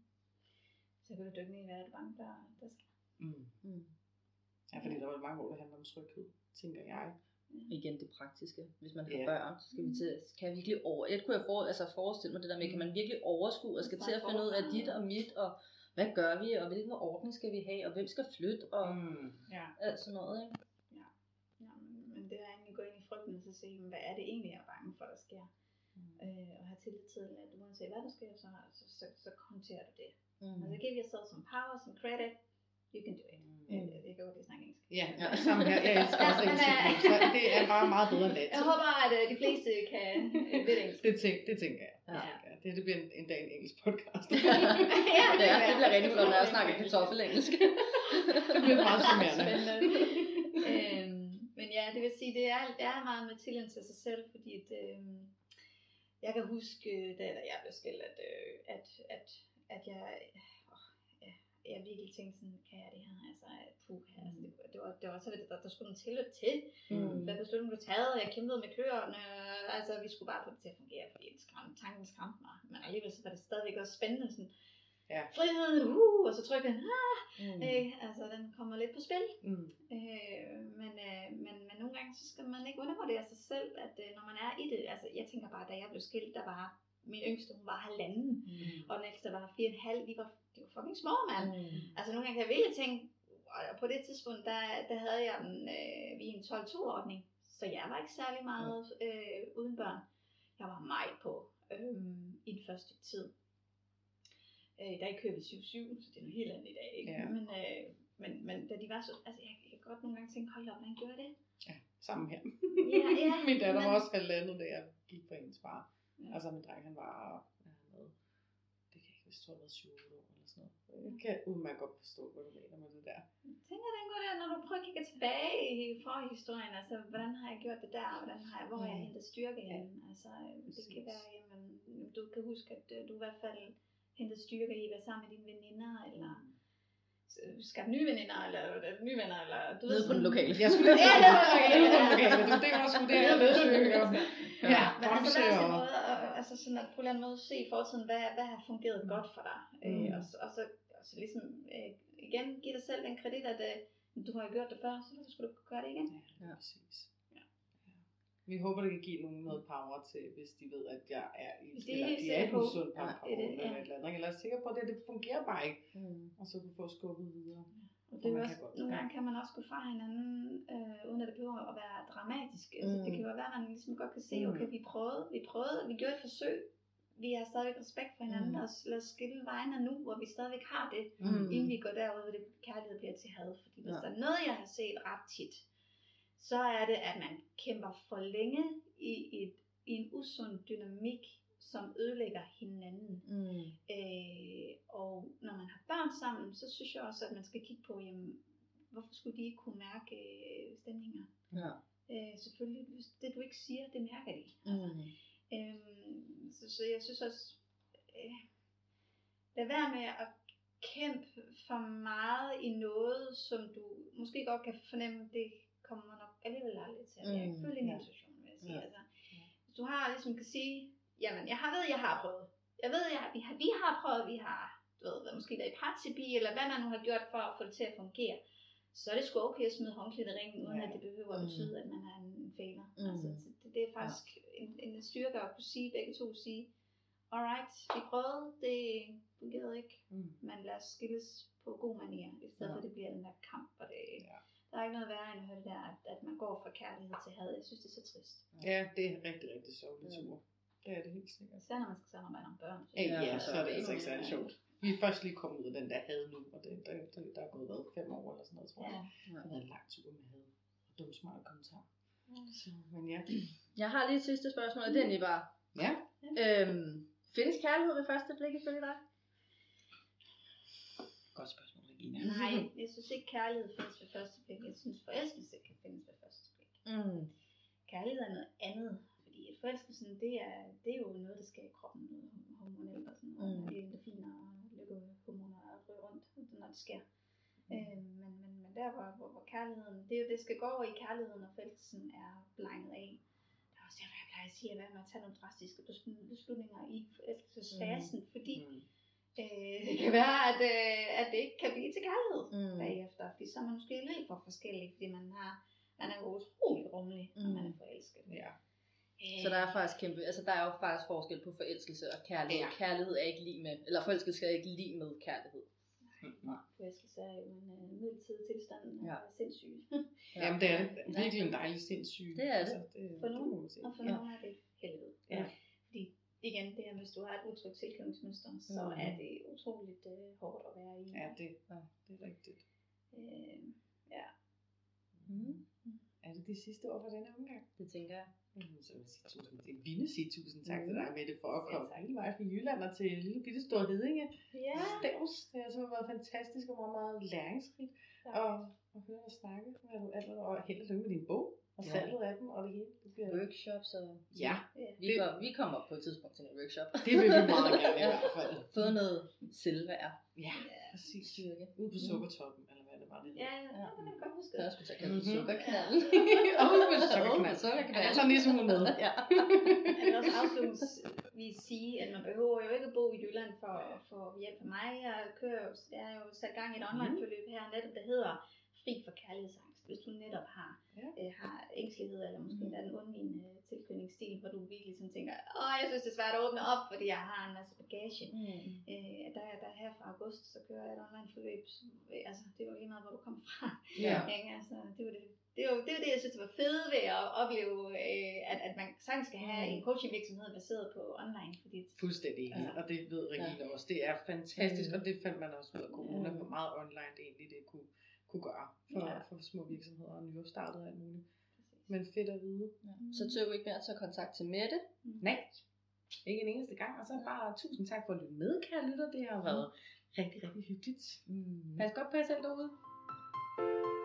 Så kan du dykke ned i, hvad er det bange for, der skal. Mm. Mm. Ja, fordi der er mange ord, der handler om tryghed, tænker jeg. Mm. Igen det praktiske. Hvis man har yeah. børn, så skal vi til, kan jeg virkelig over... Jeg kunne jeg for, altså forestille mig det der med, kan man virkelig overskue og skal til at finde ud af dit og mit, og hvad gør vi, og hvilken ordning skal vi have, og hvem skal flytte, og mm. ja. alt sådan noget, ikke? Ja, ja men, men det er egentlig at gå ind i frygten, og så se, hvad er det egentlig, jeg er bange for, der sker. Mm. Øh, og have tillid til, at uanset hvad der sker, så, så, så, så håndterer du det. Mm. Altså give yourself some power, some credit, you can do it. Mm. Jeg, jeg kan godt lide snakke engelsk. Ja, ja. Sammen her. Jeg elsker også engelsk. Så det er bare meget bedre end dansk. Jeg håber, at uh, de fleste kan uh, lidt engelsk. Det, tænk, det tænker jeg. Ja. Det, det bliver en, en dag en engelsk podcast. ja, det, ja, det bliver rigtig flot, når jeg snakker kartoffelengelsk. Det bliver meget charmerende. øhm, men ja, det vil sige, det er, det er meget med tillid til sig selv, fordi at, øhm, jeg kan huske, da jeg blev skilt, at, øh, at, at, at jeg... jeg virkelig tænkte sådan, kan jeg det her, altså, puh, altså, det, det, var, det var så, der, der skulle en tilløb til, mm. hvad beslutningen blev taget, og jeg kæmpede med kløerne, altså, vi skulle bare få det til at fungere, fordi skram, tanken skræmte mig, men alligevel så var det stadigvæk også spændende, sådan, ja. frihed, uh, og så trykker den, ah, mm. øh, altså, den kommer lidt på spil, mm. øh, men, øh, men, men nogle gange, så skal man ikke undervurdere sig selv, at øh, når man er i det, altså, jeg tænker bare, da jeg blev skilt, der var min yngste, hun var halvanden, mm. og den ældste var fire og en halv, vi var det var fucking små, mand. Mm. Altså nogle gange kan jeg virkelig tænke, og på det tidspunkt, der, der havde jeg en, øh, vi en tolv to ordning, så jeg var ikke særlig meget øh, uden børn. Jeg var meget på øh, i den første tid. Øh, der er i købet syv syv, så det er noget helt andet i dag, ikke? Ja. Men, øh, men, men da de var så, altså jeg, jeg kan godt nogle gange tænke, hold op, hvordan gjorde det? Ja, sammen her. Ja, ja. Min datter men... var også halvandet, da jeg gik på hendes far. Ja. Altså min dreng, han var, hvad han havde, det kan jeg ikke, hvis jeg tror, det var syv år eller sådan noget. Jeg kan udmærket godt forstå, hvad du mener med det der. Jeg tænker, den går der, når du prøver at kigge tilbage i forhistorien, altså hvordan har jeg gjort det der, hvordan har jeg, hvor har jeg hentet styrke hen? Altså det kan være, jamen, du kan huske, at du i hvert fald hentede styrke i at være sammen med dine veninder, eller skabe nye veninder, eller nye venner, eller du ved, på den lokale. Jeg skulle lige ja, det var det lokale. Det var også det, jeg ved styrke. Ja, men altså der er sådan noget, altså sådan at på en eller anden måde se i fortiden, hvad, hvad har fungeret godt for dig, mm. øh, og, og så altså ligesom øh, igen give dig selv den kredit, at øh, du har jo gjort det før, så hvorfor skulle du gøre det igen? Ja, ja. Præcis. Ja. Ja. Vi håber, det kan give nogen noget power til, hvis de ved, at jeg er i hvis de eller de er i en sund ja, parforhold eller et eller andet, eller er sikker på, at det, det fungerer bare ikke, mm. og så kan få skubbet videre. Ja. Og det er også, nogle gange kan man også gå fra hinanden, øh, uden at det behøver at være dramatisk. Mm. Altså, det kan jo være, at man ligesom godt kan se, okay, vi prøvede, vi prøvede, vi gjorde et forsøg, vi har stadigvæk respekt for hinanden, mm. og lad os skille vejene nu, hvor vi stadigvæk har det, mm. inden vi går derud, hvor det kærlighed bliver til had. Fordi hvis ja. der er noget, jeg har set ret tit, så er det, at man kæmper for længe i, et, i en usund dynamik, som ødelægger hinanden. Mm. Øh, og når man har børn sammen, så synes jeg også, at man skal kigge på, jamen, hvorfor skulle de ikke kunne mærke øh, stemninger? Ja. Øh, selvfølgelig, hvis det du ikke siger, det mærker de. Mm. Altså, øh, så, så jeg synes også, øh, lad være med at kæmpe for meget i noget, som du måske godt kan fornemme, det kommer nok alligevel aldrig til at være. Mm. Følg din ja. intuition, vil jeg sige. Ja. Altså, hvis du har ligesom kan sige, jamen, jeg har ved, jeg har prøvet. Jeg ved, jeg, vi, har, vi har prøvet, vi har, du ved, måske været i parterapi, eller hvad man nu har gjort for at få det til at fungere. Så er det sgu okay at smide håndklædet i ringen, uden ja. at det behøver at betyde, at man er en fejler. Mm. Altså, det, det er faktisk ja. en, en styrke at kunne sige, begge to sige, alright, vi prøvede, det fungerede ikke, mm. men lad os skilles på god manier, i stedet ja. for at det bliver den der kamp, og det, ja. der er ikke noget værre end at høre det der, at, at man går fra kærlighed til had. Jeg synes, det er så trist. Ja, det er rigtig, rigtig sørgeligt tur. Det er det helt sikkert. Især når man skal samarbejde om børn. Ja, ja, ja, så er det altså ikke særlig sjovt. Vi er først lige kommet ud af den der had nu, og det, der, der, der er gået været fem år eller sådan noget, tror jeg. Ja. Det har været en lang tur med had. Og dumme smarte kommentarer. Ja. Så, men ja. Jeg har lige et sidste spørgsmål, og det er egentlig bare. Ja. Øhm, findes kærlighed ved første blik ifølge dig? Godt spørgsmål, Regina. Nej, jeg synes ikke kærlighed findes ved første blik. Jeg synes forelskelse kan findes ved første blik. Mm. Kærlighed er noget andet. Forelskelsen, det er, det er jo noget, der sker i kroppen, noget hormonelt og sådan noget, mm. det er endorfiner og lykkehormoner og røg rundt, når det sker. Mm. Øh, men, men, men der, hvor, hvor, hvor kærligheden, det er jo, det skal gå over i kærligheden, og forelskelsen er blegnet af. Der er også derfor, jeg plejer at sige, at være med at tage nogle drastiske beslutninger i forelskelsesfasen, mm. fordi mm. Øh, det kan være, at, øh, at det ikke kan blive til kærlighed mm. bagefter, fordi så er man måske lidt for forskellig, fordi man, har, man er utrolig rummelig, når mm. man er forelsket. Ja. Så der er faktisk kæmpe, altså der er jo faktisk forskel på forelskelse og kærlighed. Ja. Kærlighed er ikke lige med, eller forelskelse er ikke lige med kærlighed. Nej. For jeg skal sige, jo en uh, midlertidig tilstand af ja. sindssyg. Ja. Jamen det er virkelig en dejlig sindssyg. Det er det. Altså, det for nogen, det og for ja. nogen er det helvede. Ja. Fordi igen, det her, hvis du har et utrygt tilknytningsmønster, så mm. er det utroligt uh, hårdt at være i. Ja, det, ja, det er rigtigt. Øh, ja. Mm. Er det de sidste ord for denne omgang? Det tænker jeg. Mm, så vil jeg sige tusind, det er vildt sige tusind tak mm. til dig, Mette, for at komme hele vejen fra Jylland og til lille bitte store Hedinge. Ja. Stævs. Det har simpelthen været fantastisk og meget, meget læringsrigt ja. og, og høre dig snakke. Og held og lykke med din bog og ja. salget af den og det hele. Det bliver... Workshops og... Ja. Vi, det... går, vi kommer på et tidspunkt til en workshop. Det vil vi meget gerne i hvert fald. Få noget selvværd. Ja, præcis. Styrke. Ude på sukkertoppen, eller hvad det var det. Ja, ja, det kan man godt huske. Først skulle jeg kalde det sukkerknalden. Og ude på sukkerknalden. Ja, så ligesom hun med. Ja. Jeg vil også afslutningsvis sige, at man behøver jo ikke at bo i Jylland for at få hjælp af mig. Jeg kører jo, jeg er jo sat gang i et online-forløb her netop, der hedder Fri for kærlighedsangst. Hvis du netop har, ja. øh, har ængstelighed, eller måske mm. en undvigende tilknytningsstil, hvor du virkelig sådan tænker, åh, jeg synes det er svært at åbne op, fordi jeg har en masse bagage. Mm. Øh, der, der er her fra august, så kører jeg et online-forløb. Altså, det var lige meget, hvor du kom fra. Ja. Ja, altså, det var det. Det var, det var det, jeg synes, det var fedt ved at opleve, øh, at, at man sagtens skal have en coachingvirksomhed baseret på online. Fordi fuldstændig enig, ja. og det ved Regina ja. også. Det er fantastisk, mm. og det fandt man også ud af corona, hvor meget online det egentlig det kunne, kunne gøre for, ja. for små virksomheder og nyopstartede og alt muligt. Præcis. Men fedt at vide. Ja. Så tør vi ikke mere at tage kontakt til Mette? Mm. Nej, ikke en eneste gang. Og så bare tusind tak for at lytte med, kære lytter. Det har været rigtig, rigtig hyggeligt. Mm. Pas godt på jer selv derude.